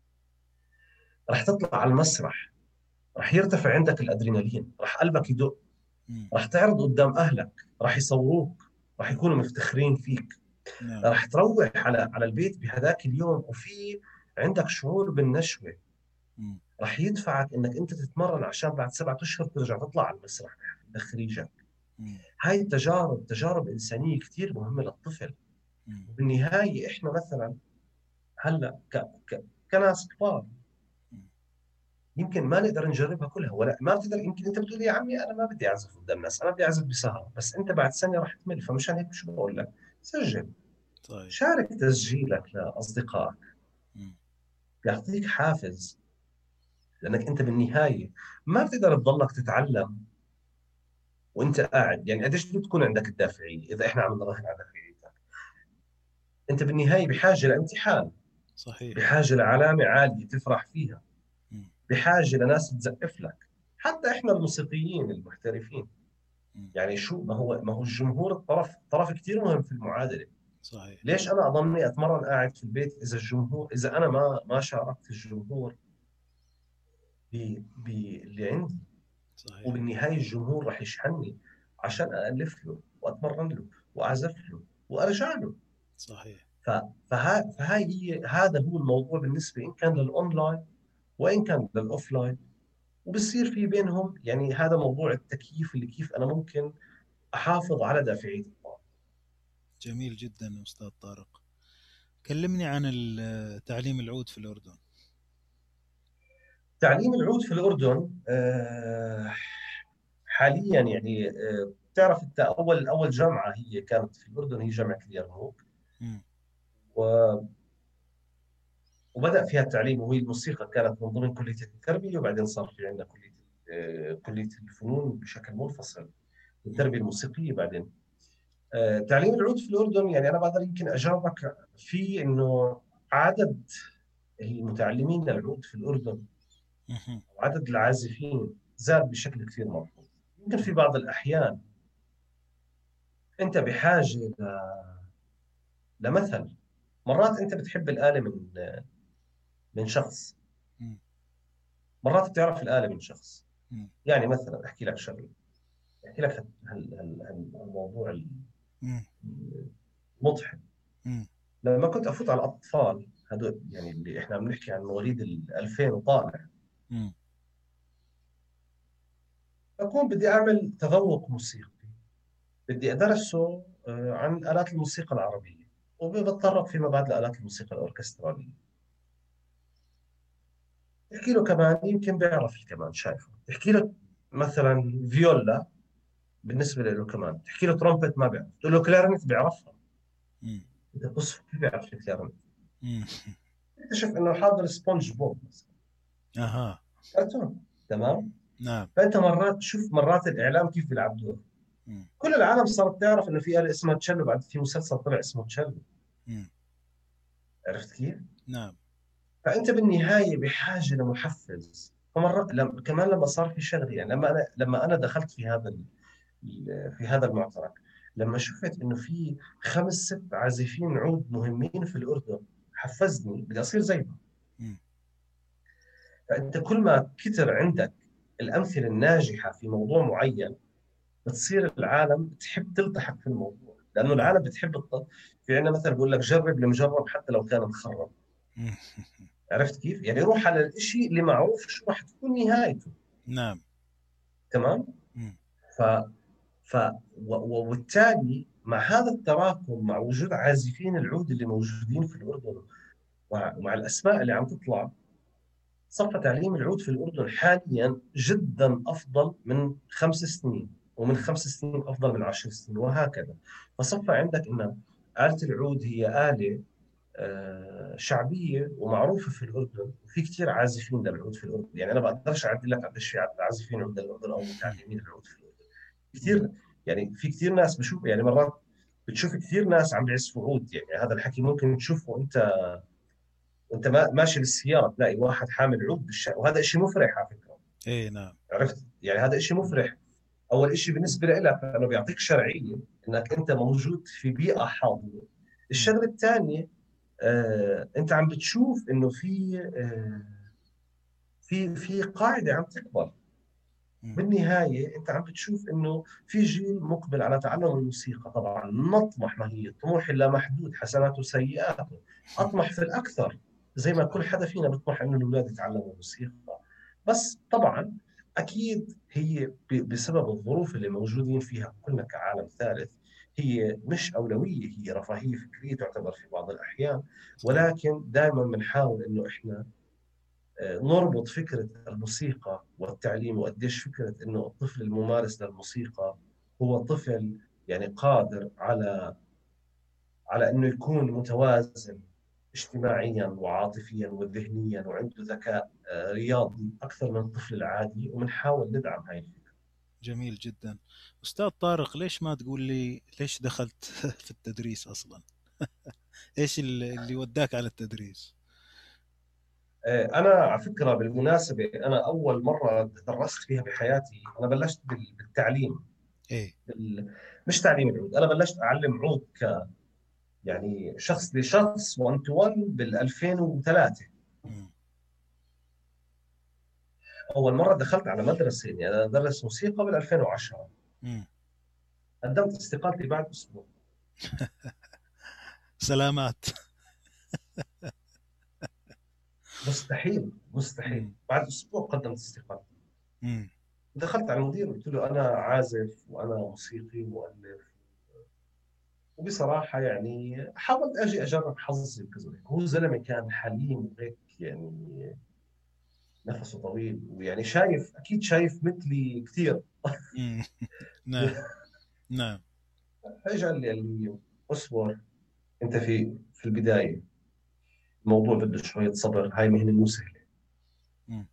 راح تطلع على المسرح، راح يرتفع عندك الأدرينالين، راح قلبك يدق، مم. راح تعرض قدام أهلك، راح يصوروك، راح مم. يكونوا مفتخرين فيك، نعم. راح تروح على على البيت بهذاك اليوم وفي عندك شعور بالنشوة، مم. راح يدفعك انك انت تتمرن عشان بعد سبعة اشهر ترجع تطلع على المسرح تخريجك. مم. هاي التجارب تجارب إنسانية كثير مهمة للطفل. مم. وبالنهاية إحنا مثلا هلا ك... ك... كناس كبار، مم. يمكن ما نقدر نجربها كلها، ولا ما بتقدر. يمكن انت بتقول يا عمي انا ما بدي اعزف قدام الناس، انا بدي اعزف بسهره، بس انت بعد سنه راح تمل. فمشان هيك شو بقول لك؟ سجل، طيب. شارك تسجيلك لاصدقائك، مم. بيعطيك حافز. لانك انت بالنهايه ما بتقدر تضلك تتعلم وانت قاعد. يعني قديش بتكون عندك الدافعيه اذا احنا عم نراهن على دافعيتك؟ انت بالنهايه بحاجه لامتحان، صحيح. بحاجه لعلامه عاليه تفرح فيها، مم. بحاجه لناس تزقف لك. حتى احنا الموسيقيين المحترفين، مم. يعني شو ما هو ما هو الجمهور الطرف طرف كثير مهم في المعادله. صحيح. ليش انا اضلني اتمرن قاعد في البيت اذا الجمهور، اذا انا ما ما شاركت الجمهور ب- باللي عندي؟ صحيح. وبالنهايه الجمهور راح يشحنني عشان الف له واتمرن له واعزف له وارجع له. صحيح. ف- فها فهاي هي هذا هو الموضوع بالنسبه ان كان للاونلاين وان كان للاوفلاين. وبصير في بينهم يعني هذا موضوع التكييف، اللي كيف انا ممكن احافظ على دافعيه الطاقه. جميل جدا أستاذ طارق. كلمني عن ال- تعليم العود في الأردن. تعليم العود في الاردن آه، حاليا يعني آه، بتعرف انت اول اول جامعه هي كانت في الاردن هي جامعه اليرموك. مم. و وبدأ فيها التعليم، وهي الموسيقى كانت من ضمن كلية التربية، وبعدين صار في عندنا كلية آه، كلية الفنون بشكل منفصل، مم. التربية الموسيقية بعدين. آه، تعليم العود في الأردن يعني أنا بقدر يمكن أجاوبك في إنه عدد المتعلمين للعود في الأردن مم. وعدد العازفين زاد بشكل كثير ملحوظ. يمكن في بعض الأحيان أنت بحاجة ل- لمثل. مرات أنت بتحب الآلة من من شخص، مم. مرات بتعرف الآلة من شخص. مم. يعني مثلا أحكي لك شغله، احكي لك هال- هال- هال- الموضوع مم. المضحك. مم. لما كنت افوت على الاطفال هذول، يعني اللي احنا عم نحكي عن مواليد ال ألفين وطالع، مم. بكون بدي اعمل تذوق موسيقي، بدي ادرسه آه، عن الات الموسيقى العربيه، وبتطرق فيما بعد لآلات الموسيقى الأوركسترالية. احكي له كمان يمكن بيعرف الكمان، شايفه تحكي له مثلا فيولا بالنسبة له كمان، تحكي له ترومبت ما بيعرف، تقول له كلارنت بيعرفها. مم. انت بص كيف بيعرف الكلارنت؟ مم. اكتشف انه حاضر سبونج بوب مثلا، أها. كرتون. تمام. نعم. فانت مرات شوف مرات الاعلام كيف بيلعب دور. مم. كل العالم صارت تعرف انه في آلة اسمها تشيلو، بعد في مسلسل طلع اسمه تشيلو. مم. عرفت كيف؟ نعم. فانت بالنهايه بحاجه لمحفز. فمرة لما كمان لما صار في شغله، يعني لما انا لما انا دخلت في هذا ال- ال- في هذا المعترك، لما شفت انه في خمس ست عازفين عود مهمين في الاردن، حفزني بدي اصير زيهم. مم. فانت كل ما كثر عندك الامثله الناجحه في موضوع معين، بتصير العالم تحب تلتحق في الموضوع، لانه نعم. العالم بتحب الط... في عندنا مثل بقول لك جرب المجرب حتى لو كان مخرب. مم. عرفت كيف؟ يعني روح على الشيء اللي معروف شو راح تكون نهايته. نعم. تمام. مم. ف ف و... و- وبالتالي مع هذا التراكم، مع وجود عازفين العود اللي موجودين في الاردن، ومع ومع الاسماء اللي عم تطلع، صف تعليم العود في الاردن حاليا جدا افضل من خمس سنين، ومن مم. خمس سنين افضل من عشر سنين، وهكذا. فصفى عندك ان آلة العود هي آلة آه، شعبية ومعروفة في الأردن، وفي كثير عازفين للعود في الأردن. يعني أنا ما بقدرش أعد لك قديش في عازفين عود للأردن أو متعلمين العود في الأردن. مم. كثير. يعني في كثير ناس بشوف، يعني مرات بتشوف كثير ناس عم بيعزفوا عود. يعني هذا الحكي ممكن تشوفه أنت وأنت ما- ماشي بالسيارة، تلاقي واحد حامل عود بالشارع، وهذا شيء مفرح على فكرة. إيه. نعم. عرفت؟ يعني هذا شيء مفرح. اول شيء بالنسبه لك لانه بيعطيك شرعيه انك انت موجود في بيئه حاضره. مم. الشغله الثانيه، آه، انت عم بتشوف انه في آه، في في قاعده عم تكبر. مم. بالنهايه انت عم بتشوف انه في جيل مقبل على تعلم الموسيقى. طبعا نطمح، ما هي الطموح الا محدود، حسناته وسيئاته. اطمح في الاكثر، زي ما كل صحيح. حدا فينا بيطمح انه الاولاد يتعلموا موسيقى. بس طبعا اكيد هي ب- بسبب الظروف اللي موجودين فيها كلنا كعالم ثالث، هي مش اولويه، هي رفاهيه فكريه تعتبر في بعض الاحيان. صحيح. ولكن دائما بنحاول انه احنا نربط فكرة الموسيقى والتعليم، وقديش فكرة إنه الطفل الممارس للموسيقى هو طفل يعني قادر على على إنه يكون متوازن اجتماعيا وعاطفيا وذهنيا، وعنده ذكاء آه، رياضي أكثر من الطفل العادي، وبنحاول ندعم هاي الفكرة. جميل جدا. أستاذ طارق، ليش ما تقول لي ليش دخلت في التدريس أصلا؟ إيش اللي اللي وداك على التدريس؟ آه، أنا على فكرة بالمناسبة، أنا أول مرة درست فيها بحياتي أنا بلشت بال- بالتعليم. إيه. بال... مش تعليم العود، أنا بلشت أعلم عود ك يعني شخص لشخص واحد تو واحد بال ألفين وثلاثة. مم. أول مرة دخلت على مدرسة يعني أنا أدرس موسيقى بال ألفين وعشرة. مم. قدمت استقالتي بعد أسبوع. سلامات. مستحيل مستحيل، مم. بعد أسبوع قدمت استقالتي. مم. دخلت على المدير قلت له أنا عازف وأنا موسيقي مؤلف، وبصراحة يعني حاولت أجي أجرب حظي بكذا. هو زلمة كان حليم وهيك يعني، نفسه طويل، ويعني شايف أكيد شايف مثلي كثير. مم. نعم. نعم. فاجى قال لي قال لي اصبر، انت في في البدايه، الموضوع بده شويه صبر، هاي مهنه مو سهله. مم.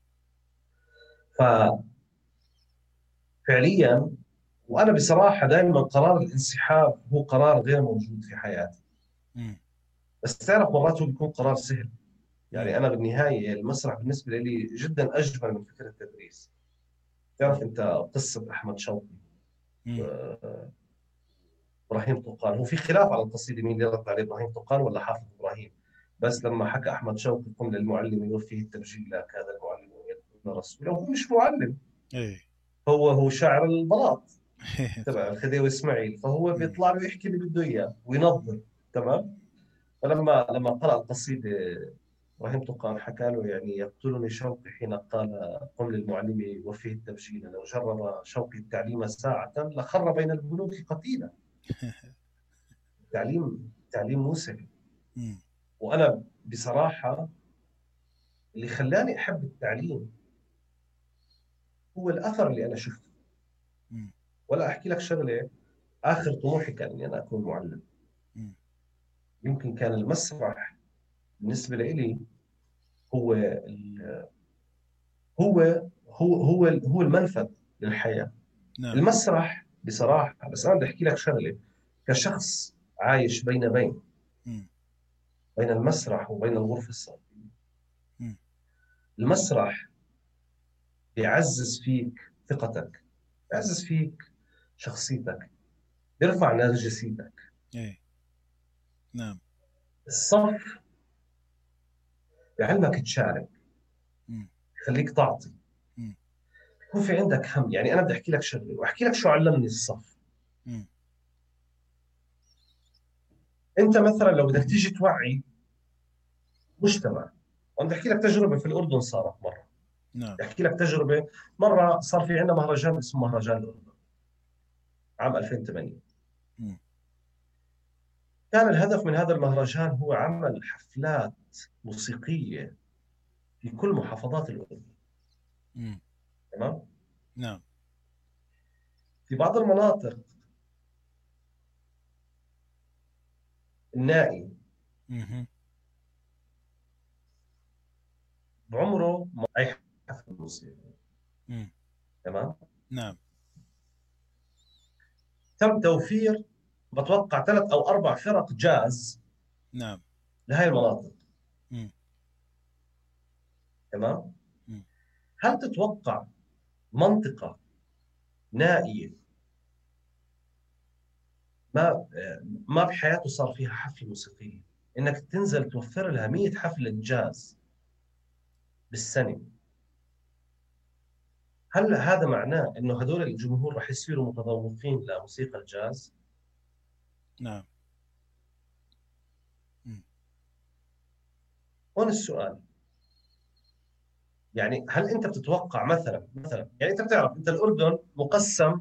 ففعليا، وانا بصراحه دائما قرار الانسحاب هو قرار غير موجود في حياتي. مم. بس تعرف مرات هو بيكون قرار سهل. مم. يعني انا بالنهايه المسرح بالنسبه لي جدا اجمل من فكره التدريس. تعرف انت قصه احمد شوقي مم. وابراهيم طوقان، هو في خلاف على القصيده مين اللي رد عليه، ابراهيم طوقان ولا حافظ ابراهيم. بس لما حكى احمد شوقي قم للمعلم يوفيه التبجيل لا كاد المعلم يدخل رسوله، هو مش معلم، إيه. هو هو شاعر البلاط تبع الخديوي اسماعيل، فهو مم. بيطلع له يحكي اللي بده اياه وينظر. تمام. فلما لما قرأ القصيده ابراهيم طوقان حكى له يعني يقتلني شوقي حين قال قم للمعلم يوفيه التبجيل، لو جرب شوقي التعليم ساعة لخر بين البنوك قتيلا. التعليم التعليم مو سهل. مم. وانا بصراحة اللي خلاني احب التعليم هو الاثر اللي انا شفته. مم. ولا احكي لك شغله، اخر طموحي كان اني انا اكون معلم. مم. يمكن كان المسرح بالنسبه لي هو ال- هو هو هو هو المنفذ للحياه. نعم. المسرح بصراحه، بس انا بدي احكي لك شغله كشخص عايش بين بين مم. بين المسرح وبين الغرفه الصوتيه. مم. المسرح بيعزز فيك ثقتك، مم. بيعزز فيك شخصيتك، بيرفع نرجسيتك. إيه. نعم. الصف بيعلمك تشارك، مم. يخليك تعطي، مم. يكون في عندك هم. يعني انا بدي احكي لك شغله واحكي لك شو علمني الصف. مم. انت مثلا لو بدك تيجي توعي مجتمع، وانا بدي احكي لك تجربه في الاردن صارت مره. نعم. بدي احكي لك تجربه مره صار في عندنا مهرجان اسمه مهرجان الاردن عام ألفين وثمانية. مم. كان الهدف من هذا المهرجان هو عمل حفلات موسيقيه في كل محافظات الاردن. مم. تمام. نعم. في بعض المناطق النائي مهم. بعمره ما اي حفل موسيقي. مم. تمام. نعم. تم توفير بتوقع ثلاث او اربع فرق جاز نعم. لهي المناطق. مم. تمام. مم. هل تتوقع منطقة نائية ما ما بحياته صار فيها حفلة موسيقية انك تنزل توفر لها مية حفلة جاز بالسنة؟ هل هذا معناه انه هذول الجمهور راح يصيروا متذوقين لموسيقى الجاز؟ نعم. مم. هون السؤال. يعني هل انت بتتوقع مثلا مثلا يعني انت بتعرف انت الاردن مقسم،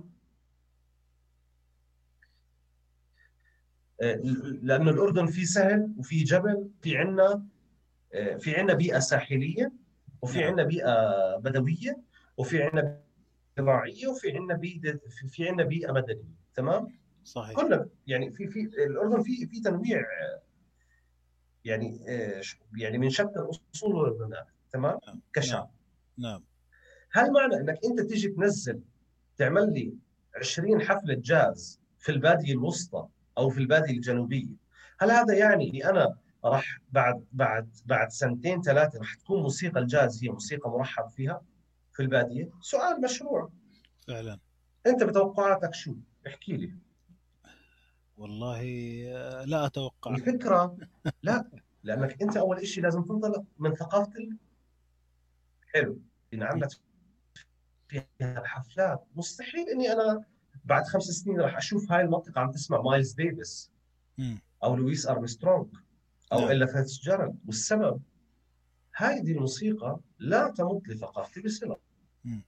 آه، لانه الاردن في سهل وفي جبل، في عندنا في عندنا بيئة ساحلية وفي نعم عندنا بيئه بدويه، وفي عندنا زراعيه، وفي عندنا بيئه في في عندنا بيئه مدنيه. تمام. صحيح. كلنا يعني في في الاردن في في تنويع، يعني آه، يعني من شتى الاصول والمناخ. تمام. نعم نعم كشعب، نعم. هل معنى انك انت تيجي تنزل تعمل لي عشرين حفله جاز في الباديه الوسطى او في الباديه الجنوبيه، هل هذا يعني اني انا راح بعد بعد بعد سنتين ثلاثه راح تكون موسيقى الجاز هي موسيقى مرحب فيها في الباديه؟ سؤال مشروع. فعلا. انت بتوقعاتك شو؟ احكي لي. والله آه، لا أتوقع. الفكره، لا، لانك انت اول شيء لازم تنطلق من ثقافه الحلو اللي عندك فيها الحفلات. مستحيل اني انا بعد خمس سنين راح اشوف هاي المنطقه عم تسمع مايلز ديفيس مم. او لويس ارمسترونغ او نعم. الا فيتزجيرالد. والسبب، هذه الموسيقى لا تمت لثقافتي بصله. مم.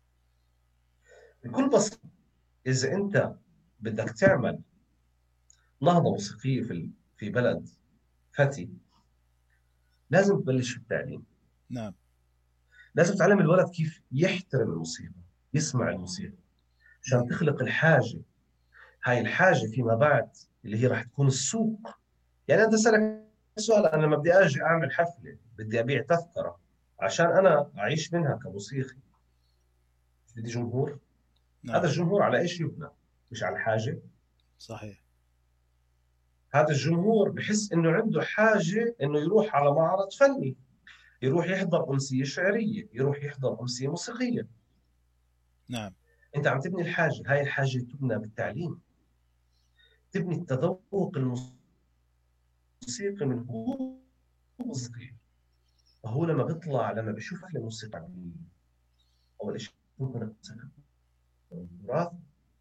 بكل بساطه، اذا انت بدك تعمل نهضه موسيقيه في في بلد فتي، لازم تبلش في التعليم. نعم. لازم تعلم الولد كيف يحترم الموسيقى، يسمع الموسيقى، عشان مم. تخلق الحاجه. هاي الحاجه فيما بعد اللي هي راح تكون السوق. يعني انت سألك سؤال، انا لما بدي اجي اعمل حفله بدي ابيع تذكره عشان انا اعيش منها كموسيقي، بدي جمهور. هذا نعم. الجمهور على ايش يبنى؟ مش على الحاجه. صحيح. هذا الجمهور بحس انه عنده حاجه انه يروح على معرض فني، يروح يحضر امسيه شعريه، يروح يحضر امسيه موسيقيه. نعم. انت عم تبني الحاجه. هاي الحاجه تبنى بالتعليم، تبني التذوق الموسيقي من هو صغير. فهو لما بيطلع لما بيشوف اهل الموسيقى، اول شيء ممكن تراث.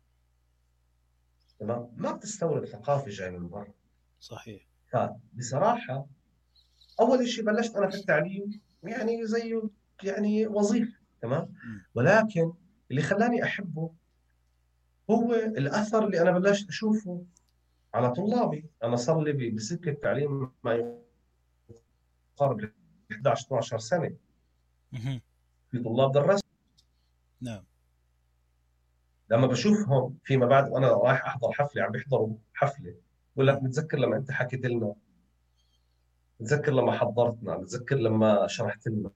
تمام. ما بتستورد ثقافه جايه من برا. صحيح. فبصراحه اول شيء بلشت انا في التعليم، يعني زي يعني وظيفه. تمام. مم. ولكن اللي خلاني احبه هو الاثر اللي انا بلشت اشوفه على طلابي. انا صار لي بسكه التعليم ما يقارب ال احد عشر اثنا عشر سنه. مهم. في طلاب درست، نعم. لما بشوفهم فيما بعد وانا رايح احضر حفله، عم بيحضروا حفله، بقول مم. لك متذكر لما انت حكيت لنا، متذكر لما حضرتنا، متذكر لما شرحت لنا.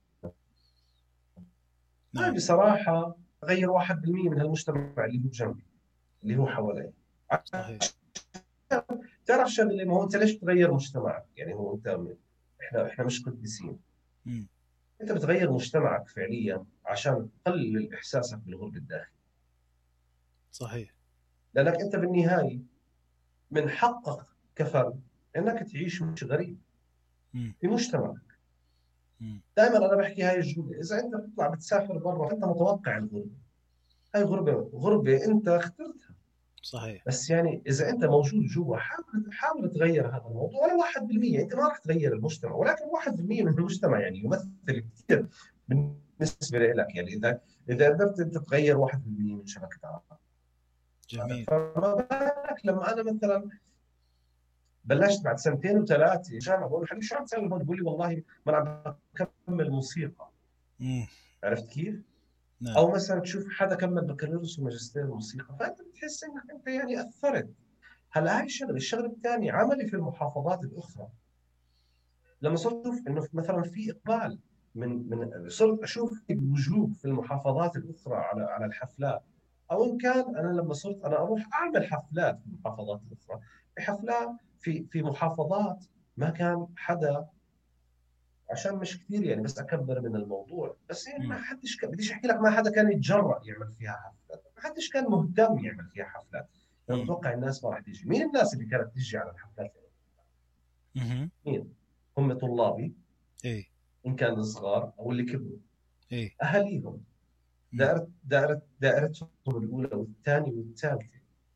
هاي نعم. بصراحه غير واحد بالمئة من هالمجتمع اللي هو جنبي، اللي هو حوالي. صحيح. تعرف شغله، ما هو انت ليش تغير مجتمعك؟ يعني هو انت، احنا احنا مش قديسين. مم. انت بتغير مجتمعك فعليا عشان تقلل احساسك بالغربه الداخليه. صحيح. لانك انت بالنهايه من حقك كفرد انك تعيش مش غريب مم. في مجتمعك. مم. دائما انا بحكي هاي الجمله، اذا انت بتطلع بتسافر برا فانت متوقع الغربه. هاي غربه، غربه انت اخترتها. صحيح. بس يعني اذا انت موجود جوا، حاول حاول تغير هذا الموضوع ولو واحد بالمئة. انت ما راح تغير المجتمع، ولكن واحد بالمئة من المجتمع يعني يمثل كثير بالنسبه لك. يعني اذا اذا قدرت انت تغير واحد بالمئة من شبكه علاقات، جميل. فما بالك لما انا مثلا بلشت بعد سنتين وثلاثه جامعه، بقول له حبيبي شو عم تسوي هون؟ بقول لي والله ما انا عم بكمل موسيقى. مم. عرفت كيف؟ نعم. او مثلا تشوف حدا كمل بكالوريوس وماجستير موسيقى، فانت بتحس انك انت يعني اثرت. هلا هاي الشغله، الشغله الثانيه عملي في المحافظات الاخرى. لما صرت اشوف انه مثلا في اقبال من من صرت اشوف الوجوه في المحافظات الاخرى على على الحفلات. او ان كان انا لما صرت انا اروح اعمل حفلات في المحافظات الاخرى، في حفلات في في محافظات ما كان حدا، عشان مش كثير يعني بس اكبر من الموضوع، بس يعني مم. ما حدش كان، بديش احكي لك ما حدا كان يتجرأ يعمل فيها حفلات، ما حدش كان مهتم يعمل فيها حفلات. انا مم. متوقع الناس ما راح تيجي. مين الناس اللي كانت تيجي على الحفلات؟ مهم. مين؟ هم طلابي، ايه. ان كانوا الصغار او اللي كبروا، ايه. اهاليهم، مم. دائرة دائرة دائرتهم الاولى والثانيه والثالثه.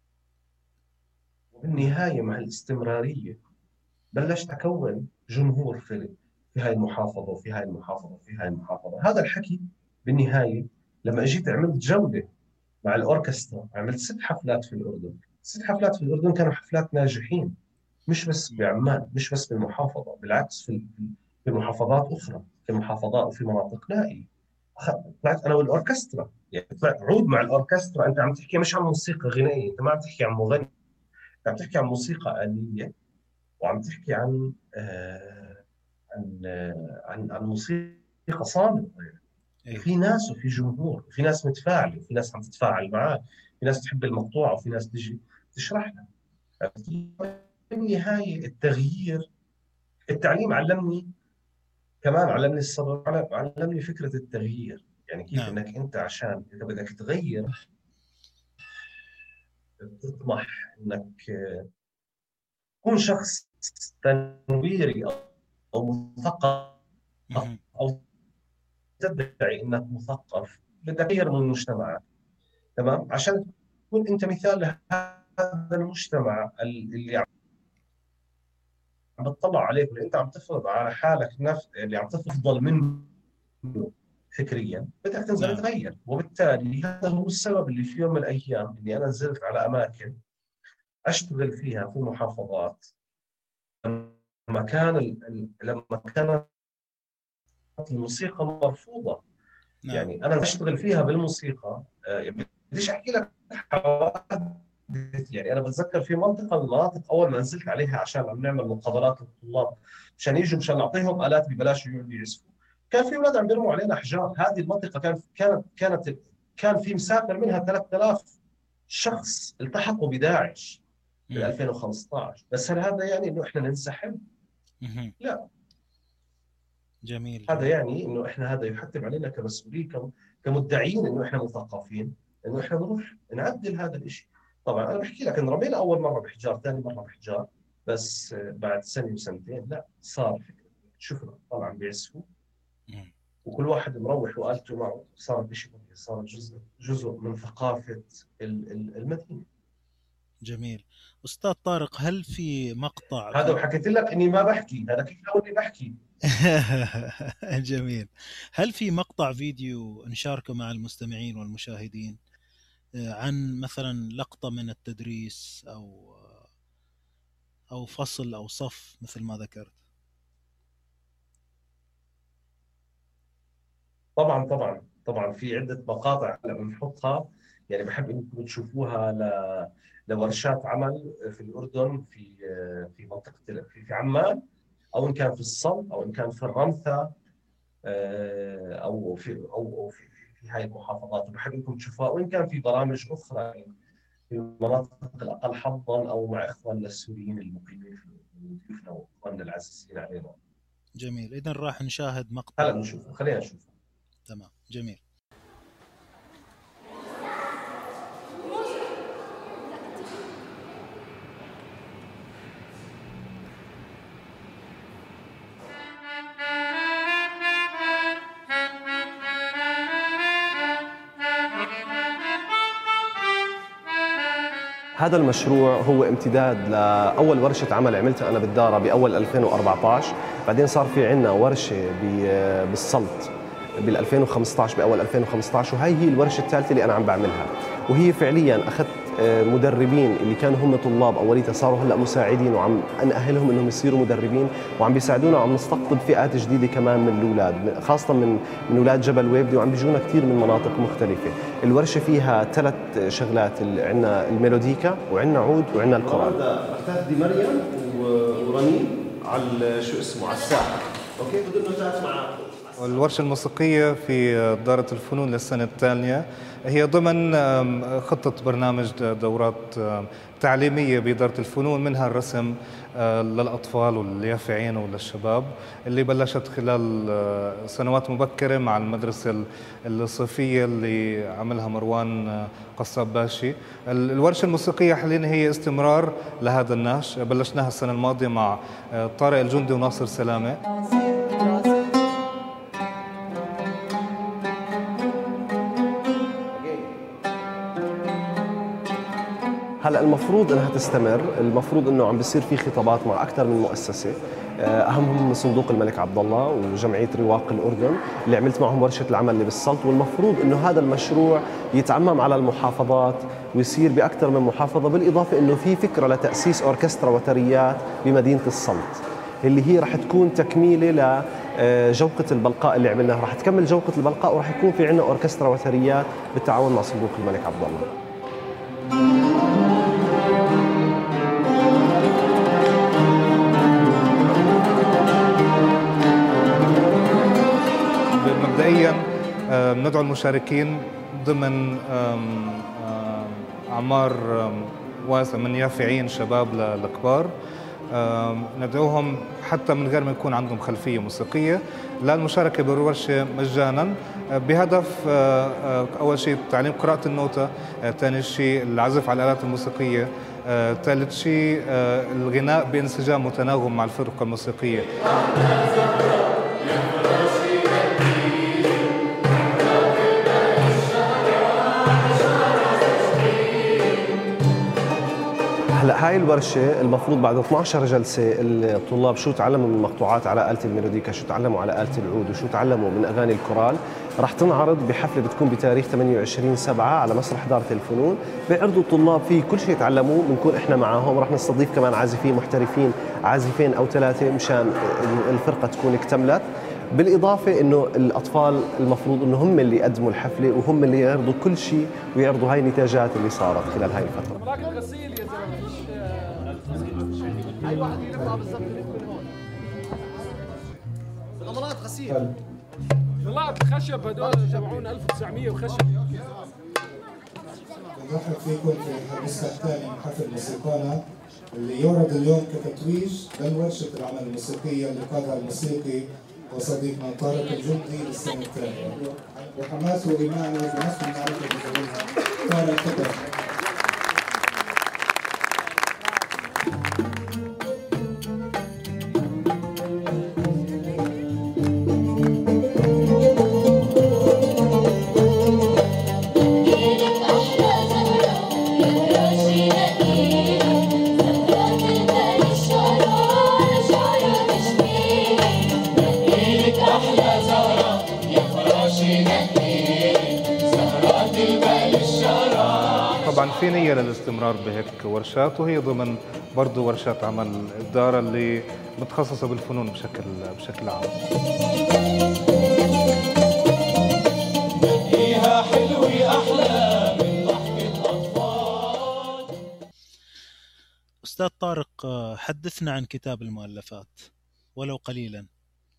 نعم. وبالنهايه مع الاستمراريه بلشت اكون جمهور في في هاي المحافظه وفي هاي المحافظه وفي هاي المحافظه. هذا الحكي بالنهايه لما اجيت عملت جوله مع الاوركسترا، عملت ست حفلات في الاردن. ست حفلات في الاردن كانوا حفلات ناجحين، مش بس مم. بعمان، مش بس بالمحافظه، بالعكس في في محافظات اخرى. في المحافظات وفي مناطق لا. طلعت انا والاوركسترا، يعني طلعت عود مع الاوركسترا. انت عم تحكي مش عن موسيقى غنائيه، انت ما عم تحكي عن مغني، انت عم تحكي عن موسيقى آلية، وعم تحكي عن آه عن آه عن عن موسيقى صامته. اي. وفي ناس وفي جمهور وفي ناس متفاعله وفي ناس عم تتفاعل معاه، في ناس تحب المقطوعه وفي ناس تجي تشرح لها. في النهايه التغيير، التعليم علمني، كمان علمني الصبر، علمني فكره التغيير. يعني كيف نعم. انك انت عشان اذا بدك تغير تطمح انك تكون شخص تنويري او مثقف، مهم. او تدعي انك مثقف، بدك تغير من المجتمع. تمام، عشان تكون انت مثال لهذا المجتمع اللي عم بتطلع عليك، واللي انت عم تفرض على حالك نفس اللي عم تفضل منه فكريا. بدك تنزل نعم. تغير، وبالتالي هذا هو السبب اللي في يوم من الايام اللي انا نزلت على اماكن اشتغل فيها في المحافظات. لما كان ال- ال- لما كانت الموسيقى مرفوضه، نعم. يعني انا اشتغل فيها بالموسيقى. آه، يعني بديش احكي لك حوادث. يعني انا بتذكر في منطقه من المناطق اول ما نزلت عليها عشان عم نعمل مقابلات للطلاب، مشان يجوا، مشان نعطيهم الات ببلاش يقعدوا يعزفوا، كان في اولاد عم بيرموا علينا احجار. هذه المنطقه كانت كانت كانت كان في مسافر منها ثلاثة آلاف شخص التحقوا بداعش بال مم. ألفين وخمسطعش. بس هل هذا يعني انه احنا ننسحب؟ مهم. لا. جميل هذا جميل. يعني انه احنا هذا يحتم علينا كمسؤولين، كم- كمدعين انه احنا مثقفين، انه احنا نروح نعدل هذا الشيء. طبعا انا بحكي لك انه رمينا اول مره بحجار، ثاني مره بحجار، بس آه، بعد سنه وسنتين لا، صار فكره شفنا طبعا بيعزفوا، مم. وكل واحد مروح وآلته معه، صارت شيء طبيعي، صارت جزء جزء من ثقافه ال- ال- المدينه. جميل. أستاذ طارق، هل في مقطع هذا في وحكيت لك اني ما بحكي، هذا كيف لو اني بحكي. جميل. هل في مقطع فيديو نشاركه مع المستمعين والمشاهدين آه، عن مثلا لقطة من التدريس أو أو فصل أو صف مثل ما ذكرت؟ طبعا طبعا طبعا في عده مقاطع لما بنحطها، يعني بحب انكم تشوفوها ل... لورشات عمل في الاردن، في في منطقه في, في عمان، او ان كان في الصل، او ان كان في الرمثا، آه، او في او او في, في هاي المحافظات. وبحب انكم تشوفوها، وان كان في برامج اخرى في المناطق الاقل حظا، او مع اخواننا السوريين المقيمين في الأردن، وضيوفنا واخواننا العزيزين علينا. جميل، إذا راح نشاهد هلا مقطع. نشوفه، خلينا نشوفه. تمام، جميل. هذا المشروع هو امتداد لأول ورشة عمل عملتها أنا بالدارة بأول ألفين وأربعطعش، بعدين صار في عنا ورشة بالسلط بال ألفين وخمسطعش، بأول ألفين وخمسطعش، وهي هي الورشة الثالثة اللي أنا عم بعملها. وهي فعليا أخذت مدربين اللي كانوا هم طلاب أوليتها، صاروا هلا مساعدين، وعم نأهلهم انهم يصيروا مدربين، وعم بيساعدونا، وعم نستقطب فئات جديده كمان من الاولاد، خاصه من من اولاد جبل ويبدي، وعم بيجونا كثير من مناطق مختلفه. الورشه فيها ثلاث شغلات، عندنا الميلوديكا وعندنا عود وعندنا القرآن. اختي دي مريم ورنين على شو اسمه على الساحه. اوكي، بدنا نتعرف معاكم. الورشة الموسيقية في دارة الفنون للسنة الثانية هي ضمن خطة برنامج دورات تعليمية بإدارة الفنون، منها الرسم للأطفال واليافعين وللشباب، اللي بلشت خلال سنوات مبكرة مع المدرسة الصيفية اللي عملها مروان قصاب باشي. الورشة الموسيقية حاليا هي استمرار لهذا النهج، بلشناها السنة الماضية مع طارق الجندي وناصر سلامة. هلا المفروض انها تستمر، المفروض انه عم بيصير في خطابات مع اكثر من مؤسسه، اهمهم صندوق الملك عبد الله وجمعيه رواق الاردن اللي عملت معهم ورشه العمل اللي بالسلط، والمفروض انه هذا المشروع يتعمم على المحافظات ويصير باكثر من محافظه، بالاضافه انه في فكره لتاسيس اوركسترا وتريات بمدينه السلط. اللي هي رح تكون تكميله لجوقه البلقاء اللي عملناها. رح تكمل جوقه البلقاء ورح يكون في عندنا اوركسترا وتريات بالتعاون مع صندوق الملك عبد الله. مبدئيا ندعو المشاركين ضمن اعمار واسعه من يافعين شباب للكبار، ندعوهم حتى من غير ما يكون عندهم خلفيه موسيقيه للمشاركه بالورشه مجانا، بهدف اول شيء تعليم قراءه النوتة، ثاني شيء العزف على الالات الموسيقيه، ثالث شيء الغناء بانسجام وتناغم مع الفرقه الموسيقيه. هلا هاي الورشه المفروض بعد اثنعش جلسه الطلاب شو تعلموا من مقطوعات على آلة الميلوديكا، شو تعلموا على آلة العود، وشو تعلموا من اغاني الكورال، رح تنعرض بحفله بتكون بتاريخ ثمانية وعشرين سبعة على مسرح دارة الفنون. بيعرضوا الطلاب فيه كل شيء تعلموه، بنكون احنا معاهم، رح نستضيف كمان عازفين محترفين، عازفين او ثلاثه مشان الفرقه تكون اكتملت. بالاضافه انه الاطفال المفروض انه هم اللي يقدموا الحفله وهم اللي يعرضوا كل شيء ويعرضوا هاي النتاجات اللي صارت خلال هاي الفتره. اي واحد يلفها بالضبط من هون. غمرات غسيل. طلعت خشب هدول جمعونا ألف وتسعمية وخشب. بنرحب فيكم في الحدث الثاني من حفل موسيقانا اللي يعرض اليوم كتتويج لورشة العمل الموسيقية اللي قادها الموسيقي وصديقنا طارق الجندي للسنة الثانية. بحماس وإيمان وبنفس المعرفة بزولها طارق تفضل. طبعا في نية للاستمرار بهيك ورشات، وهي ضمن برضه ورشات عمل الدارة اللي متخصصة بالفنون بشكل بشكل عام. فيها حلوة أحلى من ضحك الأطفال. أستاذ طارق، حدثنا عن كتاب المؤلفات ولو قليلا.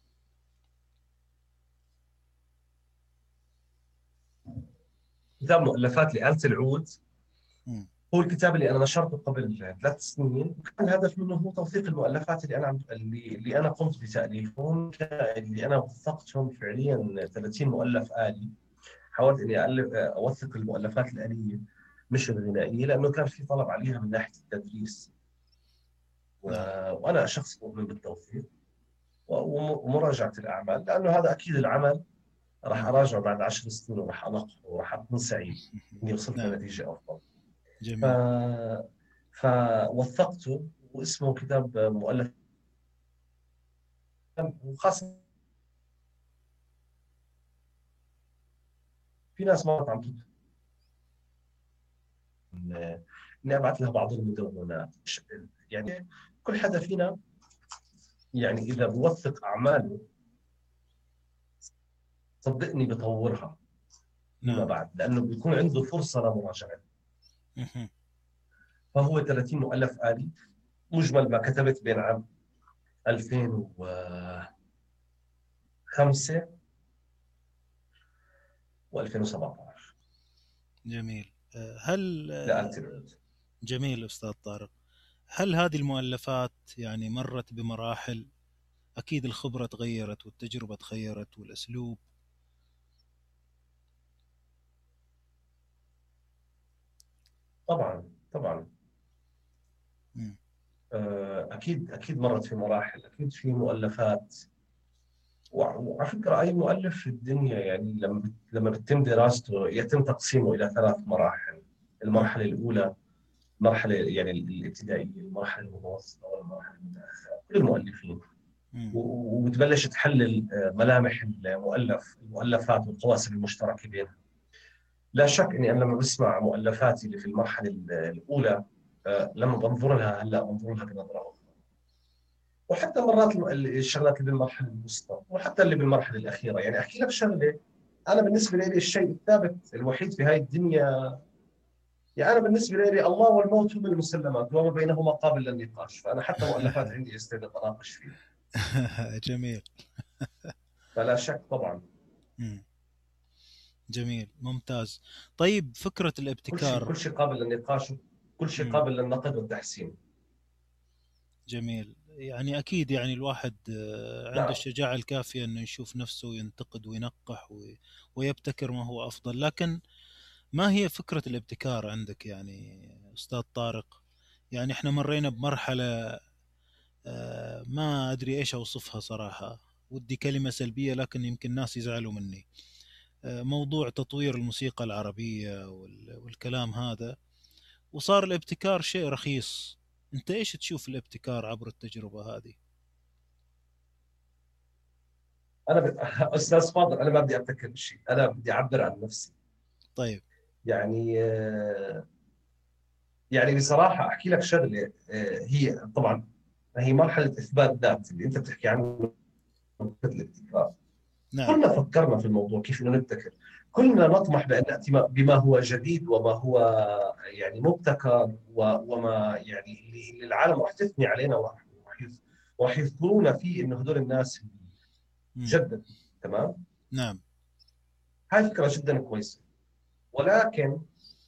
كتاب مؤلفات لآلة العود هو الكتاب اللي انا نشرته قبل ثلاث سنين، وكان الهدف منه هو توثيق المؤلفات اللي انا اللي, اللي انا قمت بتاليفهم، اللي انا وثقتهم فعليا ثلاثين مؤلف آلي. حاولت اني ألف اوثق المؤلفات الآلية مش الغنائية، لانه كان في طلب عليها من ناحية التدريس، و... وانا شخص مؤمن بالتوثيق ومراجعة الاعمال، لانه هذا اكيد العمل راح اراجعه بعد عشر سنين وراح انقه وراح اكون سعيد اني وصلت لنتيجة افضل. جميل. ف... فوثقته، واسمه كتاب مؤلف، وخاصة في ناس مرات عم تطلب اني ابعث لها بعض المدونات. يعني كل حدا فينا يعني اذا بوثق اعماله صدقني بطورها فيما بعد، لانه بيكون عنده فرصة لمراجعة. فهو ثلاثين مؤلف آلي مجمل ما كتبت بين عام ألفين وخمسة وألفين وسبعة عشر. جميل. هل لآلة العود. جميل أستاذ طارق، هل هذه المؤلفات يعني مرت بمراحل؟ أكيد الخبرة تغيرت والتجربة تغيرت والأسلوب. طبعا طبعا أكيد أكيد مرت في مراحل، أكيد في مؤلفات. وعلى فكرة أي مؤلف في الدنيا يعني لما لما بتتم دراسته يتم تقسيمه إلى ثلاث مراحل. المرحلة الأولى مرحلة يعني الابتدائية، المرحلة المتوسطة والمرحلة المتأخرة، كل المؤلفين، وبتبلش تحلل ملامح المؤلف المؤلفات والقواسم المشتركة بينها. لا شك إني أنا لما بسمع مؤلفاتي اللي في المرحلة الأولى لما بنظر لها هلا بنظر لها بنظرة أخرى. وحتى مرات الشغلات اللي بالمرحله الوسطى وحتى اللي بالمرحله الاخيره. يعني احكي لك شغله، انا بالنسبه لي الشيء الثابت الوحيد في هاي الدنيا، يعني انا بالنسبه لي الله والموت هم المسلمات وما بينهما قابل للنقاش، فانا حتى مؤلفات عندي استعداد اتناقش فيها. جميل. فلا شك طبعا. مم. جميل ممتاز. طيب فكرة كل شيء الابتكار. كل شيء قابل للنقاش، كل شيء مم. قابل للنقد والتحسين. جميل. يعني أكيد يعني الواحد آه، عنده نعم. الشجاعة الكافية أنه يشوف نفسه وينتقد وينقح وي- ويبتكر ما هو أفضل. لكن ما هي فكرة الابتكار عندك يعني أستاذ طارق؟ يعني إحنا مرينا بمرحلة آه، ما أدري إيش أوصفها صراحة، ودي كلمة سلبية لكن يمكن الناس يزعلوا مني. آه، موضوع تطوير الموسيقى العربية وال- والكلام هذا، وصار الابتكار شيء رخيص. أنت إيش تشوف الابتكار عبر التجربة هذه؟ انا ب... استاذ فاضل، انا ما بدي ابتكر بشيء، انا بدي اعبر عن نفسي. طيب. يعني آه، يعني بصراحه احكي لك شغله، آه، هي طبعا هي مرحله اثبات ذات اللي انت بتحكي عنه في الابتكار. نعم. كلنا فكرنا في الموضوع كيف انه نبتكر، كلنا نطمح بان ناتي بما هو جديد وما هو يعني مبتكر وما يعني اللي العالم راح تثني علينا وراح راح يذكرونا فيه انه هذول الناس جدد. تمام. نعم. هاي فكره جدا كويسه، ولكن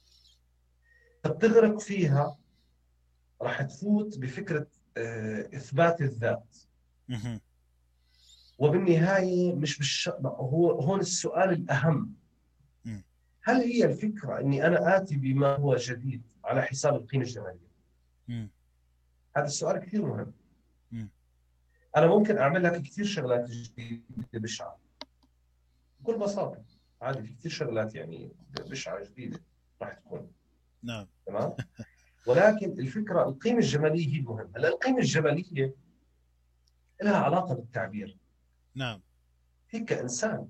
تغرق فيها راح تفوت بفكره اثبات الذات. مه. وبالنهايه مش بالش... هو هون السؤال الاهم، م. هل هي الفكره اني انا اتي بما هو جديد على حساب القيمه الجماليه؟ م. هذا السؤال كثير مهم. م. انا ممكن اعمل لك كثير شغلات جديده بشعه بكل بساطه، عادي، في كثير شغلات يعني بشعه جديده راح تكون. نعم. تمام. ولكن الفكره القيمه الجماليه هي المهمه. هلا القيمه الجماليه لها علاقه بالتعبير. نعم. فيك كانسان،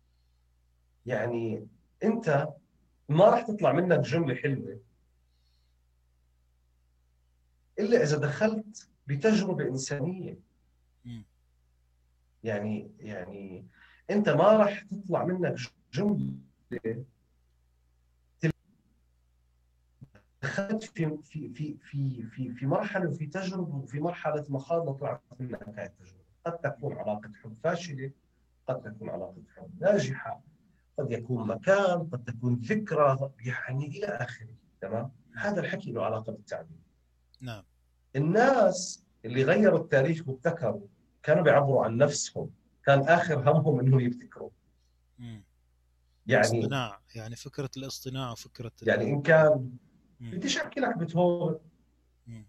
يعني انت ما راح تطلع منك جمله حلوه الا اذا دخلت بتجربه انسانيه. م. يعني يعني انت ما راح تطلع منك جمله دخلت في في في في في في مرحله وفي تجربه وفي مرحله مخاض طلعت منك هاي التجربه. قد تكون علاقه حب فاشله، قد تكون علاقه حب ناجحه، قد يكون مكان، قد تكون ذكرى، يعني الى اخره. تمام. هذا الحكي له علاقه بالتعبير. نعم. الناس اللي غيروا التاريخ وابتكروا كانوا بيعبروا عن نفسهم، كان اخر همهم انهم يبتكروا. م. يعني الاصطناع، يعني فكرة الاصطناع وفكرة ال... يعني ان كان م. بديش احكي لك بيتهوفن، م.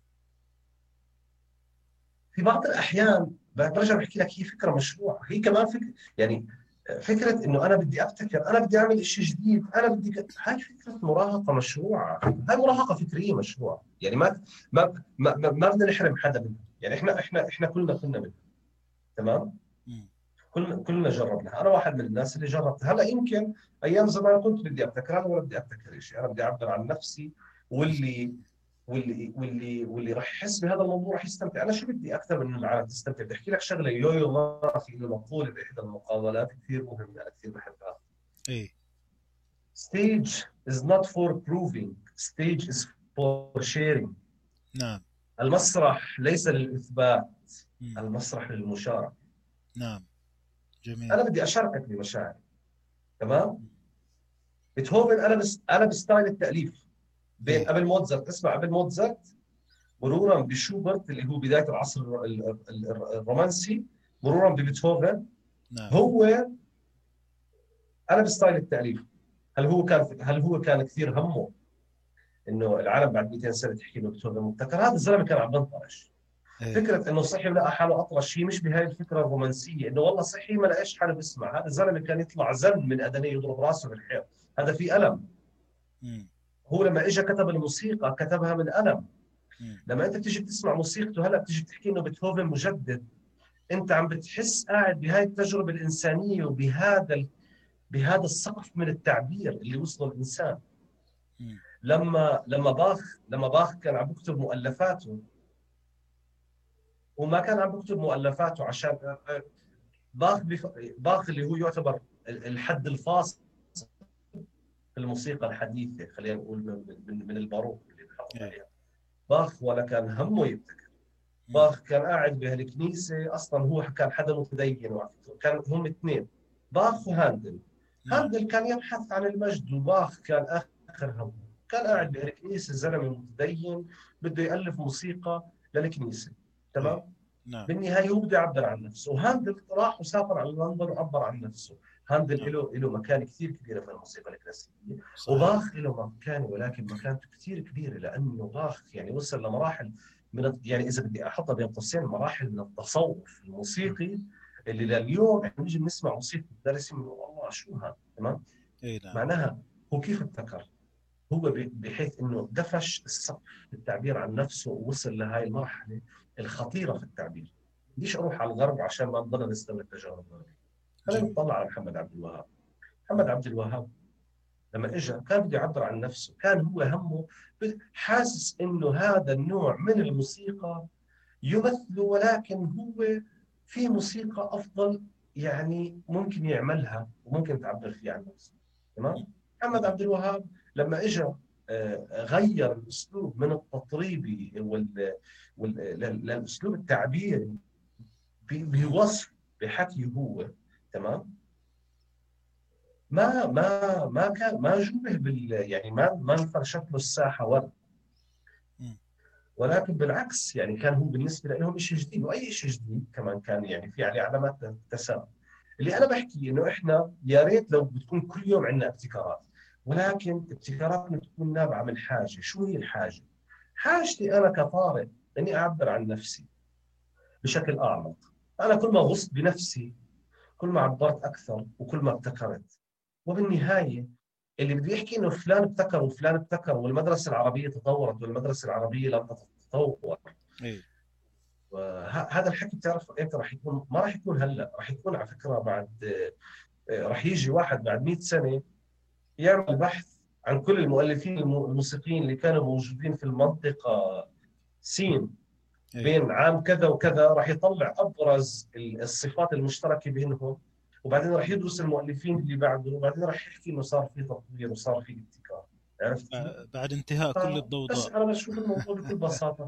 في بعض الاحيان برجع بحكي لك هي فكره مشروعه، هي كمان فكره، يعني فكره انه انا بدي ابتكر، انا بدي اعمل شيء جديد، انا بدي ك... هاي فكره مراهقه مشروعه، هاي مراهقه فكريه مشروعه. يعني ما ما ما, ما, ما بدنا نحرم حدا منها. يعني احنا احنا احنا كلنا كنا منها. تمام. م. كلنا كلنا جربناها، انا واحد من الناس اللي جربت. هلا يمكن ايام زمان كنت بدي ابتكر، انا ولا بدي ابتكر شيء، انا بدي اعبر عن نفسي، واللي واللي واللي واللي راح يحس بهذا الموضوع راح يستمتع. انا شو بدي اكثر من انه العالم تستمتع؟ بدي احكي لك شغله، يويو مارا في له مقوله باحدى المقابلات كثير مهمه، انا كثير بحبها. ايه. stage is not for proving, stage is for sharing. نعم. المسرح ليس للاثبات، م. المسرح للمشاركه. نعم. جميل. انا بدي اشاركك بمشاعري. تمام. بيتهوفن انا بس انا بستايل التاليف بين إيه. قبل موتزارت، اسمع، قبل موتزارت مرورا بشوبرت اللي هو بدايه العصر ال- ال- الرومانسي، مرورا ببيتهوفن. نعم. هو انا بستايل التاليف. هل هو كان هل هو كان كثير همه انه العالم بعد مئتين سنه تحكي له بيتهوفن مبتكر؟ هذا الزلمه كان عم بنطرش. إيه. فكره انه صحي ولقى حاله اطرش هي مش بهاي الفكره الرومانسيه، انه والله صحي ما لقاش حاله بسمع. هذا الزلمه كان يطلع زن من ادنيه يضرب راسه بالحيط، هذا في الم. م. هو لما اجى كتب الموسيقى كتبها من الم. م. لما انت بتيجي تسمع موسيقته هلا بتيجي تحكي انه بيتهوفن مجدد، انت عم بتحس قاعد بهاي التجربه الانسانيه وبهذا ال... بهذا السقف من التعبير اللي وصله الانسان. م. لما لما باخ لما باخ كان عم بكتب مؤلفاته، وما كان عم بكتب مؤلفاته عشان باخ بف... باخ اللي هو يعتبر الحد الفاصل في الموسيقى الحديثه، خلينا نقول من, من, من الباروك اللي بنحط عليها. باخ ولا كان همه يبتكر. باخ كان قاعد بهالكنيسه، اصلا هو كان حدا متدين، كان هم اثنين، باخ وهاندل. هاندل كان يبحث عن المجد، وباخ كان اخر همه كان قاعد بهالكنيسه، زلمه متدين بده يالف موسيقى للكنيسه، تمام؟ نعم. بالنهايه هو بده يعبر عن نفسه، وهاندل راح وسافر على لندن وعبر عن نفسه. هاندل له له مكانه كثير كبيره في الموسيقى الكلاسيكيه، وباخ له مكانه، ولكن مكانته كثير كبيره لانه باخ يعني وصل لمراحل من، يعني اذا بدي احطها بين قوسين، مراحل من التصوف الموسيقي اللي لليوم احنا بنيجي بنسمع موسيقى الدرس من والله شو هذا، تمام؟ اي نعم. معناها هو كيف ابتكر؟ هو بحيث انه دفش السقف في التعبير عن نفسه، ووصل لهي المرحله الخطيره في التعبير. بديش اروح على الغرب عشان ما نضل نستمر تجارب الغربيه. خلينا نطلع على محمد عبد الوهاب. محمد عبد الوهاب لما اجى كان بده يعبر عن نفسه، كان هو همه حاسس انه هذا النوع من الموسيقى يمثله، ولكن هو في موسيقى افضل يعني ممكن يعملها وممكن تعبر فيها عن نفسه، تمام؟ محمد عبد الوهاب لما اجى غير الاسلوب من التطريبي وال... وال... للاسلوب التعبيري بوصف بحكي هو، تمام؟ ما ما ما كان ما جوبه بال يعني ما ما انفرشت له الساحه ورد، ولكن بالعكس يعني كان هو بالنسبه لهم شيء جديد، واي شيء جديد كمان كان يعني في عليه علامات تساؤل. اللي انا بحكي انه احنا يا ريت لو بتكون كل يوم عندنا ابتكارات، ولكن ابتكاراتنا تكون نابعه من حاجه. شو هي الحاجه؟ حاجتي انا كطارق اني اعبر عن نفسي بشكل اعمق. انا كل ما غصت بنفسي كل ما عبرت اكثر وكل ما ابتكرت، وبالنهايه اللي بده يحكي انه فلان ابتكر وفلان ابتكر والمدرسه العربيه تطورت والمدرسه العربيه لم تتطور، اي وهذا الحكي بتعرف امتى راح يكون؟ ما راح يكون هلا، راح يكون على فكره بعد، راح يجي واحد بعد مئة سنه يعمل بحث عن كل المؤلفين الموسيقيين اللي كانوا موجودين في المنطقه سين بين عام كذا وكذا، راح يطلع ابرز الصفات المشتركه بينهم، وبعدين راح يدرس المؤلفين اللي بعده، وبعدين راح يحكي انه صار في تطوير وصار في ابتكار. عرفت؟ بعد انتهاء كل الضوضاء. بس انا بشوف الموضوع بكل بساطه.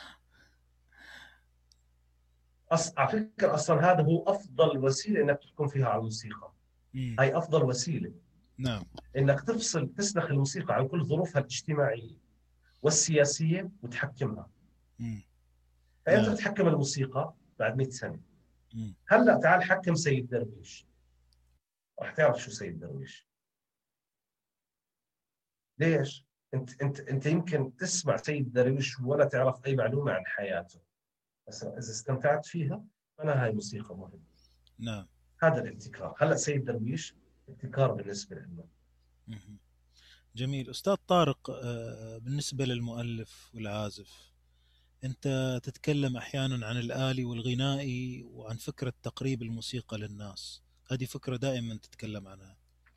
أص... على فكره اصلا هذا هو افضل وسيله انك تحكم فيها على الموسيقى. مم. هاي افضل وسيله. نعم. انك تفصل تسلخ الموسيقى عن كل ظروفها الاجتماعيه والسياسيه وتحكمها. مم. فانت نعم. تحكم الموسيقى بعد مئة سنه. مم. هلا تعال حكم سيد درويش، راح تعرف شو سيد درويش. ليش؟ انت انت انت يمكن تسمع سيد درويش ولا تعرف اي معلومه عن حياته، بس اذا استمتعت فيها فانا هاي موسيقى مهمه. نعم. هذا الابتكار. هلا سيد درويش ابتكار بالنسبه لنا. جميل. استاذ طارق، بالنسبه للمؤلف والعازف، انت تتكلم احيانا عن الآلي والغنائي وعن فكره تقريب الموسيقى للناس، هذه فكره دائما تتكلم عنها.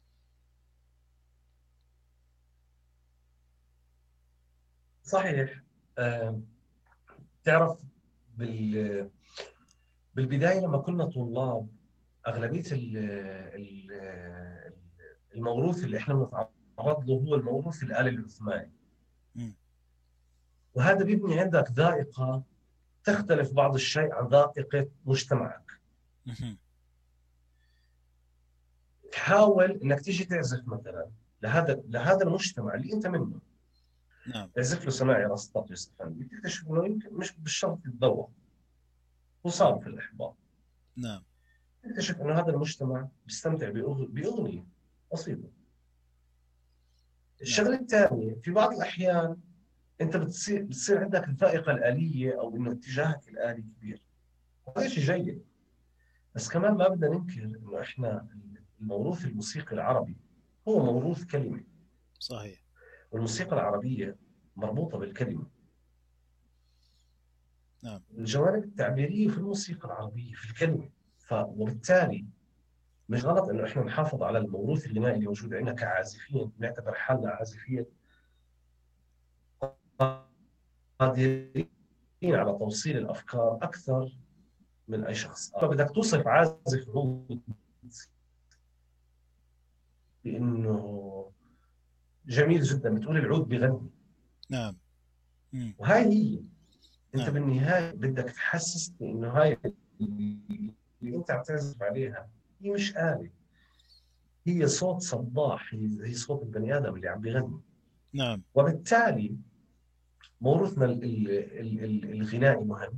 صحيح. أه تعرف بال بالبدايه لما كنا طلاب، اغلبيه ال ال الموروث اللي احنا بنتعرض له هو الموروث الآلي العثماني. م. وهذا بيبني عندك ذائقه تختلف بعض الشيء عن ذائقه مجتمعك. م. تحاول انك تيجي تعزف مثلا لهذا لهذا المجتمع اللي انت منه. نعم. تعزف له سماعي رصطات يوسف فندي، بتكتشف انه يمكن مش بالشرط يتذوق وصار في الاحباط. نعم. تكتشف انه هذا المجتمع بيستمتع باغنيه بسيطه. الشغله الثانيه، في بعض الاحيان انت بتصير بتصير عندك الذائقه الآلية او انه اتجاهك الآلي كبير، هذا شيء جيد. بس كمان ما بدنا ننكر انه احنا الموروث الموسيقي العربي هو موروث كلمه. صحيح. والموسيقى العربيه مربوطه بالكلمه. نعم. الجوانب التعبيريه في الموسيقى العربيه في الكلمه، ف وبالتالي مش غلط انه احنا نحافظ على الموروث الغنائي اللي موجود عندنا كعازفين، نعتبر حالنا عازفين قادرين على توصيل الافكار اكثر من اي شخص. فبدك توصف عازف عود بانه جميل جدا، بتقول العود بغني. نعم. مم. وهاي هي انت نعم. بالنهايه بدك تحسسني انه هاي اللي انت عم تعزف عليها هي مش آلة، هي صوت صباح، هي هي صوت البني ادم اللي عم بيغني. نعم. وبالتالي موروثنا ال- ال- ال- ال- الغنائي مهم.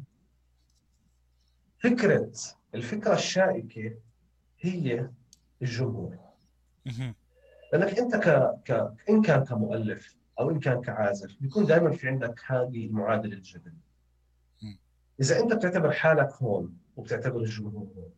فكره الفكره الشائكه هي الجمهور. مهم. لانك انت ك... ك... ان كان كمؤلف او ان كان كعازف بيكون دائما في عندك هذه المعادله الجدليه. مم. اذا انت بتعتبر حالك هون وبتعتبر الجمهور هون،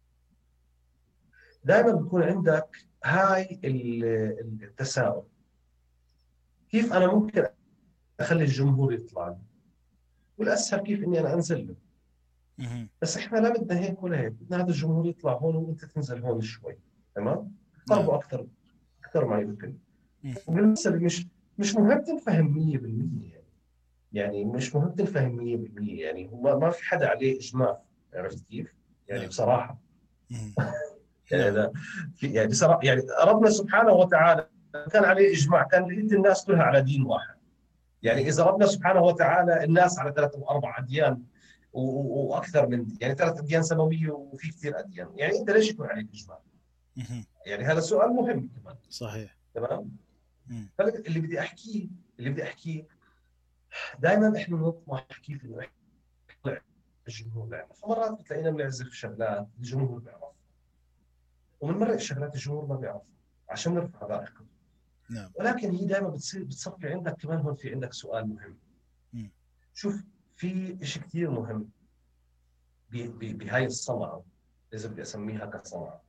دائما بيكون عندك هاي ال- التساؤل، كيف انا ممكن اخلي الجمهور يطلع لي؟ والاسهل كيف اني انا انزل له. مهم. بس احنا لا بدنا هيك ولا هيك، بدنا هذا الجمهور يطلع هون وانت تنزل هون شوي. تمام؟ نعم. قربوا اكثر اكثر ما يمكن. مم. وبالمثل مش مش مهم تنفهم مية بالمية يعني. يعني مش مهم تنفهم مية بالمية يعني، هو ما- ما في حدا عليه اجماع. عرفت كيف؟ يعني نعم. بصراحه مم. يعني نعم. هذا في يعني بصراحه يعني ربنا سبحانه وتعالى كان عليه اجماع، كان بيد الناس كلها على دين واحد. يعني اذا ربنا سبحانه وتعالى الناس على ثلاث او اربع اديان و- و- واكثر من يعني ثلاث اديان سماويه وفي كثير اديان، يعني انت ليش يكون عليك اجماع؟ مهم. يعني هذا سؤال مهم كمان. صحيح. تمام؟ مم. فاللي بدي احكيه اللي بدي احكيه دائما احنا نطمح كيف انه احنا الجمهور بيعرف. فمرات بتلاقينا بنعزف شغلات الجمهور بيعرف، وبنمرق شغلات الجمهور ما بيعرف عشان نرفع ذائقته. نعم. ولكن هي دائما بتصير بتصفي عندك كمان هون في عندك سؤال مهم. مم. شوف، في شيء كثير مهم ب- ب- بهاي الصنعه، اذا بدي اسميها كصنعه،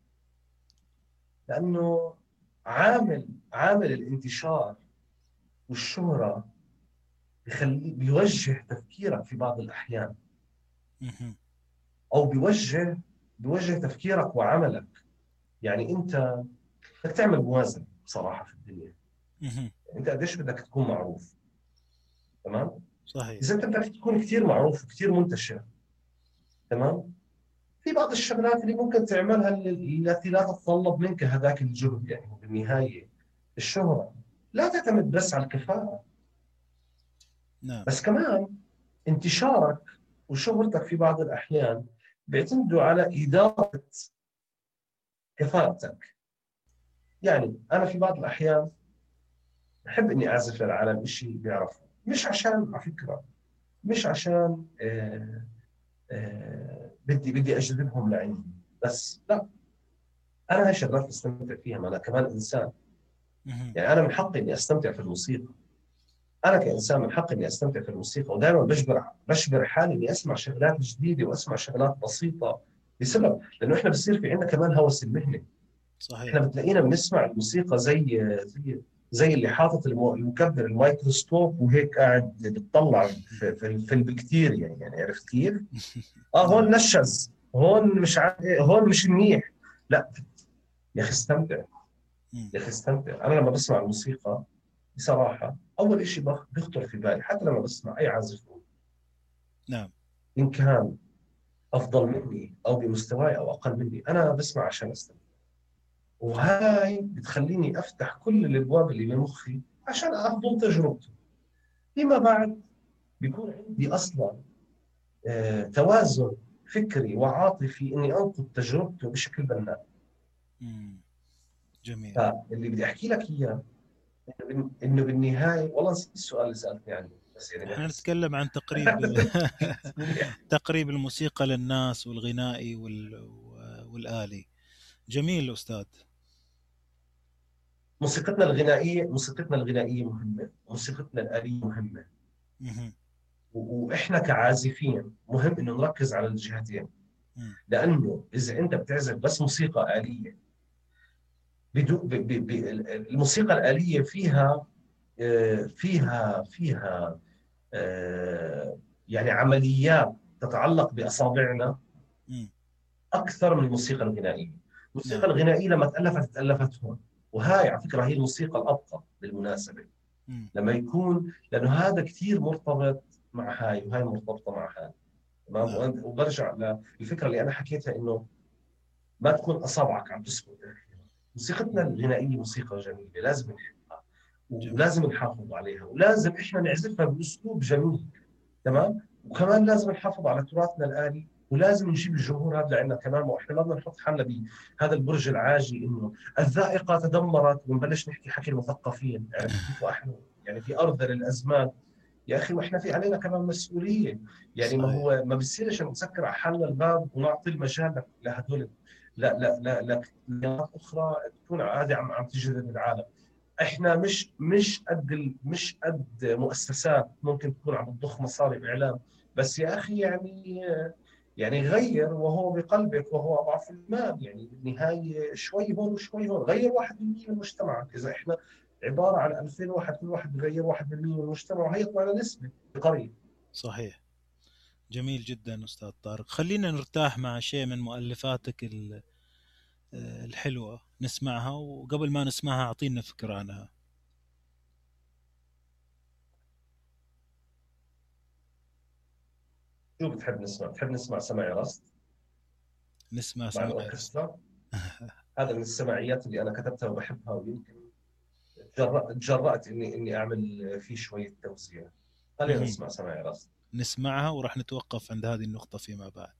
لانه عامل عامل الانتشار والشهره بيخلي بيوجه تفكيرك في بعض الاحيان، مهم. او بيوجه بيوجه تفكيرك وعملك. يعني انت بدك تعمل موازنه بصراحه في الدنيا. مهم. يعني انت قديش بدك تكون معروف؟ تمام؟ صحيح. اذا انت بدك تكون كثير معروف وكثير منتشر، تمام، في بعض الشغلات اللي ممكن تعملها اللي- التي لا تتطلب منك هذاك الجهد. يعني بالنهايه الشهره لا تعتمد بس على الكفاءه، نعم. بس كمان انتشارك وشهرتك في بعض الاحيان بيعتمدوا على اداره كفاءتك. يعني انا في بعض الاحيان بحب اني اعزف للعالم شيء بيعرفه، مش عشان على فكره مش عشان آه آه بدي بدي اجذبهم لعندي، بس لا، انا هاي شغلات بستمتع فيها، ما انا كمان انسان. مهم. يعني انا من حقي اني استمتع في الموسيقى. انا كانسان من حقي اني استمتع في الموسيقى، ودائما بجبر بجبر حالي اني اسمع شغلات جديده واسمع شغلات بسيطه، لسبب لانه احنا بصير في عندنا كمان هوس المهنه. احنا صحيح. بتلاقينا بنسمع الموسيقى زي زي زي اللي حاطط المو- المكبر الميكروسكوب وهيك قاعد بتطلع في في, في البكتيريا. يعني, يعني عرفت كيف؟ اه هون نشز، هون مش عارف إيه، هون مش منيح. لا يا اخي استمتع، مم. يا اخي استمتع. انا لما بسمع الموسيقى بصراحه اول شيء بخ- بيخطر في بالي، حتى لما بسمع اي عازف عود، نعم. ان كان افضل مني او بمستواي او اقل مني، انا بسمع عشان استمتع. وهاي بتخليني افتح كل الابواب اللي بمخي عشان افضل تجربته. فيما بعد بيكون عندي اصلا آه توازن فكري وعاطفي اني انقد تجربته بشكل بناء. مم. جميل. فاللي بدي احكي لك اياه انه بال- إنه بالنهايه، والله نسيت السؤال اللي سالتني عنه، بس يعني احنا بحس نتكلم عن تقريب تقريب الموسيقى للناس والغنائي وال... والآلي. جميل أستاذ. موسيقتنا الغنائيه موسيقتنا الغنائيه مهمه، موسيقتنا الآلية مهمه. مهم. و- واحنا كعازفين مهم انه نركز على الجهتين. مم. لانه اذا انت بتعزف بس موسيقى آلية، بدو ب ب ب الموسيقى الآلية فيها آه، فيها فيها آه، يعني عمليات تتعلق بأصابعنا مم. أكثر من الموسيقى الغنائية. الموسيقى نعم. الغنائية لما تألفت تألفت هون، وهاي على فكرة هي الموسيقى الأبقى بالمناسبة. مم. لما يكون، لأنه هذا كثير مرتبط مع هاي وهاي مرتبطه مع هاي. تمام. نعم. وبرجع للفكره اللي انا حكيتها، انه ما تكون اصابعك عم تسكت. موسيقتنا الغنائيه موسيقى جميله، لازم نحبها ولازم نحافظ عليها، ولازم احنا نعزفها باسلوب جميل. تمام. وكمان لازم نحافظ على تراثنا الآلي، ولازم نجيب الجمهور هذا لعنا كمان. واحنا ما بدنا نحط حالنا بهذا البرج العاجي انه الذائقه تدمرت ونبلش نحكي حكي المثقفين. عرفت كيف؟ احنا يعني في ارذل الازمان يا اخي، واحنا في علينا كمان مسؤوليه. يعني ما صحيح. هو ما بصيرش نسكر على حالنا الباب ونعطي المجال لهدول لا لا لا لا لا اخرى تكون عادي عم عم تجذب العالم. احنا مش مش قد مش قد مؤسسات ممكن تكون عم تضخ مصاري باعلام، بس يا اخي يعني يعني غير وهو بقلبك وهو اضعف المال. يعني بالنهايه شوي هون وشوي هون، غير واحد بالمية من مجتمعك. اذا احنا عباره عن ألفين واحد، كل واحد بغير واحد بالمية من المجتمع، وهيطلع لنا نسبه قريب. صحيح. جميل جدا أستاذ طارق. خلينا نرتاح مع شيء من مؤلفاتك الحلوة نسمعها، وقبل ما نسمعها أعطينا فكرة عنها. شو بتحب نسمع؟ بتحب نسمع سماعي رست؟ نسمع مع سماعي الأوركسترا. هذا من السماعيات اللي أنا كتبتها وبحبها، ويمكن تجرأت تجرأت إني إني أعمل فيه شوية توزيع. خلينا نسمع سماعي رست. نسمعها وراح نتوقف عند هذه النقطة فيما بعد.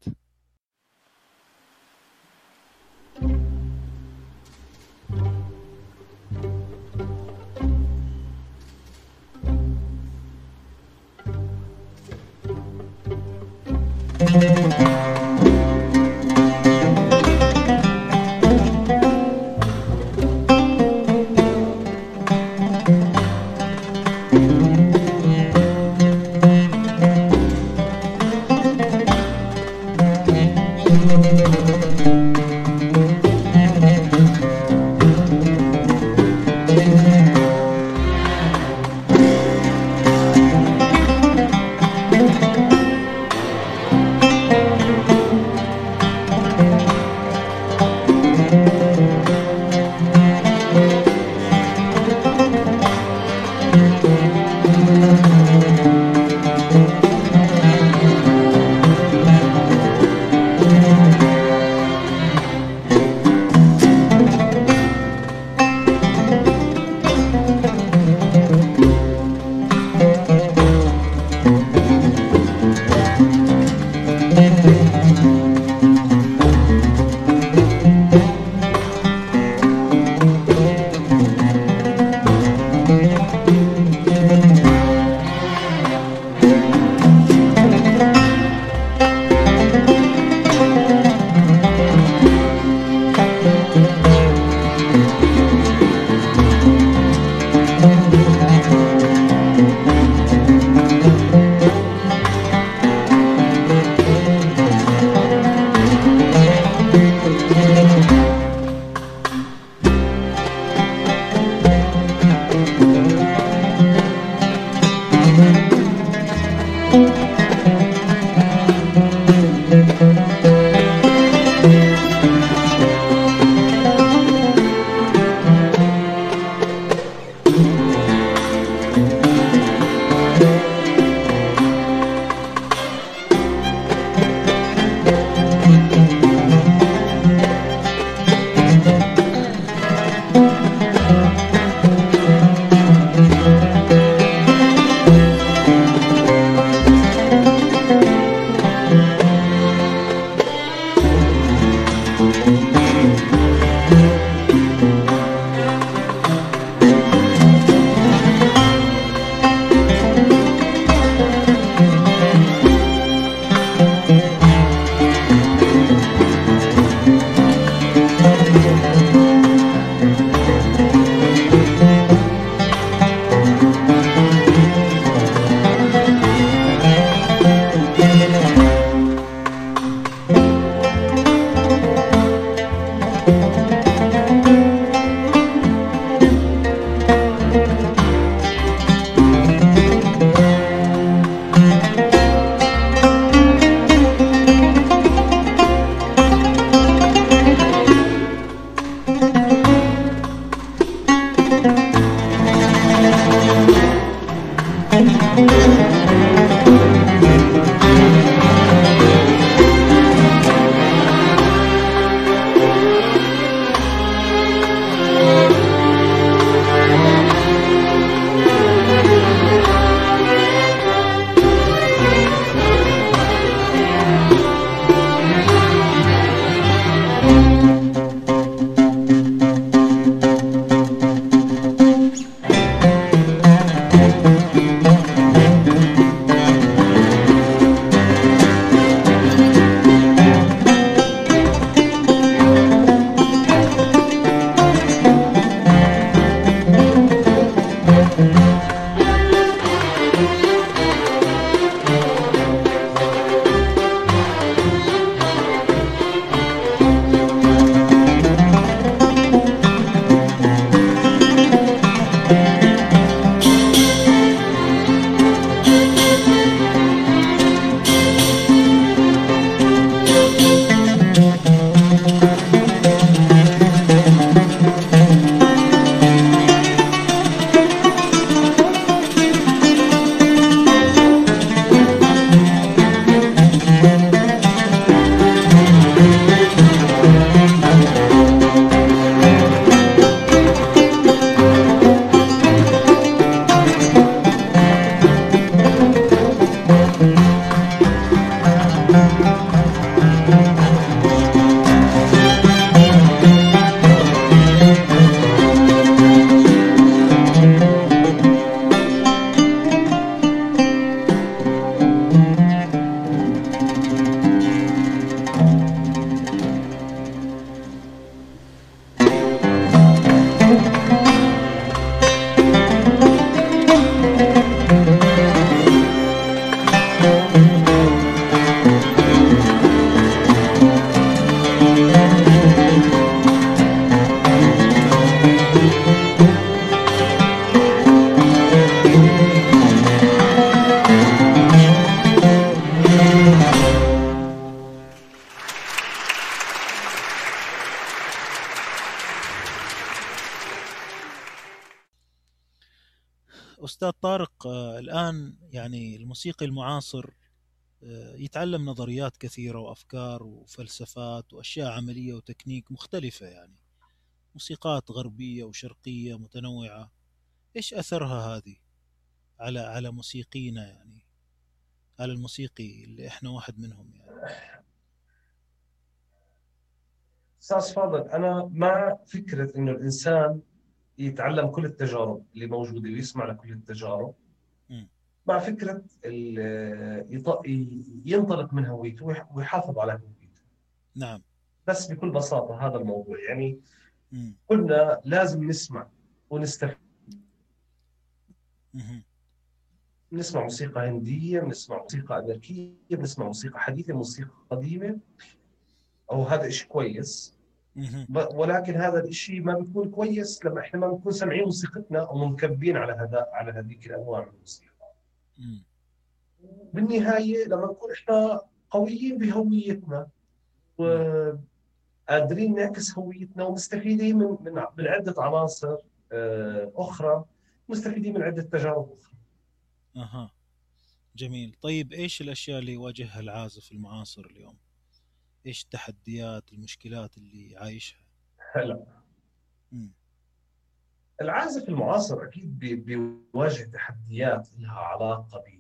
أستاذ طارق، آه، الآن يعني الموسيقي المعاصر آه، يتعلم نظريات كثيرة وأفكار وفلسفات وأشياء عملية وتكنيك مختلفة، يعني موسيقات غربية وشرقية متنوعة. إيش أثرها هذه على على موسيقينا، يعني على الموسيقي اللي إحنا واحد منهم يعني؟ أستاذ فاضل، أنا مع فكرة إنه الإنسان يتعلم كل التجارب اللي موجودة ويسمع لكل التجارب، م. مع فكرة ال- يط- ينطلق من هويته ويح- ويحافظ على هويته. نعم. بس بكل بساطة هذا الموضوع، يعني م. قلنا لازم نسمع ونستفيد. مهم. بنسمع موسيقى هندية، بنسمع موسيقى أمريكية، بنسمع موسيقى حديثة، موسيقى قديمة، أو هذا إشي كويس. مهم. ب- ولكن هذا الإشي ما بيكون كويس لما إحنا ما بنكون سامعين موسيقتنا أو منكبين على هذا على هذيك الأنواع من الموسيقى. م. بالنهاية لما نكون إحنا قويين بهويتنا وقادرين نعكس هويتنا ومستفيدين من من من عدة عناصر آه، أخرى، مستفيدين من عدة تجارب أخرى. أها، جميل. طيب إيش الأشياء اللي يواجهها العازف المعاصر اليوم؟ إيش التحديات، المشكلات اللي عايشها؟ هلا م. العازف المعاصر أكيد بي- بيواجه تحديات لها علاقة ب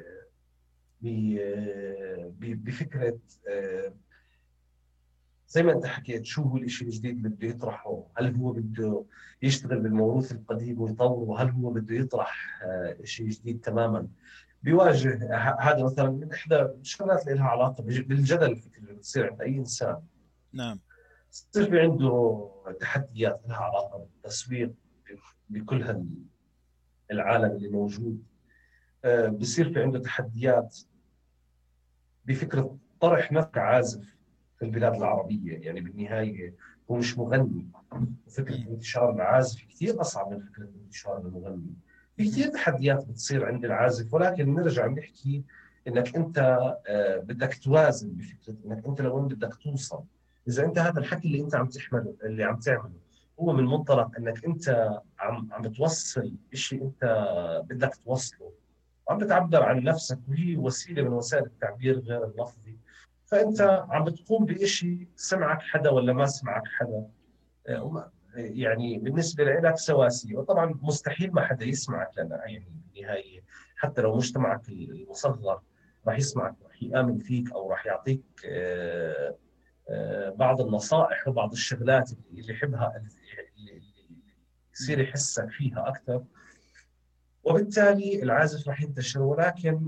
ب- ب- بفكرة آه، زي ما أنت حكيت، شو هو الإشي الجديد اللي بده يطرحه؟ هل هو بده يشتغل بالموروث القديم ويطوره؟ هل هو بده يطرح آه، إشي جديد تماماً؟ بيواجه ه- هذا مثلاً من إحدى الشغلات اللي لها علاقة بج- بالجدل الفكري اللي بتصير عند أي إنسان. نعم. بصير في عنده تحديات لها علاقة بالتسويق بكل هال العالم اللي موجود. آه، بصير في عنده تحديات بفكرة طرح نفسه كعازف في البلاد العربية. يعني بالنهاية هو مش مغني، وفكرة م. انتشار العازف كثير أصعب من فكرة انتشار المغني. في كثير تحديات بتصير عند العازف، ولكن نرجع نحكي إنك أنت آه، بدك توازن بفكرة إنك أنت لوين بدك توصل. إذا أنت هذا الحكي اللي أنت عم تحمله اللي عم تعمله هو من منطلق إنك أنت عم عم بتوصل شيء أنت بدك توصله، وعم بتعبر عن نفسك، وهي وسيله من وسائل التعبير غير اللفظي، فانت عم بتقوم بشيء سمعك حدا ولا ما سمعك حدا آه، وما- يعني بالنسبه لك سواسيه. وطبعا مستحيل ما حدا يسمعك، لان يعني بالنهايه حتى لو مجتمعك المصغر راح يسمعك، راح يامن فيك، او راح يعطيك آه، آه، بعض النصائح وبعض الشغلات اللي يحبها، اللي اللي يصير يحسك فيها اكثر، وبالتالي العازف راح ينتشر. ولكن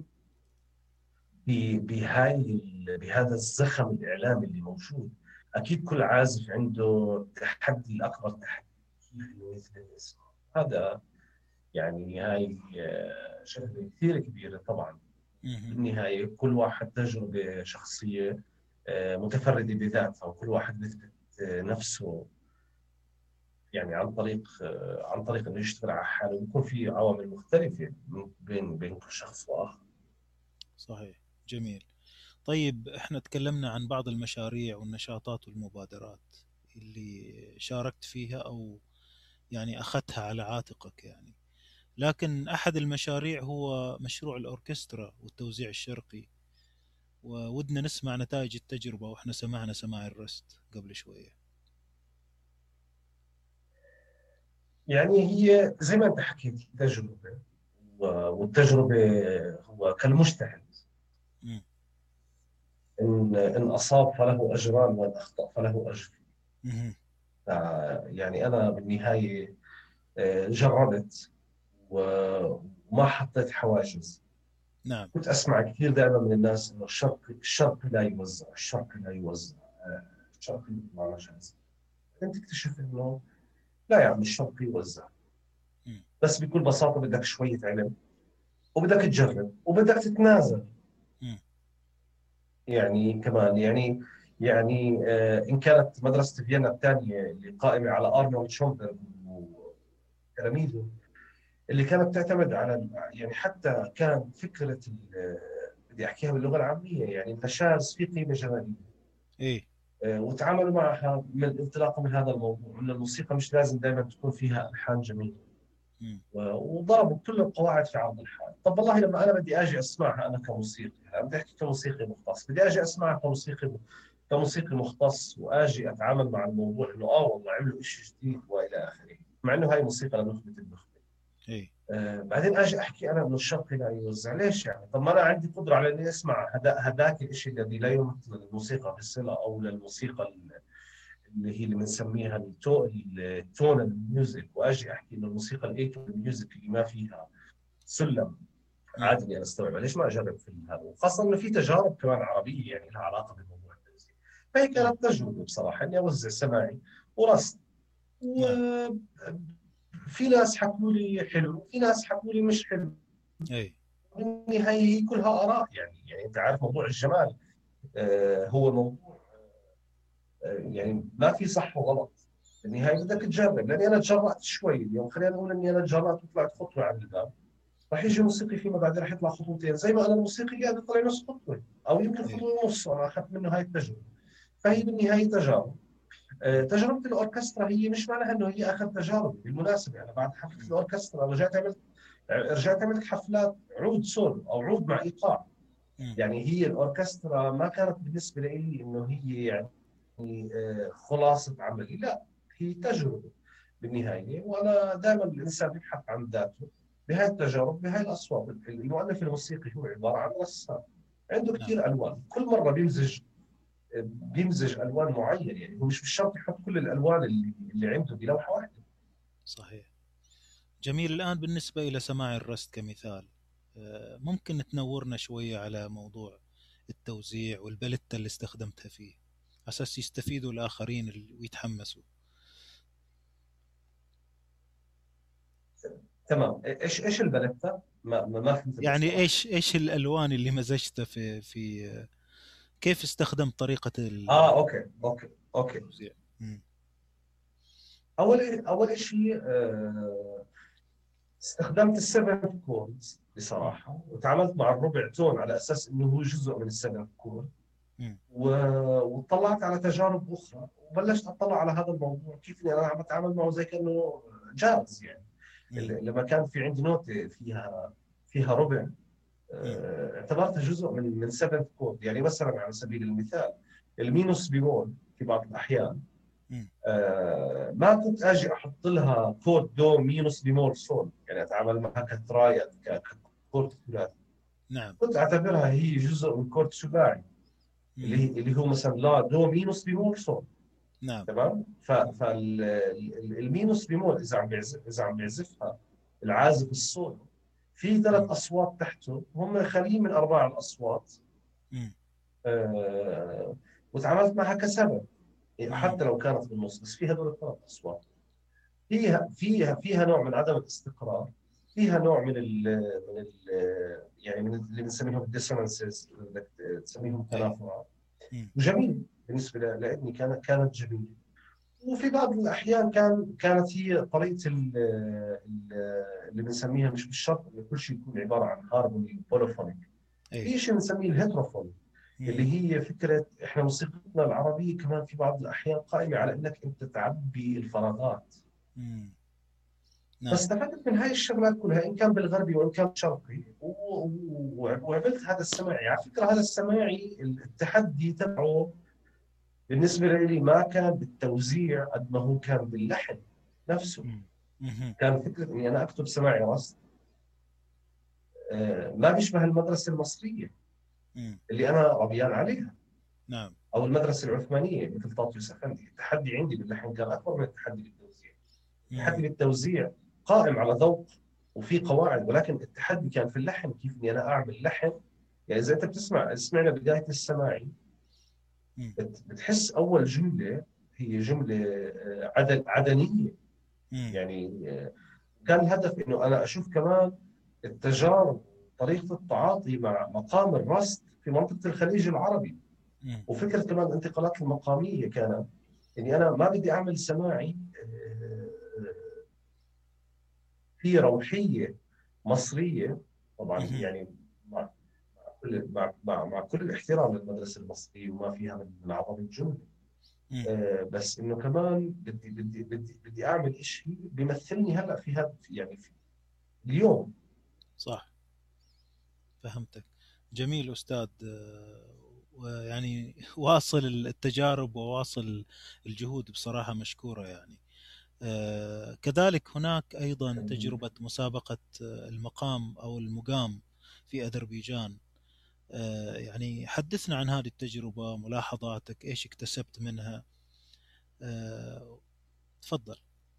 بهاي ال- بهذا الزخم الإعلامي اللي موجود، أكيد كل عازف عنده تحدي، الأكبر تحدي كيف إنه يثبت اسمه. هذا يعني هاي آه، شغلة كثير كبيرة طبعا. مهم. بالنهاية كل واحد تجربة شخصية آه، متفردة بذاتها، وكل واحد بيثبت آه، نفسه يعني عن طريق آه، عن طريق انه يشتغل على حاله، ويكون في عوامل مختلفة بين بين كل شخص وآخر. صحيح. جميل. طيب احنا تكلمنا عن بعض المشاريع والنشاطات والمبادرات اللي شاركت فيها او يعني اخذتها على عاتقك يعني، لكن احد المشاريع هو مشروع الاوركسترا والتوزيع الشرقي، وودنا نسمع نتائج التجربة، واحنا سمعنا سماع الرست قبل شوية. يعني هي زي ما انت حكيت تجربة، والتجربة هو كالمجتهد، م. إن إن أصاب فله أجران وإن أخطأ فله أجر. مهم. يعني أنا بالنهاية آه، جربت و- وما حطيت حواجز. نعم. كنت أسمع كثير دائما من الناس إنه الشرق الشرق لا يوزع، الشرق لا يوزع، آه، الشرق يطلع مجاز. أنت تكتشف إنه لا، يعني الشرق يوزع، بس بكل بساطة بدك شوية علم، وبدك تجرب، وبدك تتنازل. مم. يعني كمان يعني يعني آه، إن كانت مدرسة فيينا الثانية اللي قائمة على أرنولد شومبرغ وتلاميذه، اللي كانت تعتمد على يعني حتى كان فكرة ال- بدي أحكيها باللغة العامية، يعني النشاز في قيمة جمالية. ايه. آه، وتعاملوا معها من انطلاقا من هذا الموضوع، أن الموسيقى مش لازم دائما تكون فيها ألحان جميلة. مم. و- وضربوا كل القواعد في عرض الحال. طب والله لما أنا بدي أجي أسمعها أنا كموسيقي، أنا بدي أحكي كموسيقي مختص، بدي أجي أسمعها كموسيقي كموسيقي مختص وأجي أتعامل مع الموضوع إنه آه والله عملوا شيء جديد وإلى آخره، مع إنه هاي موسيقى لنخبة النخبة. ايه. آه بعدين اجي احكي انا انه الشرق لا يوزع، ليش يعني؟ طب ما انا عندي قدره على اني اسمع هدا هداك الشيء الذي لا يمثل الموسيقى بالصله او للموسيقى اللي هي اللي بنسميها التو التونال ميوزك، واجي احكي انه الموسيقى الايتون ميوزك اللي ما فيها سلم مم. عادي اني استوعبها، ليش ما اجرب في هذا؟ وخاصه انه في تجارب كمان عربيه يعني لها علاقه بموضوع التوزيع. فهي مم. كانت تجربه بصراحه اني اوزع سماعي ورصد. نعم. وفي ناس حكوا لي حلو، في ناس حكوا لي مش حلو. ايه. بالنهايه هي كلها اراء يعني يعني انت عارف موضوع الجمال آه هو موضوع آه يعني ما في صح وغلط. بالنهايه بدك تجرب، لاني انا تجرأت شوي اليوم، خلينا نقول اني انا تجرأت وطلعت خطوه على الباب، راح يجي موسيقي فيما بعد راح يطلع خطوتين، زي ما انا الموسيقي قاعد يطلع نص خطوه او يمكن ايه. خطوه ونص، انا اخذت منه هاي التجربه. فهي بالنهايه تجارب. آه تجربه الاوركسترا هي مش معناها انه هي اخذ تجارب. بالمناسبه انا بعد حفله مم. الاوركسترا رجعت عملت رجعت عملت حفلات عود سولو او عود مع ايقاع. مم. يعني هي الاوركسترا ما كانت بالنسبه لي انه هي يعني آه، خلاصه عملي، لا، هي تجربه بالنهايه. وانا دائما الانسان يبحث عن ذاته بهاي التجارب بهاي الاصوات. المؤلف الموسيقي هو عباره عن رسام عنده نعم. كثير الوان، كل مره بيمزج بيمزج الوان معينه، يعني هو مش بالشرط يحط كل الالوان اللي اللي عنده بلوحه واحده. صحيح. جميل. الآن بالنسبة إلى سماع الرست كمثال، آه، ممكن تنورنا شوية على موضوع التوزيع والبلتة اللي استخدمتها فيه، أساس يستفيدوا الآخرين ال- ويتحمسوا. تمام. ايش ايش البلتة؟ ما ما ما فهمت يعني بصراحه. إيش إيش الألوان اللي مزجتها في في آه، كيف استخدم طريقة ال- اه اوكي اوكي اوكي. التوزيع. مم. اول اول شيء آه استخدمت السفن كوردز مم. بصراحه، وتعاملت مع الربع تون على اساس انه هو جزء من السفن كورد. مم. و- وطلعت على تجارب اخرى وبلشت اطلع على هذا الموضوع كيف اني انا عم بتعامل معه زي كانه جاز يعني. مم. ال- لما كان في عندي نوتة فيها فيها ربع مم. آه، اعتبرتها جزء من من سفن كورد. يعني مثلا على سبيل المثال المينوس بيمول في بعض الاحيان مم. آه، ما كنت اجي احط لها كورد دو مينوس بيمول سول، يعني اتعامل معها كترايد ك- ككورد ثلاثي. نعم. كنت اعتبرها هي جزء من كورد سباعي اللي مم. هي اللي هو مثلا لا دو مينوس بيمول سول. نعم. تمام. فالمينوس بيمول اذا عم بيعزف اذا عم بيعزفها العازف السولو في ثلاث مم. اصوات تحته هم خاليين من ارباع الاصوات. مم. آه، وتعاملت معها كسبب مم. حتى لو كانت بالنص، بس فيها دول الثلاث اصوات. فيها فيها فيها نوع من عدم الاستقرار، فيها نوع من ال من ال يعني من اللي بنسميهم الديسونانسز، بدك تسميهم أي. تنافرات. مم. وجميل بالنسبه ل- لابني، كانت كانت جميله. وفي بعض الاحيان كان كانت هي طريقه ال- ال- اللي بنسميها مش بالشرط انه كل شيء يكون عباره عن هارموني بوليفونيك. أي. في شيء بنسميه الهيتروفون، مم. اللي هي فكره احنا موسيقتنا العربيه كمان في بعض الاحيان قائمه على انك انت تعبي الفراغات. مم. نعم. فاستفدت من هاي الشغلات كلها ان كان بالغربي وان كان بالشرقي، و- و- وعملت هذا السماعي. على فكره هذا السماعي التحدي تبعه بالنسبه لي ما كان بالتوزيع قد ما هو كان باللحن نفسه. مم. مم. كان فكره اني انا اكتب سماعي رصد آه، ما بيشبه المدرسه المصريه مم. اللي انا ربيان عليها، نعم. او المدرسه العثمانيه مثل طاطيوس افندي. التحدي عندي باللحن كان اكبر من التحدي بالتوزيع. التحدي مم. بالتوزيع قائم على ذوق وفي قواعد، ولكن التحدي كان في اللحن، كيف اني انا اعمل لحن. يعني اذا انت بتسمع سمعنا بدايه السماعي مم. بت- بتحس اول جمله هي جمله آه، عدن عدنيه. مم. يعني آه، كان الهدف انه انا اشوف كمان التجارب طريقه التعاطي مع مقام الرصد في منطقه الخليج العربي. مم. وفكره كمان الانتقالات المقاميه كانت اني انا ما بدي اعمل سماعي آه، في روحيه مصريه طبعا، مهم. يعني مع كل مع مع, مع كل الاحترام للمدرسه المصريه وما فيها من من عظمه الجمله، مم. آه، بس انه كمان بدي بدي بدي بدي اعمل شيء بيمثلني هلا في هذا يعني في اليوم. صح، فهمتك. جميل أستاذ. آه، ويعني واصل التجارب وواصل الجهود بصراحة مشكورة يعني. آه، كذلك هناك أيضا تجربة مسابقة آه، المقام أو المقام في أذربيجان. آه، يعني حدثنا عن هذه التجربة، ملاحظاتك، إيش اكتسبت منها؟ آه، تفضل.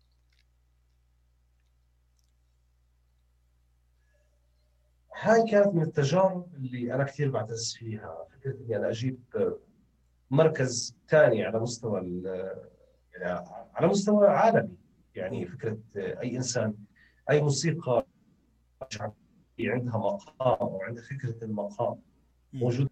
هاي كانت من التجارب اللي انا كثير بعتز فيها، فكره اني انا اجيب مركز ثاني على مستوى ال- يعني على مستوى عالمي. يعني فكره اي انسان، اي موسيقى شعبيه عندها مقام او عندها فكره المقام مم. موجود.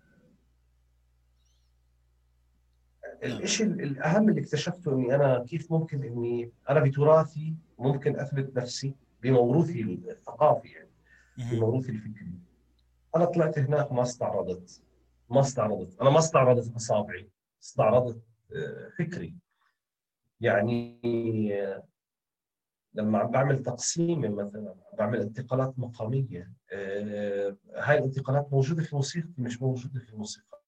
نعم. الشيء الاهم اللي اكتشفته اني انا كيف ممكن اني انا بتراثي ممكن اثبت نفسي بموروثي الثقافي، يعني مهم. بموروثي الفكري. انا طلعت هناك ما استعرضت ما استعرضت انا ما استعرضت اصابعي، استعرضت آه، فكري. يعني آه، لما عم بعمل تقسيمه مثلا، عم بعمل انتقالات مقاميه، آه، هاي الانتقالات موجوده في موسيقتي، مش موجوده في موسيقى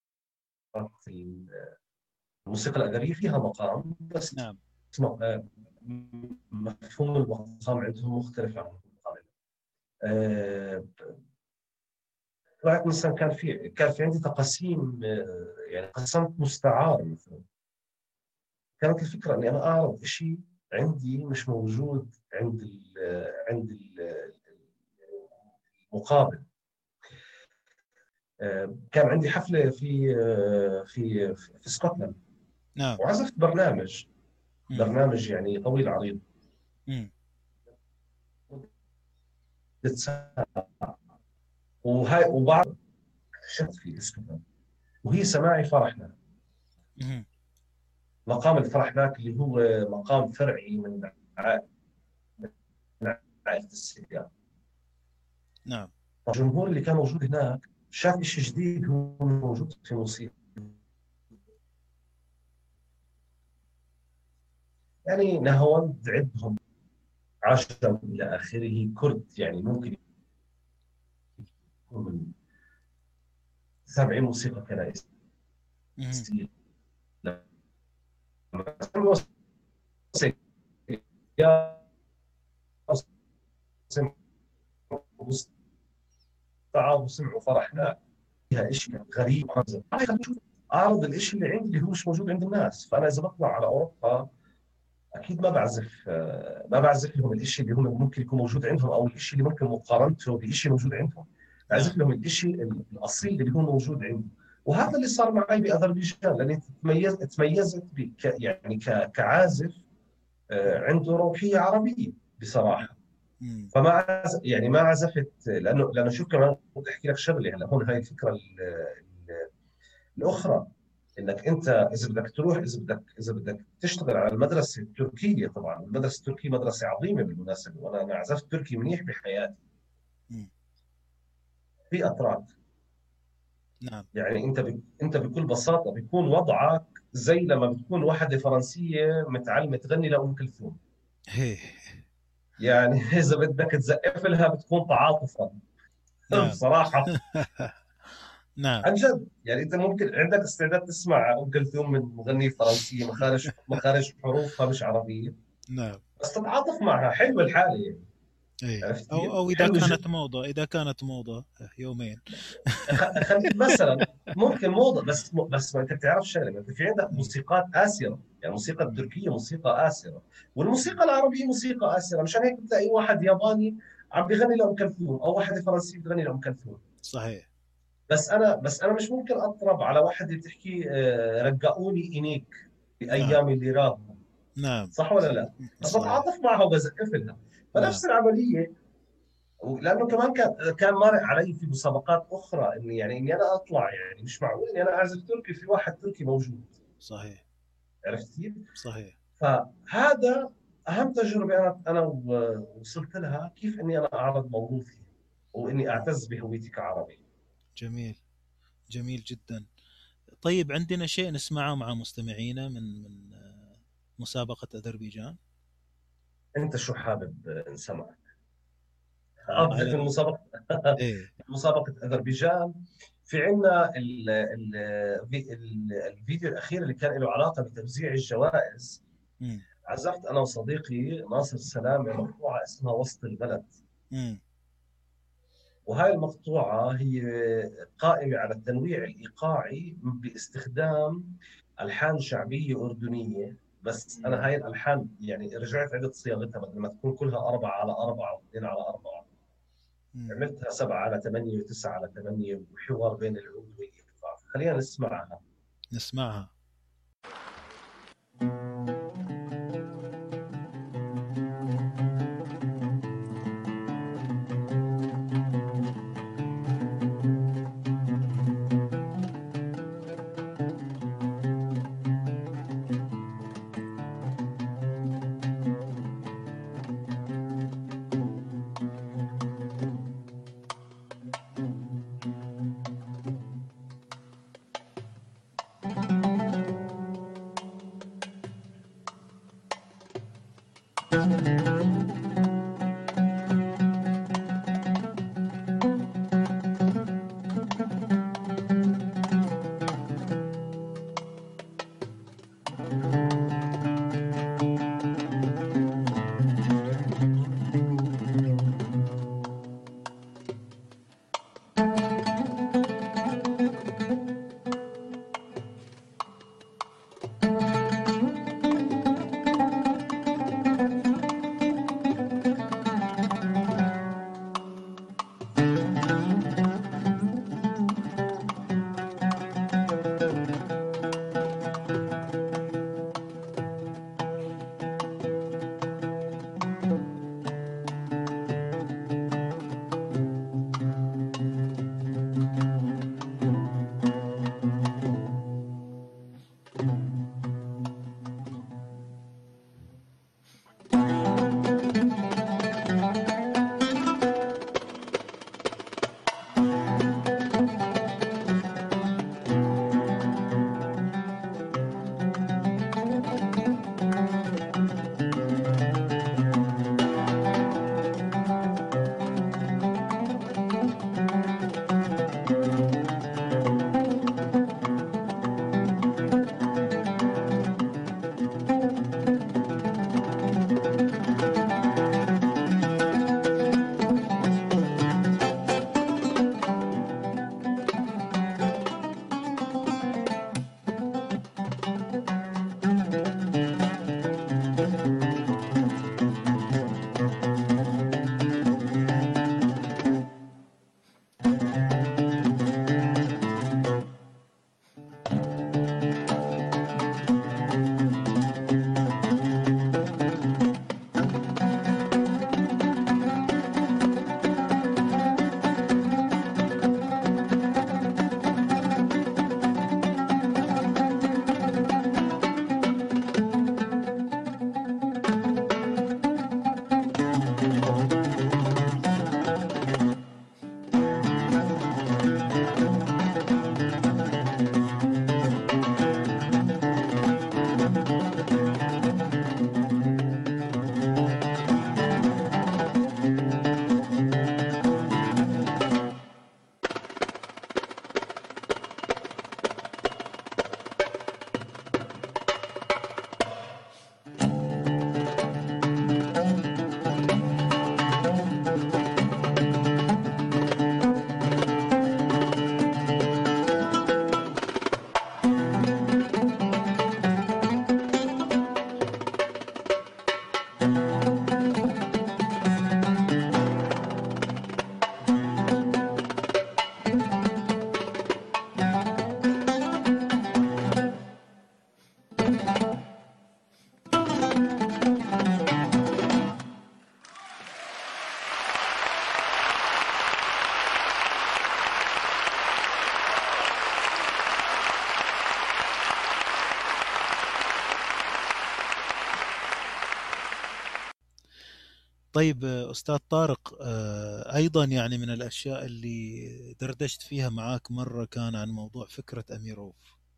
الموسيقى الأدبية. فيها مقام بس نعم. آه، مفهوم المقام عندهم مختلف عن المقام. آه، طلعت مثلا كان في كان في عندي تقاسيم، آه، يعني قسمت مستعار مثلا. كانت الفكره اني انا اعرض شيء عندي مش موجود عند ال عند ال المقابل. آه، كان عندي حفله في آه، في في اسكتلند، نعم. وعزفت برنامج مم. برنامج يعني طويل عريض مم. ست ساعات. وهاي وبعد شفت في اسكتلند، وهي سماعي فرحنا. مم. مقام الفرح هناك اللي هو مقام فرعي من عائلة من عائلة السيجار. نعم. الجمهور اللي كان موجود هناك شاف شيء جديد هو موجود في الموسيقى. يعني نهاوند عندهم عشرة إلى آخره كرد، يعني ممكن يكون من سبعين موسيقى كنائسية. مم. تعالوا وسمعوا فرحنا فيها شيء غريب. اعرض الشيء اللي عندي اللي هو مش موجود عند الناس. فانا اذا بطلع على اوروبا اكيد ما بعزف آه، ما بعزف لهم الشيء اللي هم ممكن يكون موجود عندهم، او الشيء اللي ممكن مقارنته بشيء موجود عندهم. بعزف نعم. لهم الشيء الاصيل اللي هو موجود عندي. وهذا اللي صار معي باذربيجان، لاني تميزت تميزت بك يعني ك- كعازف آه، عنده روحيه عربيه بصراحه. مم. فما عز... يعني ما عزفت، لانه لانه شوف كمان بدي احكي لك شغله. هلا هون هاي الفكره ال... ال... الاخرى، انك انت اذا بدك تروح اذا بدك اذا بدك تشتغل على المدرسه التركيه. طبعا المدرسه التركيه مدرسه عظيمه بالمناسبه، وانا انا عزفت تركي منيح بحياتي مم. في اتراك. نعم. يعني انت ب... انت بكل بساطه بيكون وضعك زي لما بتكون واحده فرنسيه متعلمه تغني لام كلثوم. هي. يعني اذا بدك تزقف لها بتكون تعاطفا. نعم. بصراحه نعم. عن جد. يعني انت ممكن عندك استعداد تسمع ام كلثوم من مغنيه فرنسيه مخارج مخارج حروفها مش عربيه، نعم. بس تتعاطف معها. حلوه الحاله يعني. ايه. عرفت او كيف؟ او اذا حلوه كانت جدا. موضه اذا كانت موضه يومين. خ- خليك مثلا ممكن موضه، بس بس ما انت بتعرف شغله، ما انت في عندك مم. موسيقات اسره. يعني الموسيقى مم. التركيه موسيقى اسره، والموسيقى العربيه موسيقى اسره. مشان هيك بتلاقي واحد ياباني عم بيغني لام كلثوم، او واحده فرنسيه بتغني لام كلثوم. صحيح. بس انا بس انا مش ممكن اطرب على واحد اللي بتحكي آه، رققوني انيك نعم. بايام اللي راهوا. نعم. صح ولا لا؟ بس صحيح. بتعاطف معها وبزقف لها. نعم. فنفس العمليه لانه كمان كان كان مارق علي في مسابقات اخرى اني يعني اني انا اطلع، يعني مش معقول اني انا اعزف تركي في واحد تركي موجود. صحيح عرفت كيف؟ صحيح. فهذا اهم تجربه انا انا وصلت لها، كيف اني انا اعرض موروثي واني اعتز بهويتي كعربي. جميل جميل جدا. طيب عندنا شيء نسمعه مع مستمعينا من من آه، مسابقة أذربيجان. انت شو حابب نسمع؟ والله قصدك على المسابقه ايه. مسابقه اذربيجان. في عندنا ال- ال- ال- الفيديو الاخير اللي كان له علاقه بتوزيع الجوائز. امم عزفت انا وصديقي ناصر سلامه مقطوعه اسمها وسط البلد. امم وهاي المقطوعة هي قائمة على التنويع الإيقاعي باستخدام ألحان شعبية أردنية. بس أنا هاي الألحان يعني رجعت عدت صياغتها، بدل ما تكون كلها أربعة على أربعة واثنين على أربعة عملتها سبعة على ثمانية وتسعة على ثمانية، وحوار بين العود والإيقاع. خلينا نسمعها. نسمعها. Thank you. طيب أستاذ طارق، أيضا يعني من الأشياء اللي دردشت فيها معاك مرة كان عن موضوع فكرة أميروف.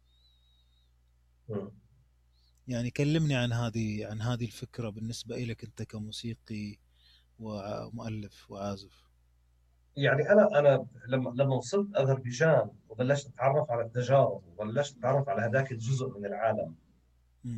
م. يعني كلمني عن هذه عن هذه الفكرة بالنسبة لك أنت كموسيقي ومؤلف وعازف. يعني انا انا لما لما وصلت اذربيجان وبلشت اتعرف على التجارب وبلشت اتعرف على هذاك الجزء من العالم، م.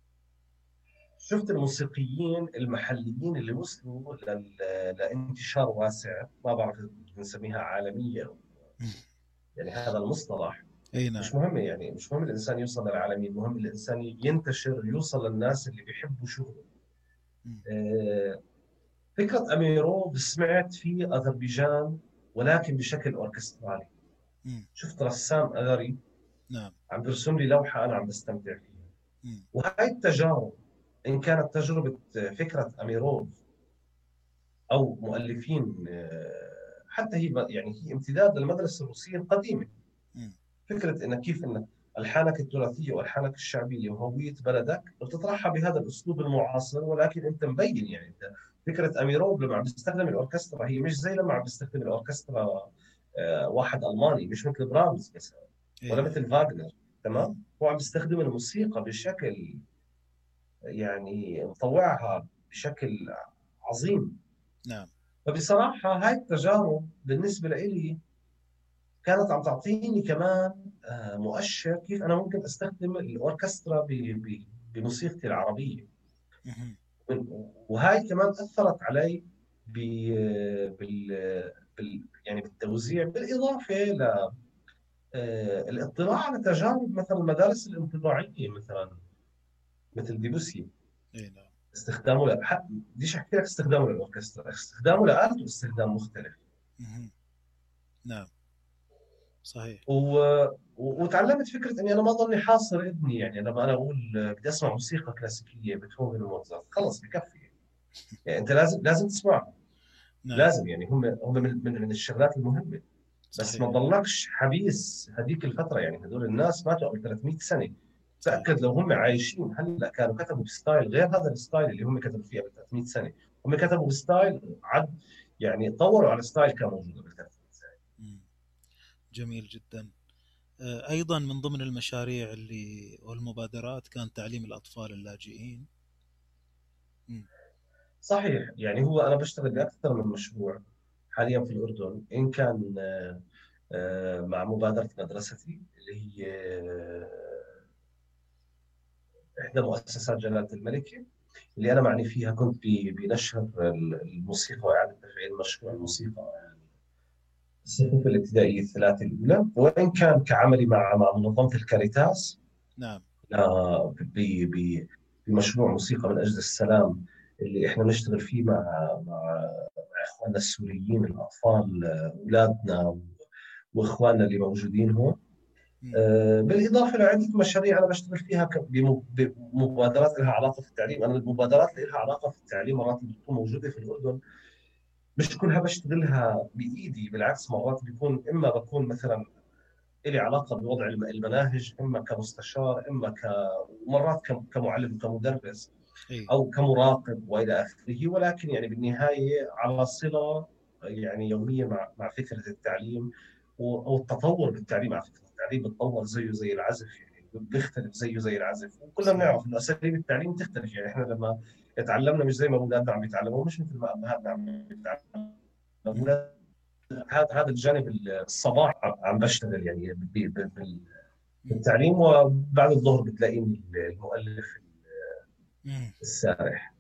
شفت الموسيقيين المحليين اللي وصلوا لل... لانتشار واسع، ما بعرف بنسميها عالميه، يعني هذا المصطلح أي نعم. مش مهم، يعني مش مهم الانسان يوصل للعالمين، المهم الانسان ينتشر، يوصل للناس اللي بيحبوا شغله. آه، فكره اميروف سمعت في اذربيجان ولكن بشكل اوركسترالي. م. شفت رسام اذري نعم. عم برسم لي لوحه انا عم بستمتع فيها. م. وهي التجارب، ان كانت تجربه فكره اميروف او مؤلفين، آه، حتى هي يعني هي امتداد للمدرسه الروسيه القديمه. م. فكره انك كيف انك الحانك التراثيه والحانك الشعبيه وهويه بلدك بتطرحها بهذا الاسلوب المعاصر، ولكن انت مبين يعني انت فكره اميروف لما عم بيستخدم الاوركسترا هي مش زي لما عم بيستخدم الاوركسترا آه، واحد الماني، مش مثل برامز مثلا ولا مثل فاغنر. تمام، هو عم بيستخدم الموسيقى بشكل يعني مطوعها بشكل عظيم. نعم. فبصراحه هاي التجارب بالنسبه لي كانت عم تعطيني كمان آه، مؤشر كيف انا ممكن استخدم الاوركسترا ب- ب- بموسيقتي العربيه. م. وهاي كمان اثرت علي ب- بال بال يعني بالتوزيع، بالاضافه ل آه، الاطلاع على تجارب مثلا المدارس الانطباعيه، مثلا مثل ديبوسي. أي نعم. استخدامه ل... ح- بديش احكي لك استخدامه للاوركسترا، استخدامه لآلته استخدام مختلف. م. نعم صحيح. و... و... وتعلمت فكره اني انا ما ضلني حاصر ابني، يعني لما انا اقول بدي اسمع موسيقى كلاسيكيه بيتهوفن وموزارت خلص بكفي. يعني انت لازم لازم تسمعهم، نعم لازم، يعني هم هم من من, من الشغلات المهمه. بس ما صحيح. تضلكش حبيس هذيك الفتره، يعني هذول الناس ماتوا قبل ثلاثمئة سنه. صحيح. تاكد لو هم عايشين هلا كانوا كتبوا بستايل غير هذا الستايل اللي هم كتبوا فيه قبل ثلاثمئة سنه. هم كتبوا بستايل عد، يعني طوروا على ستايل كان موجود قبل ثلاثمئة سنه. م. جميل جدا. أيضا من ضمن المشاريع اللي والمبادرات كان تعليم الأطفال اللاجئين. م. صحيح، يعني هو انا بشتغل باكثر من مشروع حاليا في الاردن، ان كان آه، آه، مع مبادره مدرستي اللي هي آه، احدى مؤسسات جلاله الملكه، اللي انا معني فيها. كنت ب- بنشر الموسيقى واعاده تفعيل مشروع الموسيقى الصفوف الابتدائيه الثلاثه الاولى، وان كان كعملي مع مع منظمه الكاريتاس نعم. آه، ب- ب- بمشروع موسيقى من اجل السلام اللي احنا بنشتغل فيه مع مع مع اخواننا السوريين الاطفال، آه، اولادنا واخواننا اللي موجودين هون. م. آه، بالاضافه لعده مشاريع انا بشتغل فيها ك- بم- بمبادرات لها علاقه في التعليم. انا المبادرات اللي لها علاقه في التعليم مرات بتكون موجوده في الاردن مش كلها بشتغلها بايدي، بالعكس مرات بيكون اما بكون مثلا لي علاقه بوضع الم- المناهج، اما كمستشار، اما ك ومرات كم- كمعلم وكمدرس أي. او كمراقب والى اخره. ولكن يعني بالنهايه على صله يعني يوميه مع مع فكره التعليم و- والتطور بالتعليم. على فكره التعليم بتطور زيه زي العزف، يعني بيختلف زيه زي العزف، وكلنا صحيح. بنعرف انه اساليب التعليم تختلف. يعني احنا لما تعلمنا مش زي ما اولادنا عم بيتعلموا، مش مثل ما ابهاتنا عم بيتعلموا. م. هذا هذا الجانب الصباح عم بشتغل يعني ب- ب- بال- م. بالتعليم، وبعد الظهر بتلاقيني المؤلف م. السارح.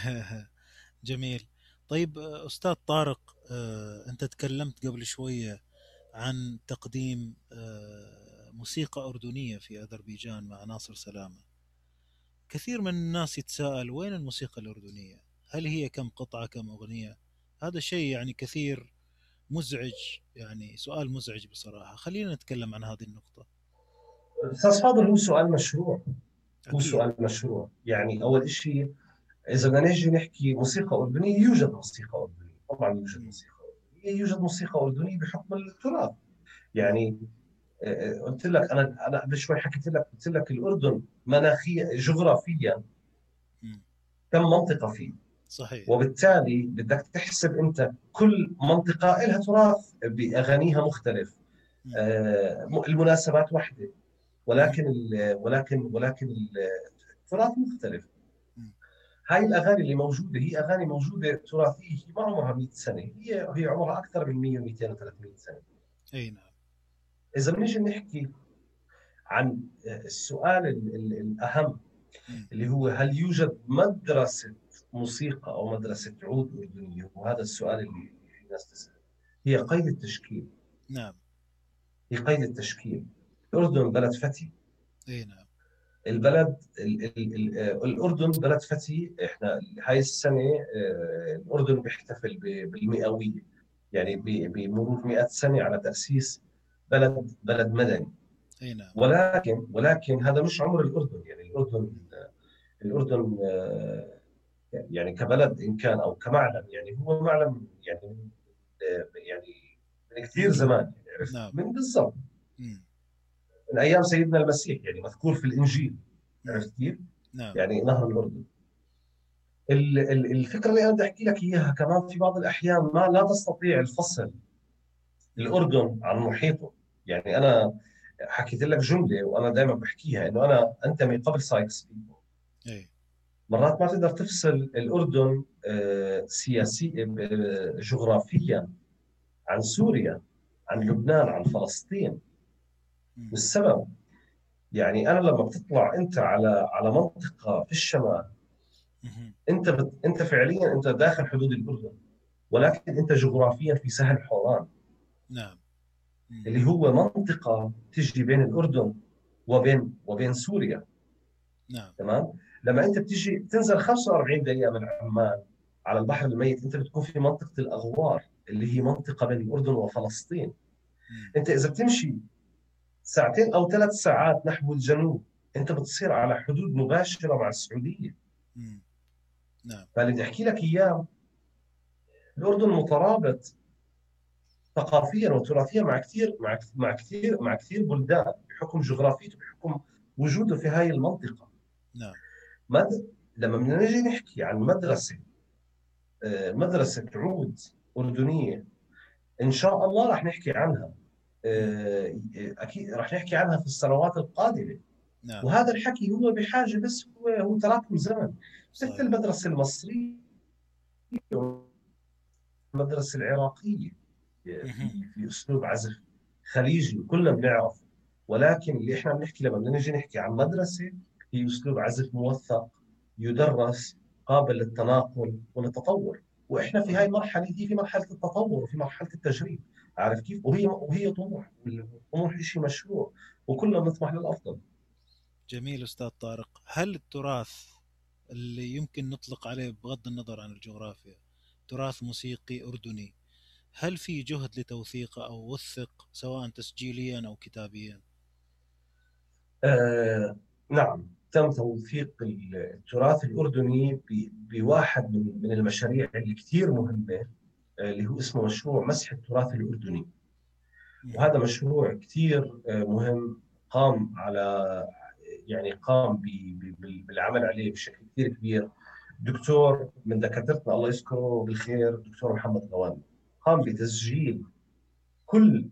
جميل. طيب أستاذ طارق، آه، أنت تكلمت قبل شوية عن تقديم آه، موسيقى أردنية في أذربيجان مع ناصر سلامة. كثير من الناس يتساءل وين الموسيقى الأردنية؟ هل هي كم قطعة كم أغنية؟ هذا شيء يعني كثير مزعج، يعني سؤال مزعج بصراحة. خلينا نتكلم عن هذه النقطة. استاذ فاضل، هو سؤال مشروع، هو أكيد. سؤال مشروع. يعني اول شيء اذا بدنا نجي نحكي موسيقى اردنيه، يوجد موسيقى اردنيه، طبعا يوجد م. موسيقى اردنيه، يوجد موسيقى اردنيه بحكم التراث. م. يعني آه، قلت لك انا انا قبل شوي حكيت لك، قلت لك الاردن مناخيا جغرافيا م. كم منطقه فيه؟ صحيح. وبالتالي بدك تحسب انت كل منطقه لها تراث باغانيها مختلف، آه، المناسبات واحده، ولكن ال ولكن ولكن التراث مختلف. هاي الاغاني اللي موجوده هي اغاني موجوده تراثيه، هي ما عمرها مئة سنه، هي هي عمرها اكثر من مئة ومئتين وثلاثمئة سنه. اي نعم. اذا بنيجي نحكي عن السؤال ال ال الاهم اللي هو هل يوجد مدرسه موسيقى او مدرسه عود اردنيه، وهذا السؤال اللي الناس تسال، هي قيد التشكيل. نعم. هي قيد التشكيل. الاردن بلد فتي. اي نعم. البلد ال ال ال الأردن بلد فتي. إحنا هاي السنة الأردن بيحتفل بالمئوية، يعني بمرور مئة سنة على تأسيس بلد بلد مدني. أي نعم. ولكن ولكن هذا مش عمر الأردن. يعني الأردن الأردن يعني كبلد إن كان أو كمعلم، يعني هو معلم يعني يعني من كثير زمان، يعني عرفت؟ نعم. من بالضبط من ايام سيدنا المسيح، يعني مذكور في الانجيل. عرفت كيف؟ نعم. يعني نهر الاردن. الفكره اللي انا بدي احكي لك اياها كمان، في بعض الاحيان ما لا تستطيع الفصل الاردن عن محيطه. يعني انا حكيت لك جمله وانا دائما بحكيها، انه انا انتمي قبل سايكس بيكو. اي. مرات ما تقدر تفصل الاردن سياسيا جغرافيا عن سوريا، عن لبنان، عن فلسطين. والسبب يعني انا لما بتطلع انت على على منطقه في الشمال، انت بت... انت فعليا انت داخل حدود الاردن، ولكن انت جغرافيا في سهل حوران. نعم. اللي هو منطقه تجي بين الاردن وبين وبين سوريا. نعم. تمام. لما انت بتيجي تنزل خمسة وأربعين دقيقه من عمان على البحر الميت، انت بتكون في منطقه الاغوار اللي هي منطقه بين الاردن وفلسطين. مم. انت اذا بتمشي ساعتين او ثلاث ساعات نحو الجنوب، انت بتصير على حدود مباشره مع السعوديه. مم. نعم. فاللي بدي احكي لك اياه، الاردن مترابط ثقافيا وتراثيا مع كثير مع مع كثير مع كثير بلدان، بحكم جغرافيته، بحكم وجوده في هاي المنطقه. نعم. مد... لما بدنا نجي نحكي عن مدرسه مدرسه عود اردنيه، ان شاء الله راح نحكي عنها. اكيد راح نحكي عنها في السنوات القادمه. نعم. وهذا الحكي هو بحاجه، بس هو هو تراكم زمن. مثل المدرسه المصريه المدرسه العراقيه في في اسلوب عزف خليجي كلنا بنعرف. ولكن اللي احنا بنحكي لما بدنا نجي نحكي عن مدرسه، هي اسلوب عزف موثق يدرس، قابل للتناقل والتطور. واحنا في هاي المرحله، هي في مرحله التطور وفي مرحله التجريب. عارف كيف؟ وهي وهي طموح. الطموح شيء مشروع، وكلنا بنطمح للافضل. جميل أستاذ طارق. هل التراث اللي يمكن نطلق عليه بغض النظر عن الجغرافيا تراث موسيقي أردني، هل في جهد لتوثيقه أو وثق سواء تسجيليا أو كتابيا؟ آه نعم، تم توثيق التراث الأردني بواحد من من المشاريع اللي كثير مهمة، اللي هو اسمه مشروع مسح التراث الأردني. وهذا مشروع كثير مهم، قام على يعني قام بالعمل عليه بشكل كثير كبير دكتور من دكاترتنا الله يذكره بالخير، دكتور محمد غواني. قام بتسجيل كل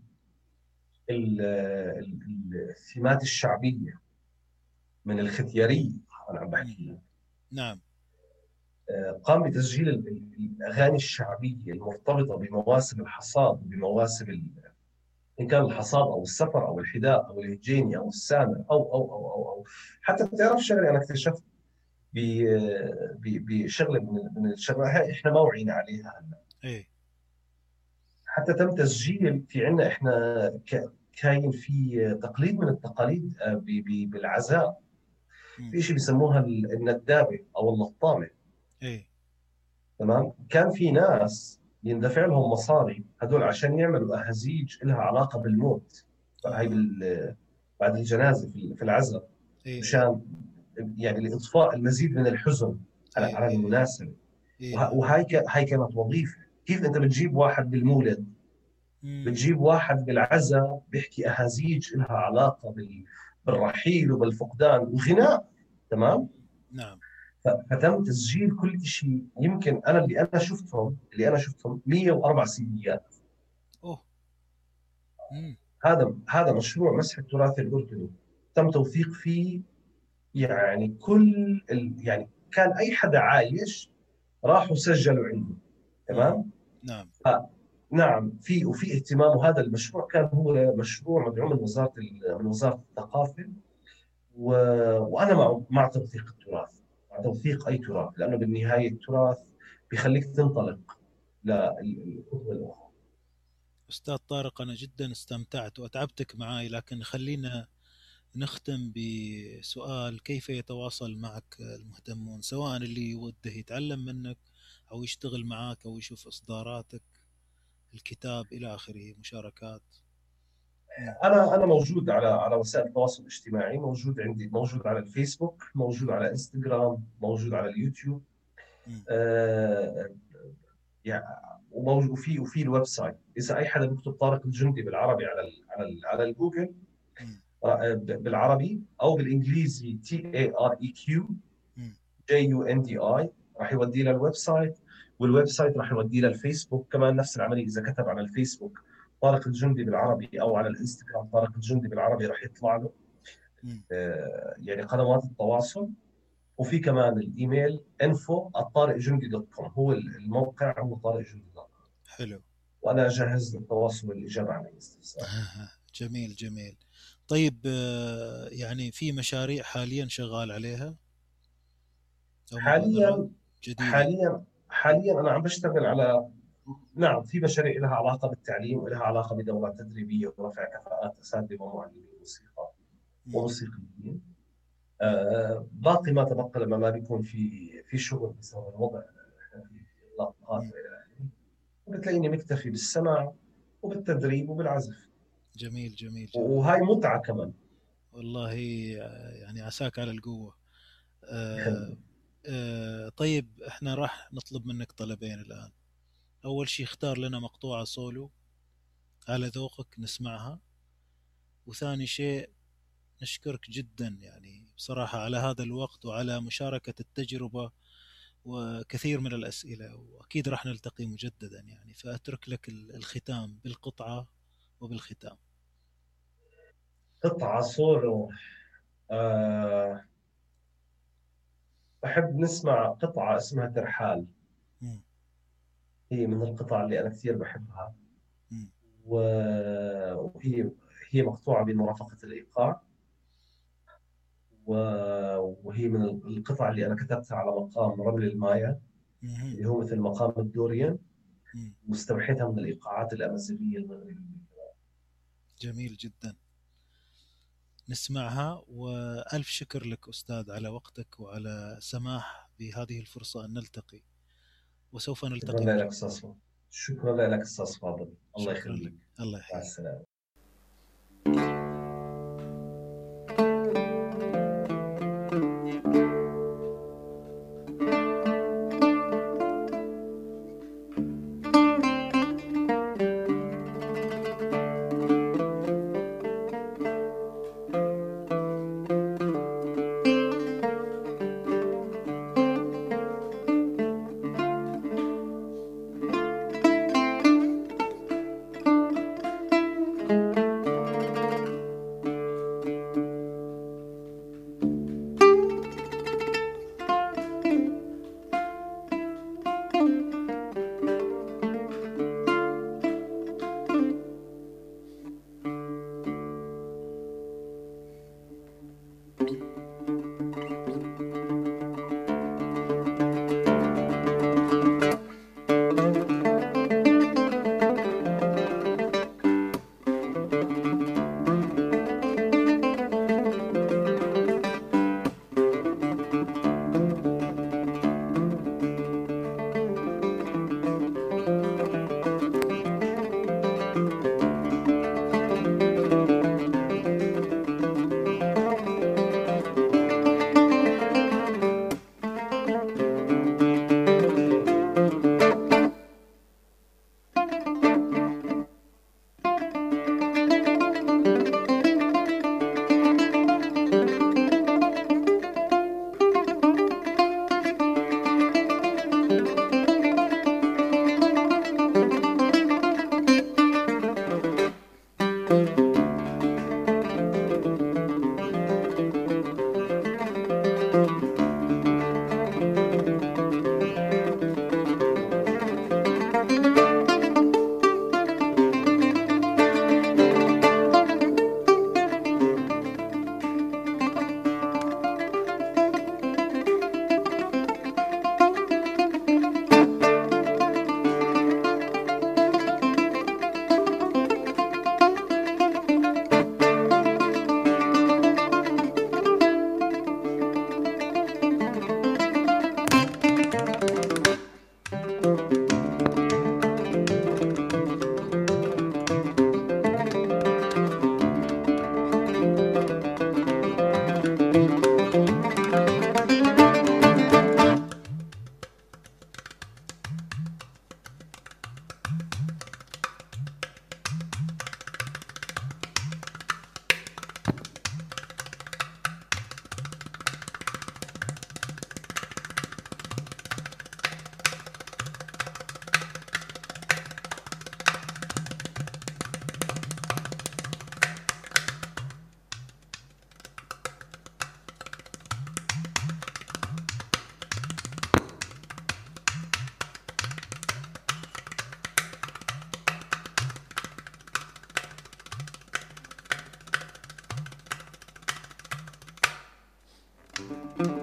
السمات الشعبية من الختيارية. أنا عم بحكي. نعم. قام بتسجيل الأغاني الشعبية المرتبطة بمواسم الحصاد وبمواسم ال... إن كان الحصاد أو السفر أو الحداء أو الهجيني أو السامر أو أو أو أو, أو. حتى بتعرف شغلة أنا اكتشفت بشغلة من من الشغلات هاي إحنا ما وعينا عليها هلا. إيه. حتى تم تسجيل في عنا إحنا ك... كاين في تقليد من التقاليد بالعزاء، في شيء بيسموها الندابه او اللطامه. ايه. تمام. كان في ناس يندفع لهم مصاري هذول عشان يعملوا اهازيج لها علاقه بالموت، هاي بال... بعد الجنازه في في العزاء، إيه. مشان يعني لاطفاء المزيد من الحزن على إيه. على المناسبه. إيه. وه... وهاي ك... هاي كانت وظيفه. كيف انت بتجيب واحد بالمولد، بتجيب واحد بالعزاء بيحكي اهازيج لها علاقه بال... بالرحيل وبالفقدان وغناء. تمام. نعم. ف- فتم تسجيل كل شيء. يمكن انا اللي انا شفتهم اللي انا شفتهم مية وأربعة سيديات. اوه. امم. هذا هذا مشروع مسح التراث الاردني، تم توثيق فيه يعني كل ال... يعني كان اي حدا عايش راحوا سجلوا عنده. تمام. نعم. نعم، في وفي اهتمام. وهذا المشروع كان هو مشروع مدعوم من وزاره ال- من وزاره الثقافه. و... وانا مع مع توثيق التراث، مع توثيق اي تراث، لانه بالنهايه التراث بيخليك تنطلق للخطوه الاخرى. أستاذ طارق، أنا جدا استمتعت وأتعبتك معي، لكن خلينا نختم بسؤال: كيف يتواصل معك المهتمون، سواء اللي وده يتعلم منك أو يشتغل معك أو يشوف إصداراتك، الكتاب إلى آخره، مشاركات؟ مم. انا انا موجود على على وسائل التواصل الاجتماعي، موجود عندي، موجود على الفيسبوك، موجود على انستغرام، موجود على اليوتيوب. مم. آه يعني وموجود وفي وفي الويب سايت. اذا اي حدا بيكتب طارق الجندي بالعربي على ال على ال على الجوجل، مم. آه، بالعربي او بالانجليزي تي اي ار اي كيو مم. جي يو ان دي اي، راح يوديه للويب سايت. والويب سايت راح يوديه للفيسبوك كمان، نفس العمليه. اذا كتب على الفيسبوك طارق الجندي بالعربي او على الانستغرام طارق الجندي بالعربي راح يطلع له مم. آه، يعني قنوات التواصل. وفي كمان الايميل انفو طارق جندي دوت كوم، هو الموقع هو طارق جندي دوت كوم. حلو. وانا جاهز للتواصل والاجابه عن اي استفسار. جميل جميل. طيب، آه، يعني في مشاريع حاليا شغال عليها أو مبادرات حاليا جديدة؟ حاليا حاليا انا عم بشتغل على، نعم، في مشاريع لها علاقه بالتعليم ولها علاقه بدورات تدريبيه ورفع كفاءات اساتذه ومعلمين موسيقى مم. وموسيقيين. مم. آه باقي ما تبقى لما ما بيكون في في شغل بسبب الوضع، احنا في لقاءات مم. والى اخره، وبتلاقيني مكتفي بالسماع وبالتدريب وبالعزف. جميل جميل جميل. وهاي متعه كمان. والله آه، يعني عساك على القوة. آه، يخليك. آه، طيب، احنا راح نطلب منك طلبين الآن. أول شيء اختار لنا مقطوعة سولو على ذوقك نسمعها، وثاني شيء نشكرك جدا يعني بصراحة على هذا الوقت وعلى مشاركة التجربة وكثير من الأسئلة، وأكيد راح نلتقي مجددا يعني، فأترك لك الختام بالقطعة وبالختام. قطعه سولو. آه بحب نسمع قطعه اسمها ترحال. مم. هي من القطع اللي انا كثير بحبها. مم. و- وهي هي مقطوعة بمرافقة الإيقاع. و- وهي من القطع اللي أنا كتبتها على مقام رمل المايا، مم. اللي هو مثل مقام الدوريان، مم. مستوحيتها من الإيقاعات الأمازيغية المغربية. جميل جدا، نسمعها. وألف شكر لك أستاذ على وقتك وعلى سماح بهذه الفرصة أن نلتقي، وسوف شكرا نلتقي لك مجددا. أستاذ، شكرا لك أستاذ فاضل، الله شكرا لك، يخليك. الله مع يحييك. السلامة. الأطفال.